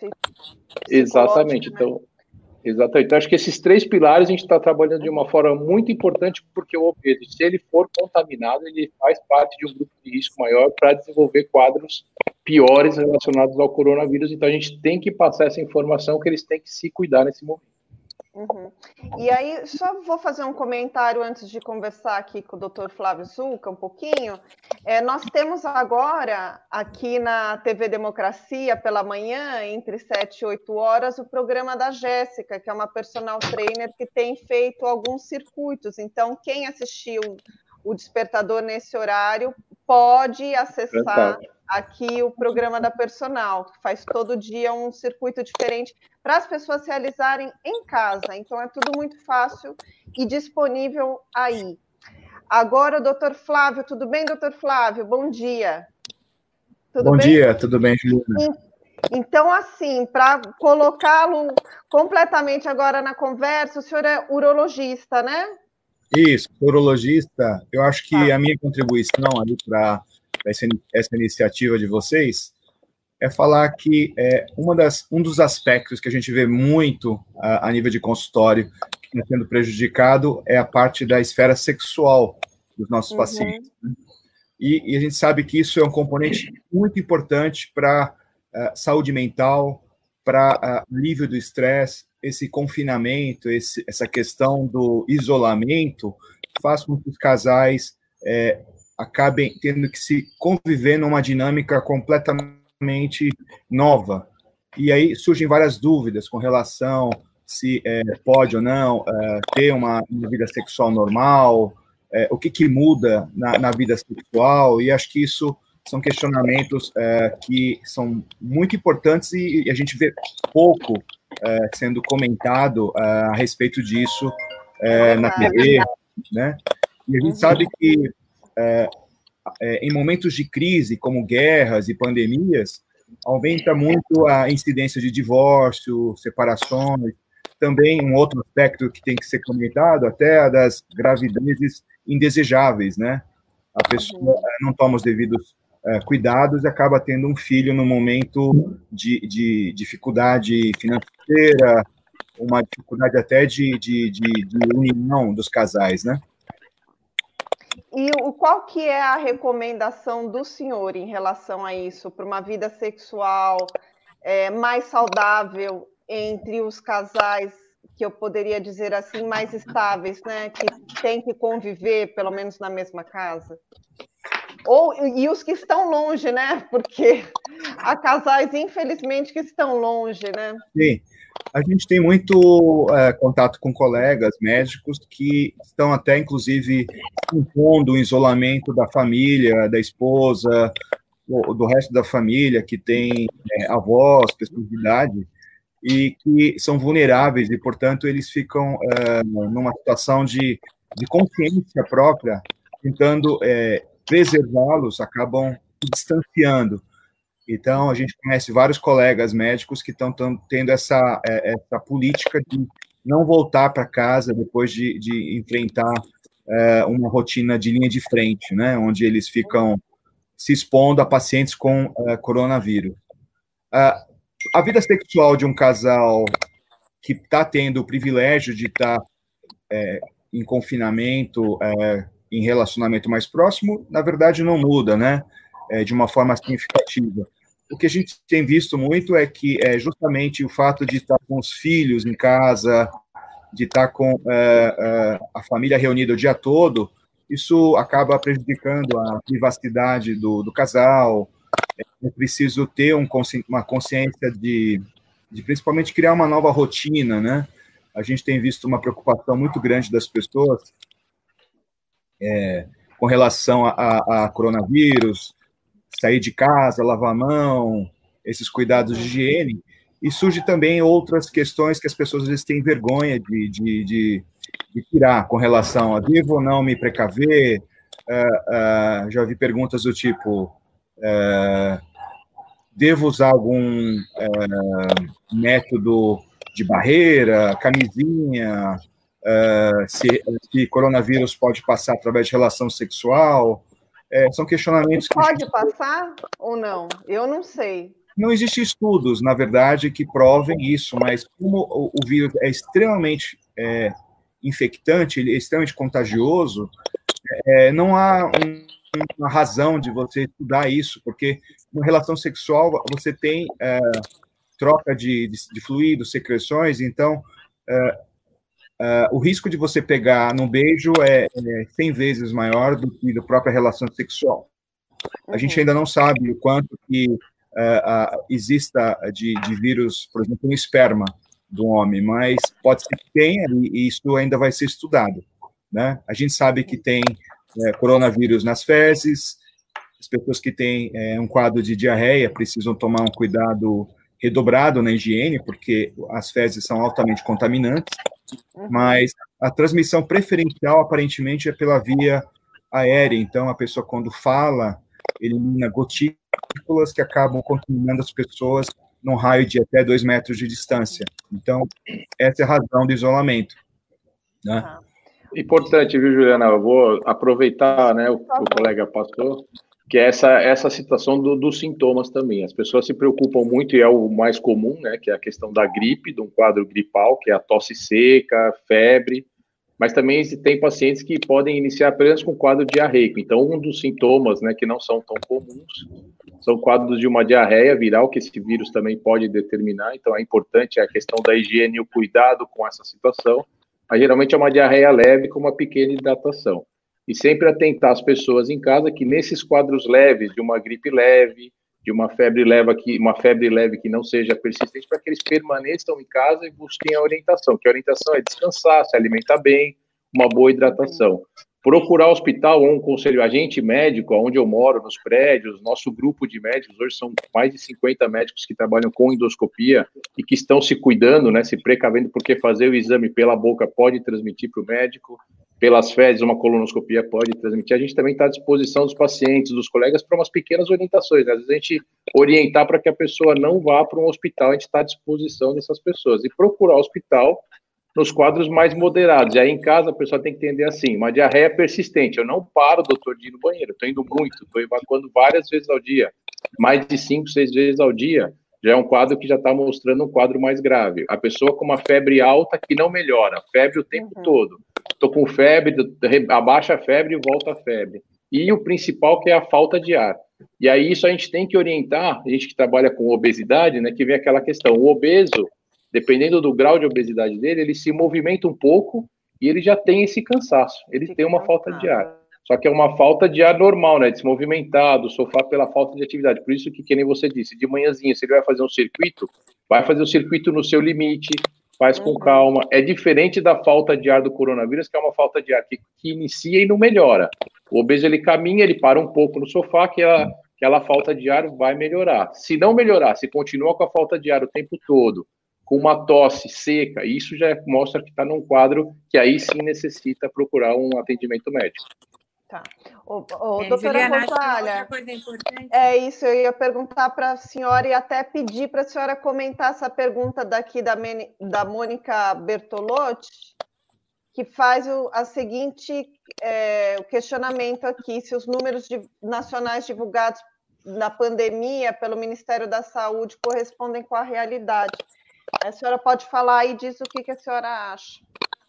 Exatamente, então... Exatamente. Então, acho que esses três pilares a gente está trabalhando de uma forma muito importante, porque o obeso, se ele for contaminado, ele faz parte de um grupo de risco maior para desenvolver quadros piores relacionados ao coronavírus. Então, a gente tem que passar essa informação que eles têm que se cuidar nesse momento. Uhum. E aí, só vou fazer um comentário antes de conversar aqui com o doutor Flávio Zucca um pouquinho. É, nós temos agora, aqui na T V Democracia, pela manhã, entre sete e oito horas, o programa da Jéssica, que é uma personal trainer que tem feito alguns circuitos. Então, quem assistiu o Despertador nesse horário pode acessar aqui o programa da personal, que faz todo dia um circuito diferente para as pessoas realizarem em casa. Então, é tudo muito fácil e disponível aí. Agora, doutor Flávio, tudo bem, doutor Flávio? Bom dia. Tudo Bom bem? dia, tudo bem, Juliana? Então, assim, para colocá-lo completamente agora na conversa, o senhor é urologista, né? Isso, urologista. Eu acho que ah. a minha contribuição ali para essa, essa iniciativa de vocês é falar que é, uma das, um dos aspectos que a gente vê muito a, a nível de consultório que está sendo prejudicado é a parte da esfera sexual dos nossos uhum. pacientes. Né? E, e a gente sabe que isso é um componente muito importante para uh, saúde mental, para uh, alívio do estresse. Esse confinamento, esse, essa questão do isolamento faz com que os casais é, acabem tendo que se conviver numa dinâmica completamente nova. E aí surgem várias dúvidas com relação se é, pode ou não é, ter uma, uma vida sexual normal, é, o que, que muda na, na vida sexual, e acho que isso são questionamentos é, que são muito importantes e, e a gente vê pouco é, sendo comentado é, a respeito disso é, na T V, né? E a gente sabe que é, é, em momentos de crise, como guerras e pandemias, aumenta muito a incidência de divórcio, separações, também um outro aspecto que tem que ser comentado, até a das gravidezes indesejáveis, né? A pessoa não toma os devidos uh, cuidados e acaba tendo um filho no momento de, de dificuldade financeira, uma dificuldade até de, de, de, de união dos casais, né? E o, qual que é a recomendação do senhor em relação a isso, para uma vida sexual é, mais saudável entre os casais, que eu poderia dizer assim, mais estáveis, né? Que tem que conviver, pelo menos na mesma casa? Ou, e os que estão longe, né? Porque há casais, infelizmente, que estão longe, né? Sim. A gente tem muito é, contato com colegas médicos que estão até, inclusive, impondo o isolamento da família, da esposa, do, do resto da família, que tem é, avós, pessoas de idade, e que são vulneráveis, e, portanto, eles ficam é, numa situação de, de consciência própria, tentando é, preservá-los, acabam se distanciando. Então, a gente conhece vários colegas médicos que estão tendo essa, essa política de não voltar para casa depois de, de enfrentar é, uma rotina de linha de frente, né, onde eles ficam se expondo a pacientes com é, coronavírus. A, a vida sexual de um casal que está tendo o privilégio de estar tá, é, em confinamento, é, em relacionamento mais próximo, na verdade, não muda, né, é, de uma forma significativa. O que a gente tem visto muito é que é justamente o fato de estar com os filhos em casa, de estar com é, é, a família reunida o dia todo, isso acaba prejudicando a privacidade do, do casal. É preciso ter um, uma consciência de, de, principalmente, criar uma nova rotina, né? A gente tem visto uma preocupação muito grande das pessoas é, com relação a, a, a coronavírus, sair de casa, lavar a mão, esses cuidados de higiene, e surge também outras questões que as pessoas às vezes têm vergonha de, de, de, de tirar com relação a devo ou não me precaver. Uh, uh, já vi perguntas do tipo, uh, devo usar algum uh, método de barreira, camisinha, uh, se, se coronavírus pode passar através de relação sexual. É, são questionamentos que... Pode gente... passar ou não? Eu não sei. Não existem estudos, na verdade, que provem isso, mas como o, o vírus é extremamente é, infectante, ele é extremamente contagioso, é, não há um, uma razão de você estudar isso, porque na relação sexual você tem é, troca de, de, de fluidos, secreções, então é, uh, o risco de você pegar num beijo é, é cem vezes maior do que da própria relação sexual. A uhum. gente ainda não sabe o quanto que uh, uh, exista de, de vírus, por exemplo, no esperma do homem, mas pode ser que tenha, e isso ainda vai ser estudado, né? A gente sabe que tem é, coronavírus nas fezes, as pessoas que têm é, um quadro de diarreia precisam tomar um cuidado redobrado na higiene, porque as fezes são altamente contaminantes, mas a transmissão preferencial, aparentemente, é pela via aérea. Então, a pessoa, quando fala, elimina gotículas que acabam contaminando as pessoas num raio de até dois metros de distância. Então, essa é a razão do isolamento, né? Importante, viu, Juliana? Eu vou aproveitar, né, o, o colega passou, que é essa, essa situação do, dos sintomas também. As pessoas se preocupam muito, e é o mais comum, né, que é a questão da gripe, de um quadro gripal, que é a tosse seca, febre, mas também tem pacientes que podem iniciar apenas com quadro diarreico. Então, um dos sintomas, né, que não são tão comuns, são quadros de uma diarreia viral, que esse vírus também pode determinar. Então, é importante a questão da higiene e o cuidado com essa situação. Mas, geralmente, é uma diarreia leve com uma pequena hidratação. E sempre atentar as pessoas em casa que nesses quadros leves, de uma gripe leve, de uma febre leve que, uma febre leve que não seja persistente, para que eles permaneçam em casa e busquem a orientação, que a orientação é descansar, se alimentar bem, uma boa hidratação. Procurar hospital ou um conselho, agente médico, onde eu moro, nos prédios, nosso grupo de médicos, hoje são mais de cinquenta médicos que trabalham com endoscopia e que estão se cuidando, né, se precavendo, porque fazer o exame pela boca pode transmitir para o médico, pelas fezes, uma colonoscopia pode transmitir. A gente também está à disposição dos pacientes, dos colegas, para umas pequenas orientações, né? Às vezes a gente orientar para que a pessoa não vá para um hospital, a gente está à disposição dessas pessoas. E procurar hospital nos quadros mais moderados. E aí em casa a pessoa tem que entender assim, uma diarreia persistente, eu não paro, doutor, de ir no banheiro, estou indo muito, estou evacuando várias vezes ao dia, mais de cinco, seis vezes ao dia, já é um quadro que já está mostrando um quadro mais grave. A pessoa com uma febre alta que não melhora, febre o tempo uhum. todo. Estou com febre, abaixa a febre e volta a febre. E o principal que é a falta de ar. E aí isso a gente tem que orientar, a gente que trabalha com obesidade, né, que vem aquela questão, o obeso, dependendo do grau de obesidade dele, ele se movimenta um pouco e ele já tem esse cansaço, ele tem uma falta de ar. Só que é uma falta de ar normal, né, de se movimentar, do sofá pela falta de atividade. Por isso que, que nem você disse, de manhãzinha, se ele vai fazer um circuito, vai fazer o circuito no seu limite, faz com calma. É diferente da falta de ar do coronavírus, que é uma falta de ar que, que inicia e não melhora. O obeso, ele caminha, ele para um pouco no sofá, que ela, aquela falta de ar vai melhorar. Se não melhorar, se continua com a falta de ar o tempo todo, com uma tosse seca, isso já mostra que está num quadro que aí sim necessita procurar um atendimento médico. Tá. Ô, ô, é, doutora Juliana, Rosália, coisa importante. É isso, eu ia perguntar para a senhora e até pedir para a senhora comentar essa pergunta daqui da, Meni, da Mônica Bertolotti, que faz o a seguinte é, o questionamento aqui, se os números de, nacionais divulgados na pandemia pelo Ministério da Saúde correspondem com a realidade. A senhora pode falar aí disso, o que, que a senhora acha?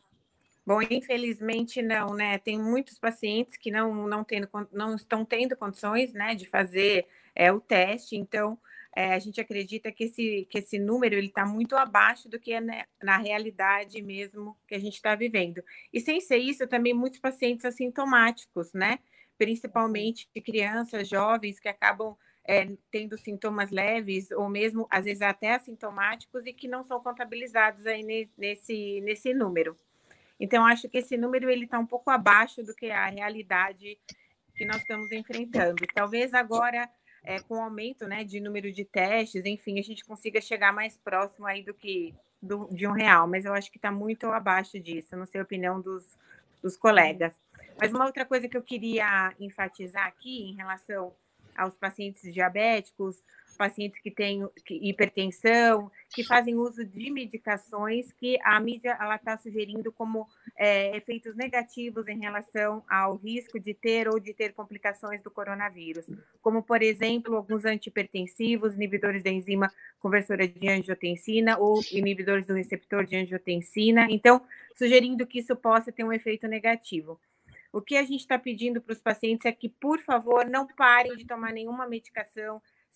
Bom, infelizmente não, né? Tem muitos pacientes que não, não, tendo, não estão tendo condições, né, de fazer é, o teste, então é, a gente acredita que esse, que esse número ele está muito abaixo do que é né, na realidade mesmo que a gente está vivendo. E sem ser isso, também muitos pacientes assintomáticos, né? Principalmente de crianças, jovens que acabam é, tendo sintomas leves ou mesmo, às vezes, até assintomáticos e que não são contabilizados aí nesse, nesse número. Então, acho que esse número ele está um pouco abaixo do que a realidade que nós estamos enfrentando. Talvez agora, é, com o aumento né, de número de testes, enfim, a gente consiga chegar mais próximo aí do que do, de um real, mas eu acho que está muito abaixo disso, não sei a opinião dos, dos colegas. Mas uma outra coisa que eu queria enfatizar aqui em relação aos pacientes diabéticos, pacientes que têm hipertensão, que fazem uso de medicações que a mídia está sugerindo como é, efeitos negativos em relação ao risco de ter ou de ter complicações do coronavírus, como, por exemplo, alguns antihipertensivos, inibidores da enzima conversora de angiotensina ou inibidores do receptor de angiotensina, então, sugerindo que isso possa ter um efeito negativo. O que a gente está pedindo para os pacientes é que, por favor, não parem de tomar nenhuma medicação,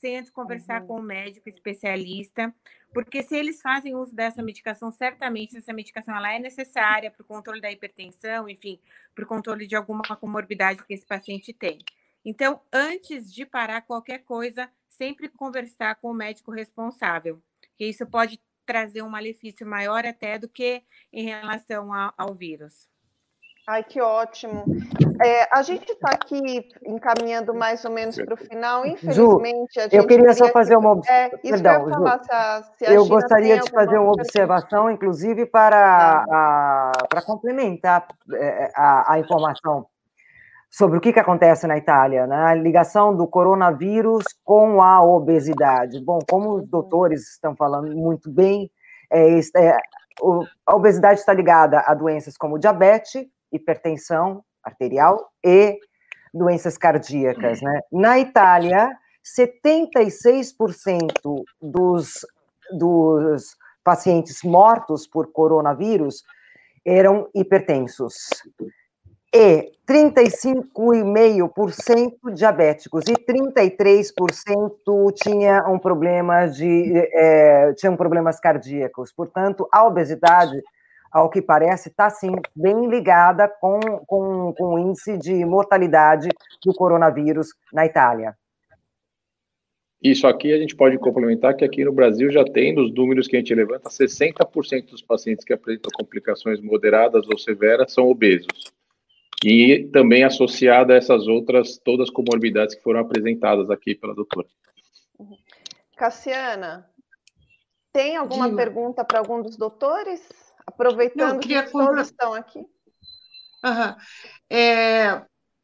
sem antes conversar Uhum. com o médico especialista, porque se eles fazem uso dessa medicação, certamente essa medicação ela é necessária para o controle da hipertensão, enfim, para o controle de alguma comorbidade que esse paciente tem. Então, antes de parar qualquer coisa, sempre conversar com o médico responsável, que isso pode trazer um malefício maior até do que em relação a, ao vírus. Ai, que ótimo. É, a gente está aqui encaminhando mais ou menos para o final. Infelizmente, a gente eu queria só queria fazer que... uma observação. É, isso que eu ia falar, se a, se a eu Gina gostaria tem de fazer alguma uma pergunta. observação, inclusive, para, a, para complementar a, a informação sobre o que, que acontece na Itália, né? A ligação do coronavírus com a obesidade. Bom, como os doutores estão falando muito bem, é, é, a obesidade está ligada a doenças como diabetes, hipertensão arterial e doenças cardíacas, né? Na Itália, setenta e seis por cento dos, dos pacientes mortos por coronavírus eram hipertensos e trinta e cinco vírgula cinco por cento diabéticos e trinta e três por cento tinham um problema de, é, tinham problemas cardíacos. Portanto, a obesidade, ao que parece, está, sim, bem ligada com, com, com o índice de mortalidade do coronavírus na Itália. Isso aqui a gente pode complementar que aqui no Brasil já tem, nos números que a gente levanta, sessenta por cento dos pacientes que apresentam complicações moderadas ou severas são obesos. E também associada a essas outras, todas as comorbidades que foram apresentadas aqui pela doutora. Cassiana, tem alguma Diga. pergunta para algum dos doutores? Aproveitando Não, que que compra... todos estão aqui. Uhum. É...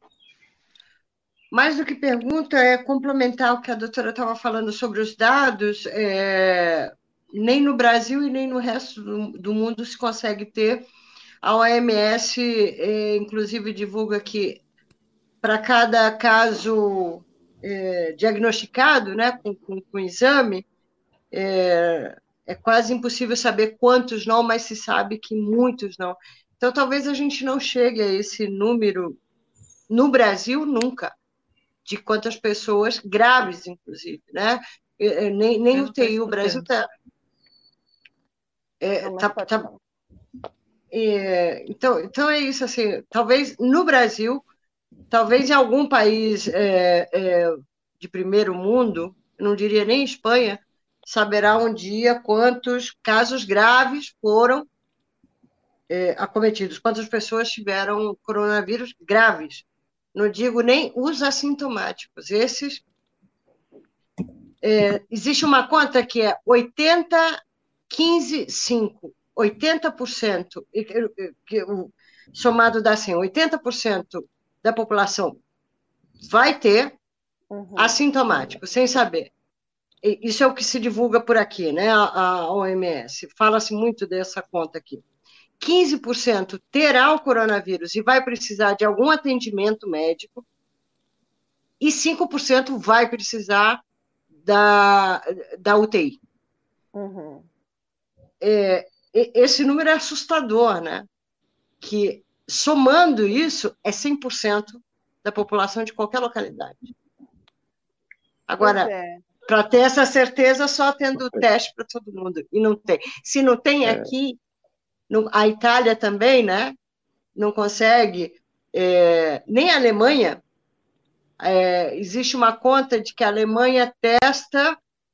Mais do que pergunta, é complementar o que a doutora estava falando sobre os dados. É... Nem no Brasil e nem no resto do, do mundo se consegue ter. A O M S, é, inclusive, divulga que para cada caso é, diagnosticado, né, com, com, com exame, é, é quase impossível saber quantos não, mas se sabe que muitos não. Então, talvez a gente não chegue a esse número, no Brasil, nunca, de quantas pessoas graves, inclusive, né? Nem, nem o T I, o Brasil está... É, tá, tá, é, então, então, é isso, assim, talvez no Brasil, talvez em algum país é, é, de primeiro mundo, não diria nem Espanha, saberá um dia quantos casos graves foram é, acometidos, quantas pessoas tiveram coronavírus graves. Não digo nem os assintomáticos. Esses... É, existe uma conta que é oitenta, quinze, cinco. oitenta por cento, somado dá assim, oitenta por cento da população vai ter uhum. assintomático, sem saber. Isso é o que se divulga por aqui, né? A, a O M S. Fala-se muito dessa conta aqui. quinze por cento terá o coronavírus e vai precisar de algum atendimento médico, e cinco por cento vai precisar da, da U T I. Uhum. É, esse número é assustador, né? Que, somando isso, é cem por cento da população de qualquer localidade. Agora, é. para ter essa certeza, só tendo teste para todo mundo, e não tem. Se não tem é. aqui, no, a Itália também, né? Não consegue, é, nem a Alemanha, é, existe uma conta de que a Alemanha testa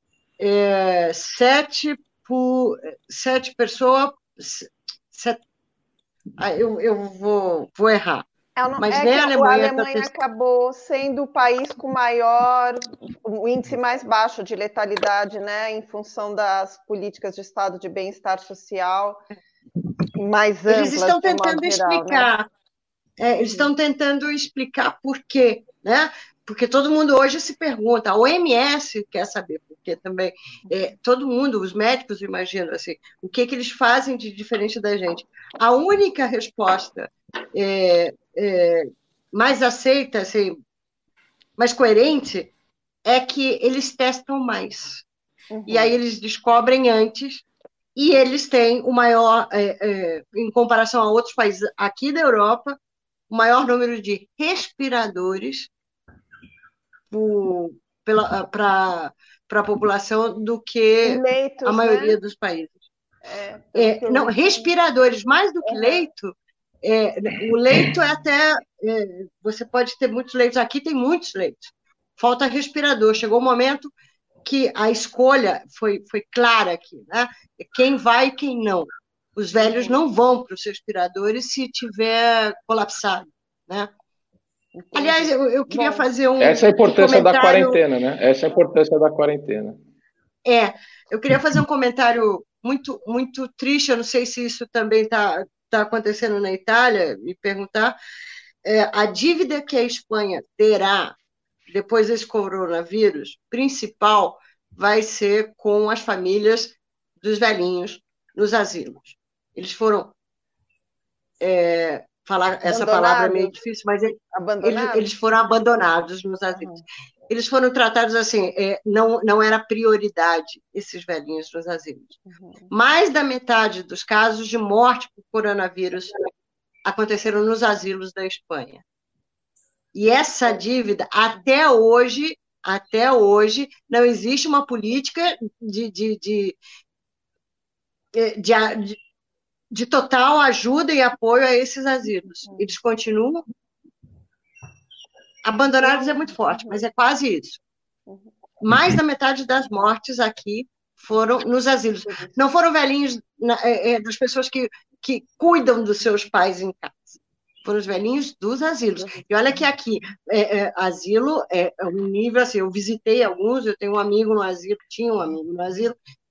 é, sete por sete pessoas, sete, ah, eu, eu vou, vou errar. Não, mas é nem que a Alemanha, a Alemanha tá... acabou sendo o país com maior, o índice mais baixo de letalidade, né, em função das políticas de estado de bem-estar social mais amplas. Eles estão tentando geral, explicar, né? é, eles estão tentando explicar por quê, né? Porque todo mundo hoje se pergunta, a O M S quer saber, porque também é, todo mundo, os médicos, imagino, assim, o que, que eles fazem de diferente da gente. A única resposta é, é, mais aceita, assim, mais coerente, é que eles testam mais. Uhum. E aí eles descobrem antes, e eles têm o maior, é, é, em comparação a outros países aqui da Europa, o maior número de respiradores por, para a população do que leitos, a maioria né? dos países. É, É, não, respiradores, mais do que Uhum. leito, é, o leito é até... É, você pode ter muitos leitos, aqui tem muitos leitos. Falta respirador. Chegou um momento que a escolha foi, foi clara aqui, né? Quem vai e quem não. Os velhos não vão para os respiradores se tiver colapsado, né? Aliás, eu, eu queria Bom, fazer um Essa é a importância da comentário... quarentena, né? Essa é a importância da quarentena. É, eu queria fazer um comentário muito, muito triste, eu não sei se isso também está tá acontecendo na Itália, me perguntar. É, a dívida que a Espanha terá depois desse coronavírus, principal, vai ser com as famílias dos velhinhos nos asilos. Eles foram... É, falar essa palavra é meio difícil, mas eles, eles foram abandonados nos asilos. Uhum. Eles foram tratados assim, é, não, não era prioridade esses velhinhos nos asilos. Uhum. Mais da metade dos casos de morte por coronavírus aconteceram nos asilos da Espanha. E essa dívida, até hoje, até hoje, não existe uma política de, de, de, de, de, de total ajuda e apoio a esses asilos. Eles continuam abandonados, é muito forte, mas é quase isso. Mais da metade das mortes aqui foram nos asilos. Não foram velhinhos é, das pessoas que, que cuidam dos seus pais em casa. Foram os velhinhos dos asilos. E olha que aqui, é, é, asilo é um nível assim, eu visitei alguns, eu tenho um amigo no asilo, tinha um amigo no asilo,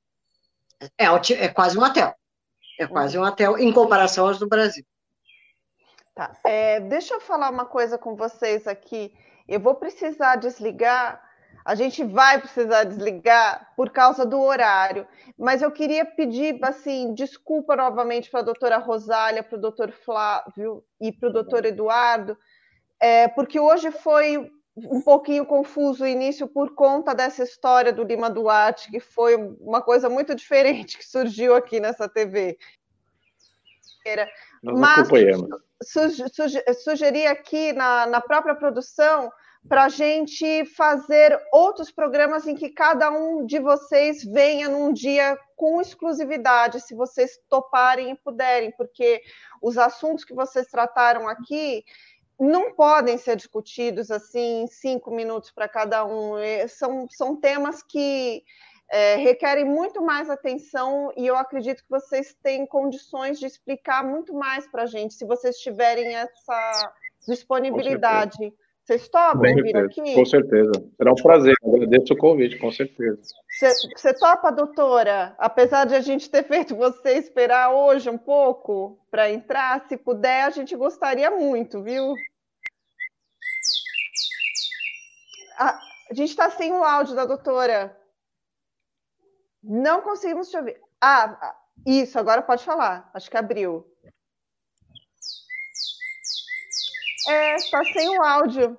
é, é quase um hotel. É quase um hotel em comparação aos do Brasil. Tá. É, deixa eu falar uma coisa com vocês aqui. Eu vou precisar desligar, a gente vai precisar desligar por causa do horário, mas eu queria pedir assim, desculpa novamente para a doutora Rosália, para o doutor Flávio e para o doutor Eduardo, é, porque hoje foi um pouquinho confuso o início por conta dessa história do Lima Duarte, que foi uma coisa muito diferente que surgiu aqui nessa T V. Nós Mas acompanhamos. Suge, suge, sugeri aqui na, na própria produção para a gente fazer outros programas em que cada um de vocês venha num dia com exclusividade, se vocês toparem e puderem, porque os assuntos que vocês trataram aqui não podem ser discutidos assim em cinco minutos para cada um. São, são temas que É, requerem muito mais atenção e eu acredito que vocês têm condições de explicar muito mais para a gente, se vocês tiverem essa disponibilidade. Vocês topam vir aqui? Com certeza. Será um prazer. Agradeço o convite, com certeza. Você topa, doutora? Apesar de a gente ter feito você esperar hoje um pouco para entrar, se puder, a gente gostaria muito, viu? A, a gente está sem o áudio da doutora. Não conseguimos te ouvir. Ah, isso, agora pode falar. Acho que abriu. É, está sem o áudio.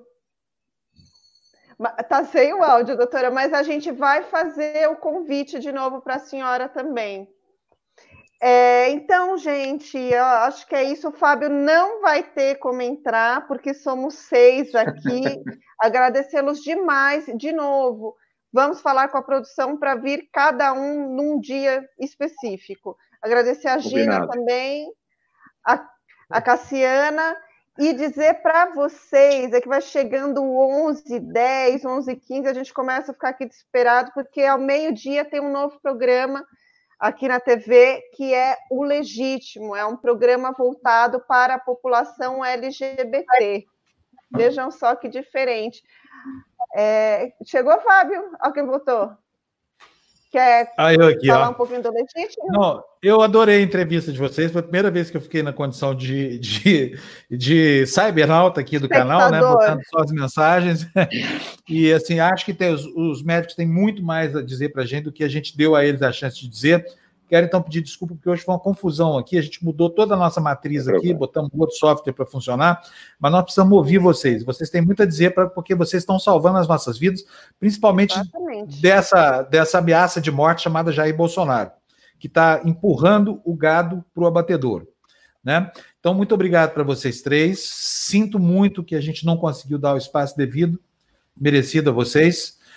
Está sem o áudio, doutora, mas a gente vai fazer o convite de novo para a senhora também. É, então, gente, eu acho que é isso. O Fábio não vai ter como entrar, porque somos seis aqui. Agradecê-los demais, de novo. Vamos falar com a produção para vir cada um num dia específico. Agradecer a Gina Combinado. Também, a, a Cassiana, e dizer para vocês, é que vai chegando onze, dez, onze, quinze, a gente começa a ficar aqui desesperado, porque ao meio-dia tem um novo programa aqui na T V, que é o Legítimo, é um programa voltado para a população L G B T. Vejam só que diferente. É, chegou, Fábio? Alguém voltou? Quer ah, eu aqui, falar ó. um pouquinho do Legítimo? Não, eu adorei a entrevista de vocês. Foi a primeira vez que eu fiquei na condição de, de, de cybernauta aqui do canal, né? Botando só as mensagens. E assim, acho que tem, os, os médicos têm muito mais a dizer para a gente do que a gente deu a eles a chance de dizer. Quero então pedir desculpa, porque hoje foi uma confusão aqui. A gente mudou toda a nossa matriz aqui, botamos outro software para funcionar, mas nós precisamos ouvir vocês. Vocês têm muito a dizer, pra, porque vocês estão salvando as nossas vidas, principalmente dessa, dessa ameaça de morte chamada Jair Bolsonaro, que está empurrando o gado para o abatedouro. Né? Então, muito obrigado para vocês três. Sinto muito que a gente não conseguiu dar o espaço devido, merecido a vocês.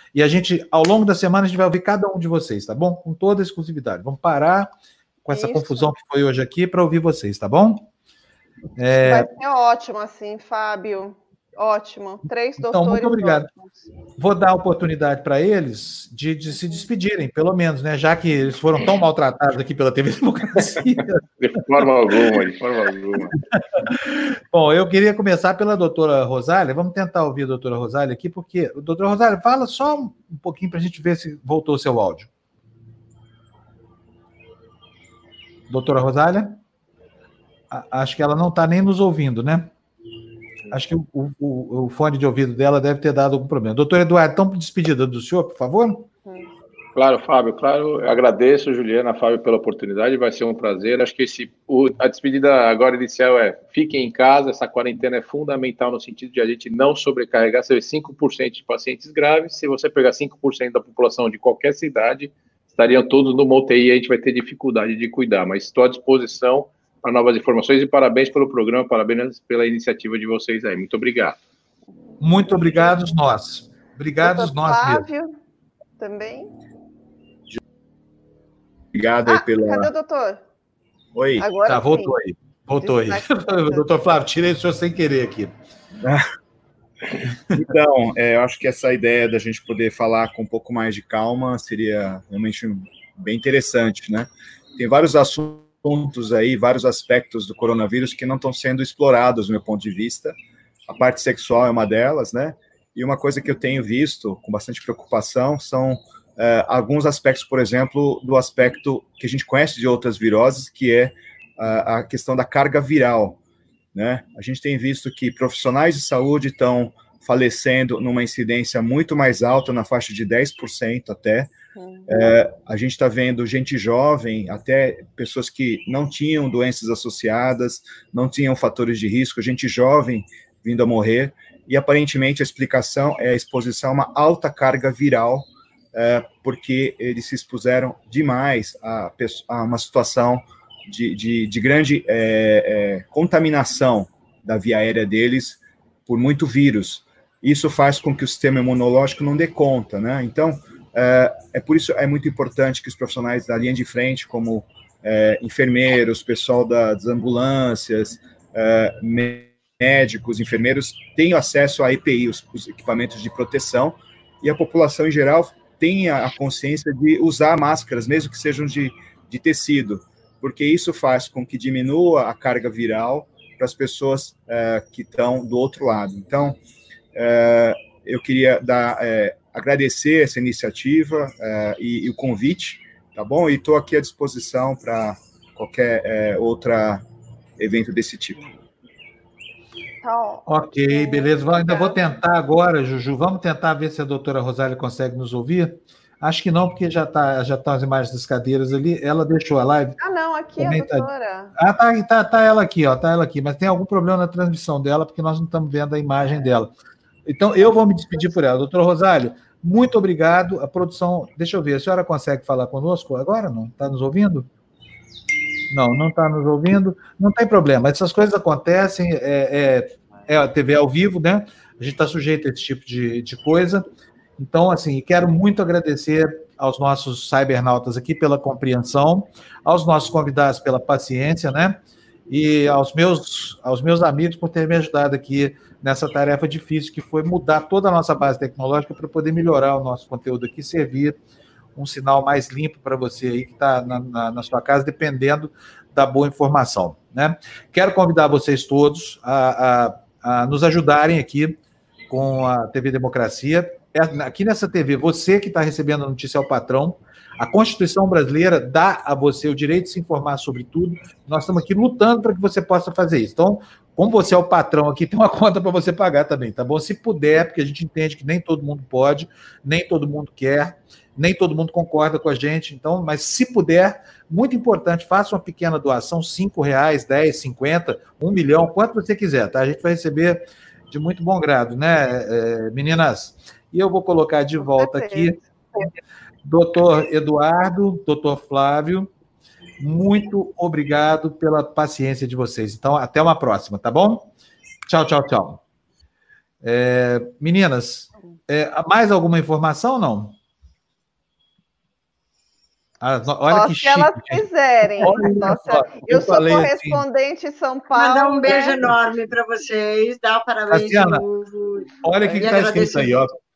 e a gente, ao longo da semana, a gente vai ouvir cada um de vocês, tá bom? Com toda a exclusividade. Vamos parar com essa Isso. confusão que foi hoje aqui para ouvir vocês, tá bom? É... Vai ser ótimo, assim, Fábio. Ótimo. Três doutores. Então, muito obrigado. Ótimos. Vou dar a oportunidade para eles de, de se despedirem, pelo menos, né? Já que eles foram tão maltratados aqui pela T V Democracia. De forma alguma, de forma alguma. Bom, eu queria começar pela doutora Rosália. Vamos tentar ouvir a doutora Rosália aqui, porque, doutora Rosália, fala só um pouquinho para a gente ver se voltou o seu áudio. Doutora Rosália? Acho que ela não está nem nos ouvindo, né? Acho que o, o, o fone de ouvido dela deve ter dado algum problema. Doutor Eduardo, então, despedida do senhor, por favor? Claro, Fábio, claro. Eu agradeço, Juliana, Fábio, pela oportunidade. Vai ser um prazer. Acho que esse, o, a despedida agora inicial é fiquem em casa. Essa quarentena é fundamental no sentido de a gente não sobrecarregar. Você vê cinco por cento de pacientes graves. Se você pegar cinco por cento da população de qualquer cidade, estariam todos numa U T I e a gente vai ter dificuldade de cuidar. Mas estou à disposição para novas informações e parabéns pelo programa, parabéns pela iniciativa de vocês aí. Muito obrigado. Muito obrigados nós. Obrigados nós Flávio, mesmo. também. Obrigado ah, aí pela... Cadê o doutor? Oi. Agora tá, voltou sim. aí. Voltou aí. Doutor Flávio, tirei o senhor sem querer aqui. Então, é, eu acho que essa ideia da gente poder falar com um pouco mais de calma seria realmente bem interessante, né? Tem vários assuntos pontos aí, vários aspectos do coronavírus que não estão sendo explorados, do meu ponto de vista. A parte sexual é uma delas, né? E uma coisa que eu tenho visto com bastante preocupação são uh, alguns aspectos, por exemplo, do aspecto que a gente conhece de outras viroses, que é uh, a questão da carga viral, né? A gente tem visto que profissionais de saúde estão falecendo numa incidência muito mais alta, na faixa de dez por cento até. Uhum. É, a gente está vendo gente jovem, até pessoas que não tinham doenças associadas, não tinham fatores de risco, gente jovem vindo a morrer, e aparentemente a explicação é a exposição a uma alta carga viral, é, porque eles se expuseram demais a, a uma situação de, de, de grande é, é, contaminação da via aérea deles por muito vírus. Isso faz com que o sistema imunológico não dê conta, né? Então, é, é por isso é muito importante que os profissionais da linha de frente, como é, enfermeiros, pessoal da, das ambulâncias, é, médicos, enfermeiros, tenham acesso a E P I, os, os equipamentos de proteção, e a população em geral tenha a consciência de usar máscaras, mesmo que sejam de, de tecido, porque isso faz com que diminua a carga viral para as pessoas é, que estão do outro lado. Então, é, eu queria dar, é, agradecer essa iniciativa é, e, e o convite, tá bom? E estou aqui à disposição para qualquer é, outro evento desse tipo. Ok, beleza. Ainda vou tentar agora, Juju. Vamos tentar ver se a doutora Rosália consegue nos ouvir. Acho que não, porque já está já tá as imagens das cadeiras ali. Ela deixou a live. Ah, não, aqui a doutora. Ah, tá, tá, tá ela aqui, ó, tá ela aqui. Mas tem algum problema na transmissão dela, porque nós não estamos vendo a imagem dela. Então, eu vou me despedir por ela. Doutora Rosália, muito obrigado. A produção, deixa eu ver, a senhora consegue falar conosco agora? Não? Está nos ouvindo? Não, não está nos ouvindo. Não tem problema, essas coisas acontecem, é, é, é a T V ao vivo, né? A gente está sujeito a esse tipo de, de coisa. Então, assim, quero muito agradecer aos nossos cybernautas aqui pela compreensão, aos nossos convidados pela paciência, né? E aos meus, aos meus amigos por terem me ajudado aqui nessa tarefa difícil, que foi mudar toda a nossa base tecnológica para poder melhorar o nosso conteúdo aqui, servir um sinal mais limpo para você aí que está na, na, na sua casa, dependendo da boa informação, né? Quero convidar vocês todos a, a, a nos ajudarem aqui com a T V Democracia. Aqui nessa T V, você que está recebendo a notícia é o patrão. A Constituição brasileira dá a você o direito de se informar sobre tudo. Nós estamos aqui lutando para que você possa fazer isso. Então, como você é o patrão aqui, tem uma conta para você pagar também, tá bom? Se puder, porque a gente entende que nem todo mundo pode, nem todo mundo quer, nem todo mundo concorda com a gente. Então, mas se puder, muito importante, faça uma pequena doação, cinco reais, dez, cinquenta, um milhão, quanto você quiser, tá? A gente vai receber de muito bom grado, né, meninas? E eu vou colocar de volta aqui doutor Eduardo, doutor Flávio, muito obrigado pela paciência de vocês. Então, até uma próxima, tá bom? Tchau, tchau, tchau. É, meninas, é, mais alguma informação ou não? Ah, olha só que se chique, elas gente. quiserem. Olha, Só se- eu Eu sou falei assim, correspondente em São Paulo. Mandar um beijo né? enorme para vocês, dar parabéns de Cassiana, novo. olha o que e está escrito agradecer aí, ó. muito.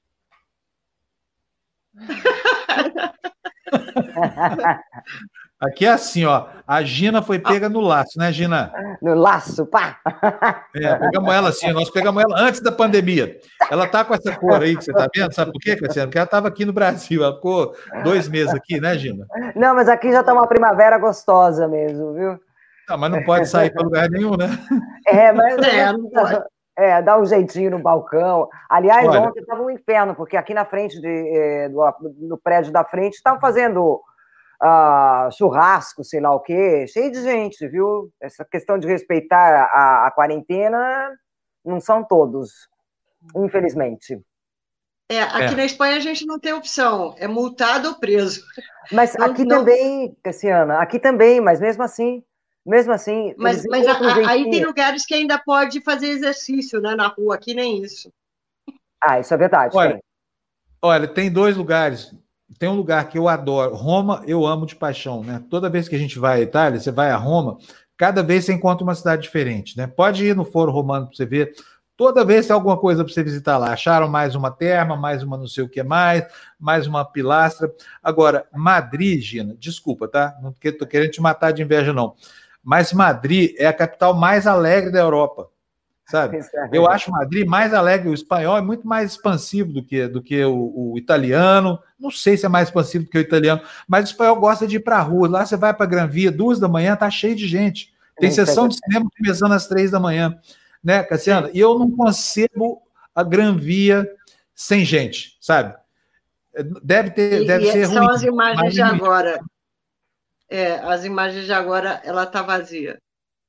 Aqui é assim, ó. A Gina foi pega no laço, né, Gina? No laço, pá! É, pegamos ela assim, nós pegamos ela antes da pandemia. Ela tá com essa cor aí que você tá vendo, sabe por quê, Cassiano? Porque ela estava aqui no Brasil, ela ficou dois meses aqui, né, Gina? Não, mas aqui já tá uma primavera gostosa mesmo, viu? Não, mas não pode sair para lugar nenhum, né? É, mas É, não pode. é, dá um jeitinho no balcão. Aliás, Olha, ontem estava um inferno, porque aqui na frente de, eh, do, no prédio da frente estavam fazendo ah, churrasco, sei lá o quê, cheio de gente, viu? Essa questão de respeitar a, a quarentena não são todos, infelizmente. É, aqui É. na Espanha a gente não tem opção, é multado ou preso. Mas Não- aqui não- também, Cassiana, aqui também, mas mesmo assim, mesmo assim, Mas, eles mas a- encontram um a- aí tem jeitinho. lugares que ainda pode fazer exercício, né, na rua, aqui nem isso. Ah, isso é verdade, olha, tem. olha, tem dois lugares. Tem um lugar que eu adoro. Roma, eu amo de paixão, né? Toda vez que a gente vai à Itália, você vai a Roma, cada vez você encontra uma cidade diferente, né? Pode ir no Foro Romano para você ver. Toda vez tem alguma coisa para você visitar lá. Acharam mais uma terma, mais uma não sei o que mais, mais uma pilastra. Agora, Madrid, Gina, desculpa, tá? Não estou querendo te matar de inveja, não. Mas Madrid é a capital mais alegre da Europa, sabe? Isso é Eu acho Madrid mais alegre. O espanhol é muito mais expansivo do que, do que o, o italiano. Não sei se é mais expansivo do que o italiano, mas o espanhol gosta de ir para a rua. Lá você vai para a Gran Via, duas da manhã, tá cheio de gente. Tem Isso é sessão de verdade. cinema começando às três da manhã, né, Cassiana? E eu não concebo a Gran Via sem gente, sabe? Deve ter, E, deve e ser são ruim. as imagens mas de não- agora. É, as imagens de agora, ela está vazia.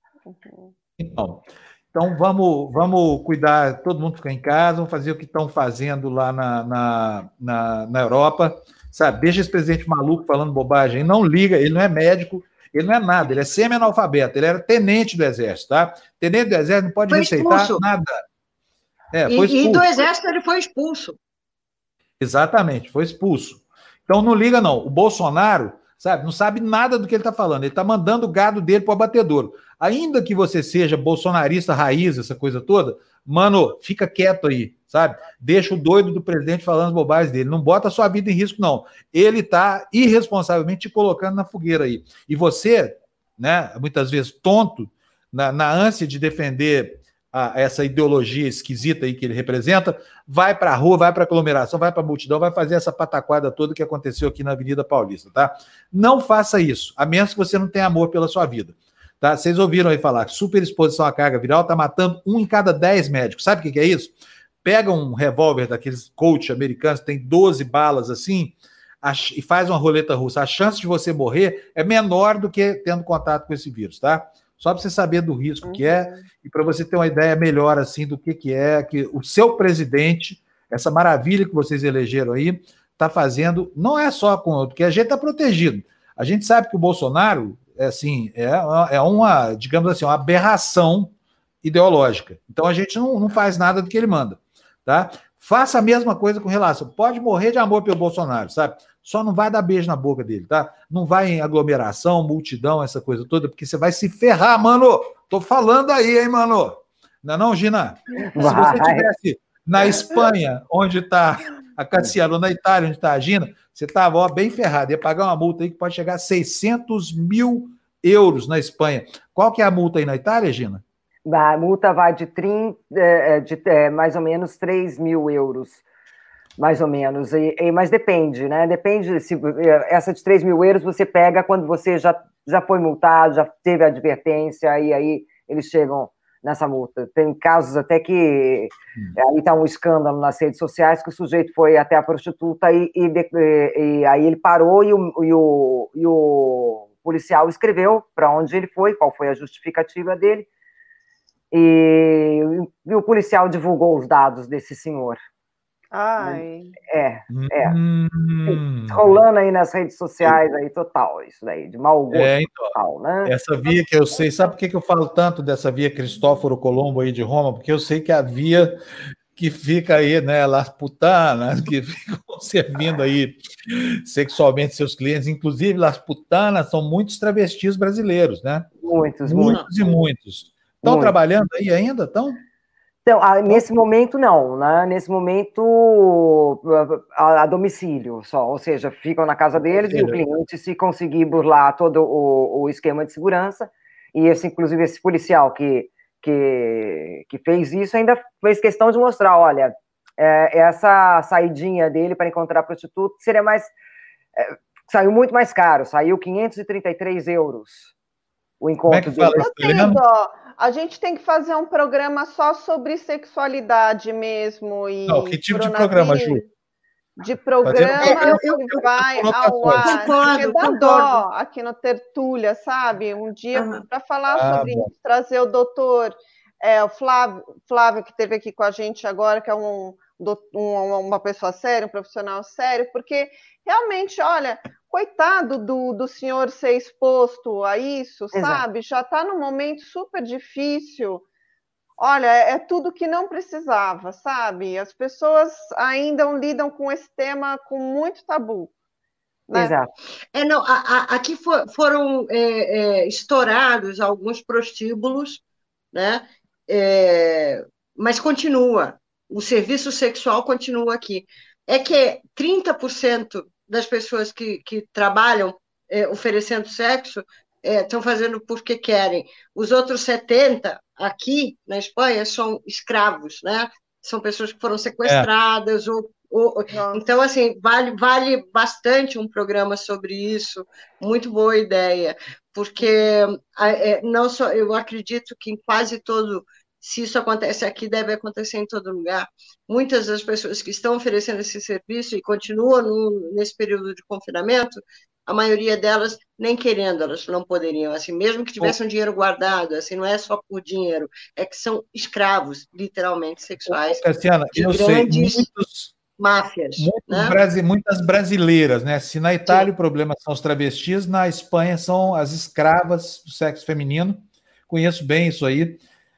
Então, então vamos, vamos cuidar, todo mundo ficar em casa, vamos fazer o que estão fazendo lá na, na, na, na Europa, sabe? Deixa esse presidente maluco falando bobagem, não liga, ele não é médico, ele não é nada, ele é semi-analfabeto, ele era tenente do Exército, tá? Tenente do Exército não pode Foi receitar expulso. nada. É, E, foi e expulso. do exército ele foi expulso. Exatamente, foi expulso. Então não liga, não. O Bolsonaro, sabe, não sabe nada do que ele está falando. Ele está mandando o gado dele para o abatedouro. Ainda que você seja bolsonarista raiz, essa coisa toda, mano, fica quieto aí, sabe? Deixa o doido do presidente falando as bobagens dele. Não bota a sua vida em risco, não. Ele está irresponsavelmente te colocando na fogueira aí. E você, né, muitas vezes tonto, na, na ânsia de defender a, essa ideologia esquisita aí que ele representa, vai para a rua, vai para a aglomeração, vai para a multidão, vai fazer essa pataquada toda que aconteceu aqui na Avenida Paulista, tá? Não faça isso, a menos que você não tenha amor pela sua vida, tá? Vocês ouviram aí falar que superexposição à carga viral tá matando um em cada dez médicos. Sabe o que que é isso? Pega um revólver daqueles coach americanos, tem doze balas assim, e faz uma roleta russa. A chance de você morrer é menor do que tendo contato com esse vírus, tá? Só para você saber do risco que é e para você ter uma ideia melhor assim do que, que é que o seu presidente, essa maravilha que vocês elegeram aí, está fazendo, não é só com porque a gente está protegido. A gente sabe que o Bolsonaro é assim, é, é uma, digamos assim, uma aberração ideológica. Então a gente não, não faz nada do que ele manda, tá? Faça a mesma coisa com relação. Pode morrer de amor pelo Bolsonaro, sabe? Só não vai dar beijo na boca dele, tá? Não vai em aglomeração, multidão, essa coisa toda, porque você vai se ferrar, mano. Tô falando aí, hein, mano? Não é não, Gina? Se você estivesse na Espanha, onde está a Cassiana, ou na Itália, onde está a Gina, você estava ó, bem ferrado. Ia pagar uma multa aí que pode chegar a seiscentos mil euros na Espanha. Qual que é a multa aí na Itália, Gina? A multa vai de, trinta, de, de mais ou menos três mil euros, mais ou menos. E, e, mas depende, né? Depende se essa de três mil euros você pega quando você já, já foi multado, já teve advertência, e aí eles chegam nessa multa. Tem casos até que hum. aí está um escândalo nas redes sociais que o sujeito foi até a prostituta e, e, e, e aí ele parou e o, e o, e o policial escreveu para onde ele foi, qual foi a justificativa dele. E, e o policial divulgou os dados desse senhor. Ai. É, é. Hum. Rolando aí nas redes sociais, aí, total, isso daí, de mau gosto É, então, total, né? essa via que eu sei, sabe por que que eu falo tanto dessa via Cristóforo Colombo aí de Roma? Porque eu sei que a via que fica aí, né, las putanas, que ficam servindo aí sexualmente seus clientes, inclusive las putanas são muitos travestis brasileiros, né? Muitos, muitos. muitos. e muitos. Estão Muito. trabalhando aí ainda? Estão? Então, ah, nesse momento, não, né? Nesse momento, a, a domicílio só, ou seja, ficam na casa deles e o cliente, se conseguir burlar todo o, o esquema de segurança, e esse, inclusive, esse policial que, que, que fez isso ainda fez questão de mostrar, olha, é, essa saidinha dele para encontrar prostituta seria mais... É, saiu muito mais caro, saiu quinhentos e trinta e três euros o encontro Como é que fala dele. isso, Eu tenho dó. A gente tem que fazer um programa só sobre sexualidade mesmo e Não, que tipo de programa, Ju? De programa Fazer um que programa vai com ao ar. Concordo, Porque dá concordo. dó aqui no Tertúlia, sabe? Um dia Aham. para falar Ah, sobre bom. isso, trazer o doutor é, o Flávio, Flávio, que esteve aqui com a gente agora, que é um, um, uma pessoa séria, um profissional sério, porque realmente, olha, coitado do, do senhor ser exposto a isso, Exato. sabe? Já está num momento super difícil. Olha, é tudo que não precisava, sabe? As pessoas ainda lidam com esse tema com muito tabu. Né? Exato. É, não, a, a, aqui for, foram é, é, estourados alguns prostíbulos, né? É, mas continua. O serviço sexual continua aqui. É que trinta por cento das pessoas que, que trabalham é, oferecendo sexo estão é, fazendo porque querem. Os outros setenta por cento aqui na Espanha são escravos, né? São pessoas que foram sequestradas. É. Ou, ou... Então, assim, vale, vale bastante um programa sobre isso. Muito boa ideia. Porque é, não só, eu acredito que em quase todo... Se isso acontece aqui, deve acontecer em todo lugar. Muitas das pessoas que estão oferecendo esse serviço e continuam no, nesse período de confinamento, a maioria delas, nem querendo, elas não poderiam, assim, mesmo que tivessem um dinheiro guardado, assim, não é só por dinheiro, é que são escravos, literalmente, sexuais. Cassiana, de eu grandes sei, muitos, máfias. muitos né? brasi, muitas brasileiras, né? Se na Itália Sim. o problema são os travestis, na Espanha são as escravas do sexo feminino. Conheço bem isso aí.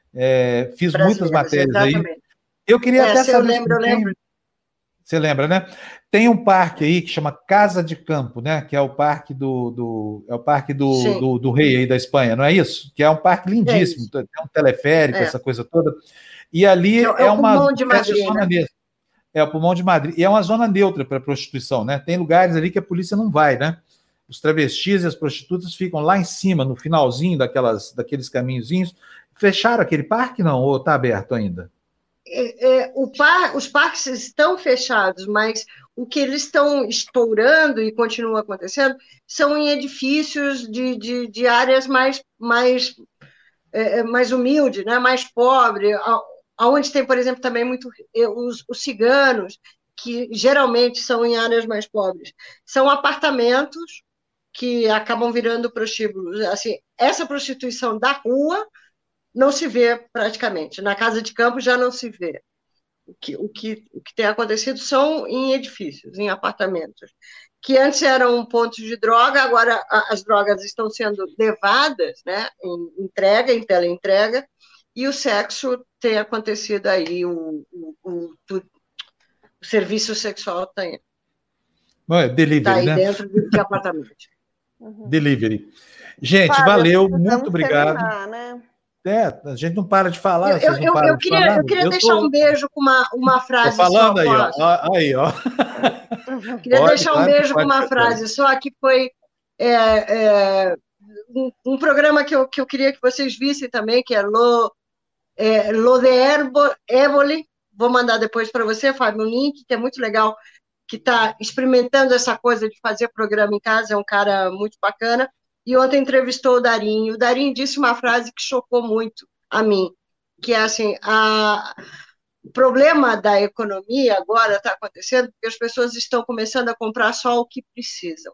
É, fiz muitas matérias exatamente. aí. Eu queria é, até saber... Eu lembro, eu lembro. Você lembra, né? Tem um parque aí que chama Casa de Campo, né? Que é o parque do, do é o parque do, do, do rei aí da Espanha, não é isso? Que é um parque lindíssimo, é tem um teleférico, é. essa coisa toda. E ali é, é uma pulmão de Madrid, é zona né? neutra. É o pulmão de Madrid. E é uma zona neutra para prostituição, né? Tem lugares ali que a polícia não vai, né? Os travestis e as prostitutas ficam lá em cima, no finalzinho daquelas, daqueles caminhozinhos. Fecharam aquele parque, não? Ou está aberto ainda? É, é, o par, os parques estão fechados, mas o que eles estão estourando e continua acontecendo são em edifícios de, de, de áreas mais, mais, é, mais humildes, né? Mais pobres, onde tem, por exemplo, também muito os, os ciganos, que geralmente são em áreas mais pobres. São apartamentos que acabam virando prostíbulos. Assim, essa prostituição da rua não se vê praticamente. Na casa de campo já não se vê. O que, o que, o que tem acontecido são em edifícios, em apartamentos, que antes eram pontos de droga, agora as drogas estão sendo levadas, né, em entrega, em teleentrega, e o sexo tem acontecido aí, o, o, o, o serviço sexual tem. É delivery, está aí né? dentro de, de apartamentos. Uhum. Delivery. Gente, Fábio, valeu, muito obrigado. Terminar, né? É, a gente não para de falar, eu, vocês não eu, param eu de queria, falar. Eu queria eu deixar tô... um beijo com uma, uma frase tô falando só. aí, ó. Aí, ó. Queria pode, deixar um claro, beijo pode, com uma pode, frase pode. só, que foi é, é, um, um programa que eu, que eu queria que vocês vissem também, que é Lo, é, Lo de Éboli. Vou mandar depois para você, Fábio, um link, que é muito legal, que está experimentando essa coisa de fazer programa em casa, é um cara muito bacana. E ontem entrevistou o Darim, e o Darim disse uma frase que chocou muito a mim, que é assim, a... o problema da economia agora está acontecendo porque as pessoas estão começando a comprar só o que precisam.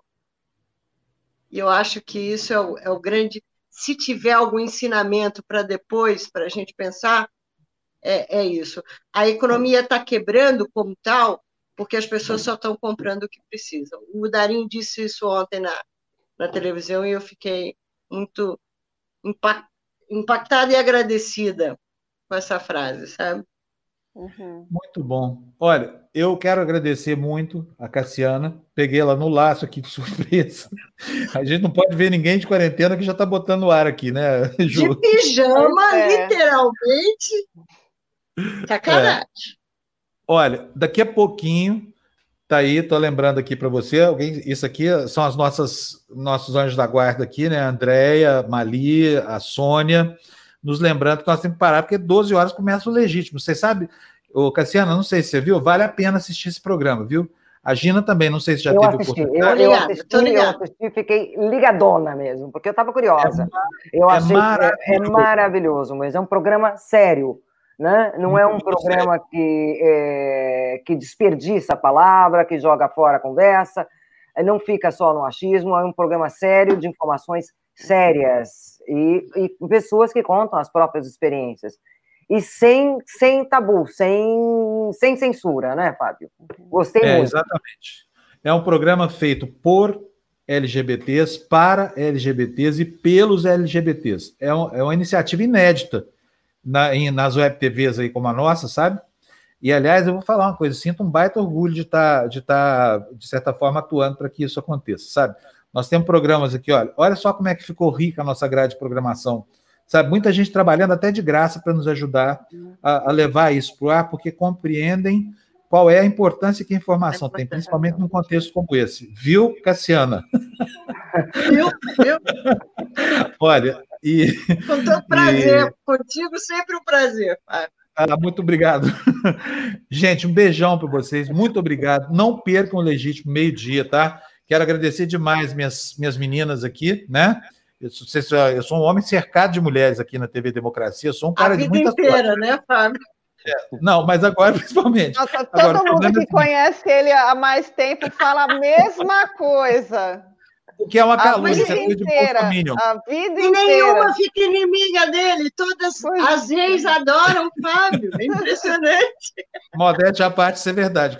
E eu acho que isso é o, é o grande... Se tiver algum ensinamento para depois, para a gente pensar, é, é isso. A economia está quebrando como tal, porque as pessoas só estão comprando o que precisam. O Darim disse isso ontem na, na televisão e eu fiquei muito impactada e agradecida com essa frase, sabe? Uhum. Muito bom. Olha, eu quero agradecer muito a Cassiana. Peguei ela no laço aqui de surpresa. A gente não pode ver ninguém de quarentena que já está botando o ar aqui, né, Ju? De pijama, é. Literalmente. Sacanagem. É. Olha, daqui a pouquinho, tá aí, tô lembrando aqui para você, alguém, isso aqui são as nossas nossos anjos da guarda aqui, né? A Andréia, Mali, a Sônia, nos lembrando que nós temos que parar, porque doze horas começa o legítimo. Você sabe, ô Cassiana, não sei se você viu, vale a pena assistir esse programa, viu? A Gina também, não sei se já eu teve assisti, oportunidade. Eu, eu assisti, eu assisti, fiquei ligadona mesmo, porque eu estava curiosa. É, eu achei é maravilhoso. É, é maravilhoso, mas é um programa sério, né? Não é um programa que, é, que desperdiça a palavra, que joga fora a conversa, não fica só no achismo, é um programa sério, de informações sérias, e, e pessoas que contam as próprias experiências. E sem, sem tabu, sem, sem censura, né, Fábio? Gostei é, muito. Exatamente. É um programa feito por L G B Ts, para L G B Ts e pelos L G B Ts. É, um, é uma iniciativa inédita na, em, nas web T Vs aí como a nossa, sabe? E, aliás, eu vou falar uma coisa, sinto um baita orgulho de estar, de, estar, de certa forma, atuando para que isso aconteça, sabe? Nós temos programas aqui, olha, olha só como é que ficou rica a nossa grade de programação. Sabe, muita gente trabalhando até de graça para nos ajudar a, a levar isso para o ar, porque compreendem qual é a importância que a informação tem, principalmente num contexto como esse. Viu, Cassiana? Viu? Viu? Olha, e... Com todo prazer, e... contigo sempre um prazer, Fábio. Ah, muito obrigado. Gente, um beijão para vocês, muito obrigado. Não percam o Legítimo meio-dia, tá? Quero agradecer demais minhas, minhas meninas aqui, né? Eu sou, eu sou um homem cercado de mulheres aqui na T V Democracia, eu sou um cara de muitas coisas. A vida inteira, né, Fábio? É, não, mas agora principalmente. Nossa, todo agora, mundo que é conhece ele há mais tempo fala a mesma coisa. O que é uma calúnia, a vida é inteira, de a vida e inteira. nenhuma fica inimiga dele, todas pois as ex é. adoram o Fábio, é impressionante. Modéstia à parte, isso é verdade. É,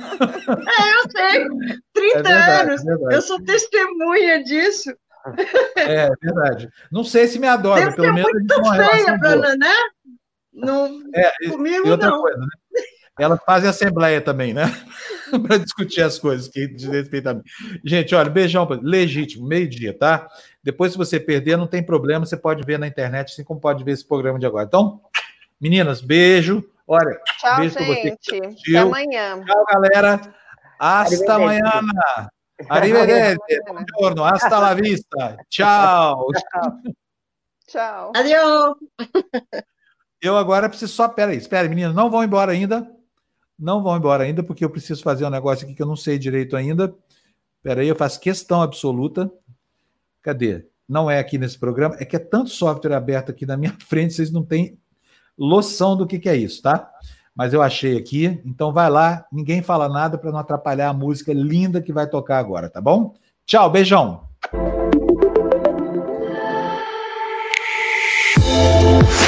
eu sei, trinta é verdade, anos, é eu sou testemunha disso. É verdade. Não sei se me adora, Deve pelo menos. Muito feia para né? Não, é, comigo e outra não. Coisa, né? Elas fazem assembleia também, né? Para discutir as coisas que diz respeito a mim. Gente, olha, beijão, legítimo, meio-dia, tá? Depois, se você perder, não tem problema, você pode ver na internet, assim como pode ver esse programa de agora. Então, meninas, beijo. Olha, tchau, beijo para você. Até amanhã. Tchau, galera. Hasta amanhã. Arrivederci. Buongiorno. Hasta la vista. Tchau. Tchau. Adeus. Eu agora preciso só... Peraí, espera, meninas, não vão embora ainda. Não vão embora ainda, porque eu preciso fazer um negócio aqui que eu não sei direito ainda. Peraí, eu faço questão absoluta. Cadê? Não é aqui nesse programa. É que é tanto software aberto aqui na minha frente, vocês não têm noção do que, que é isso, tá? Mas eu achei aqui. Então vai lá, ninguém fala nada para não atrapalhar a música linda que vai tocar agora, tá bom? Tchau, beijão.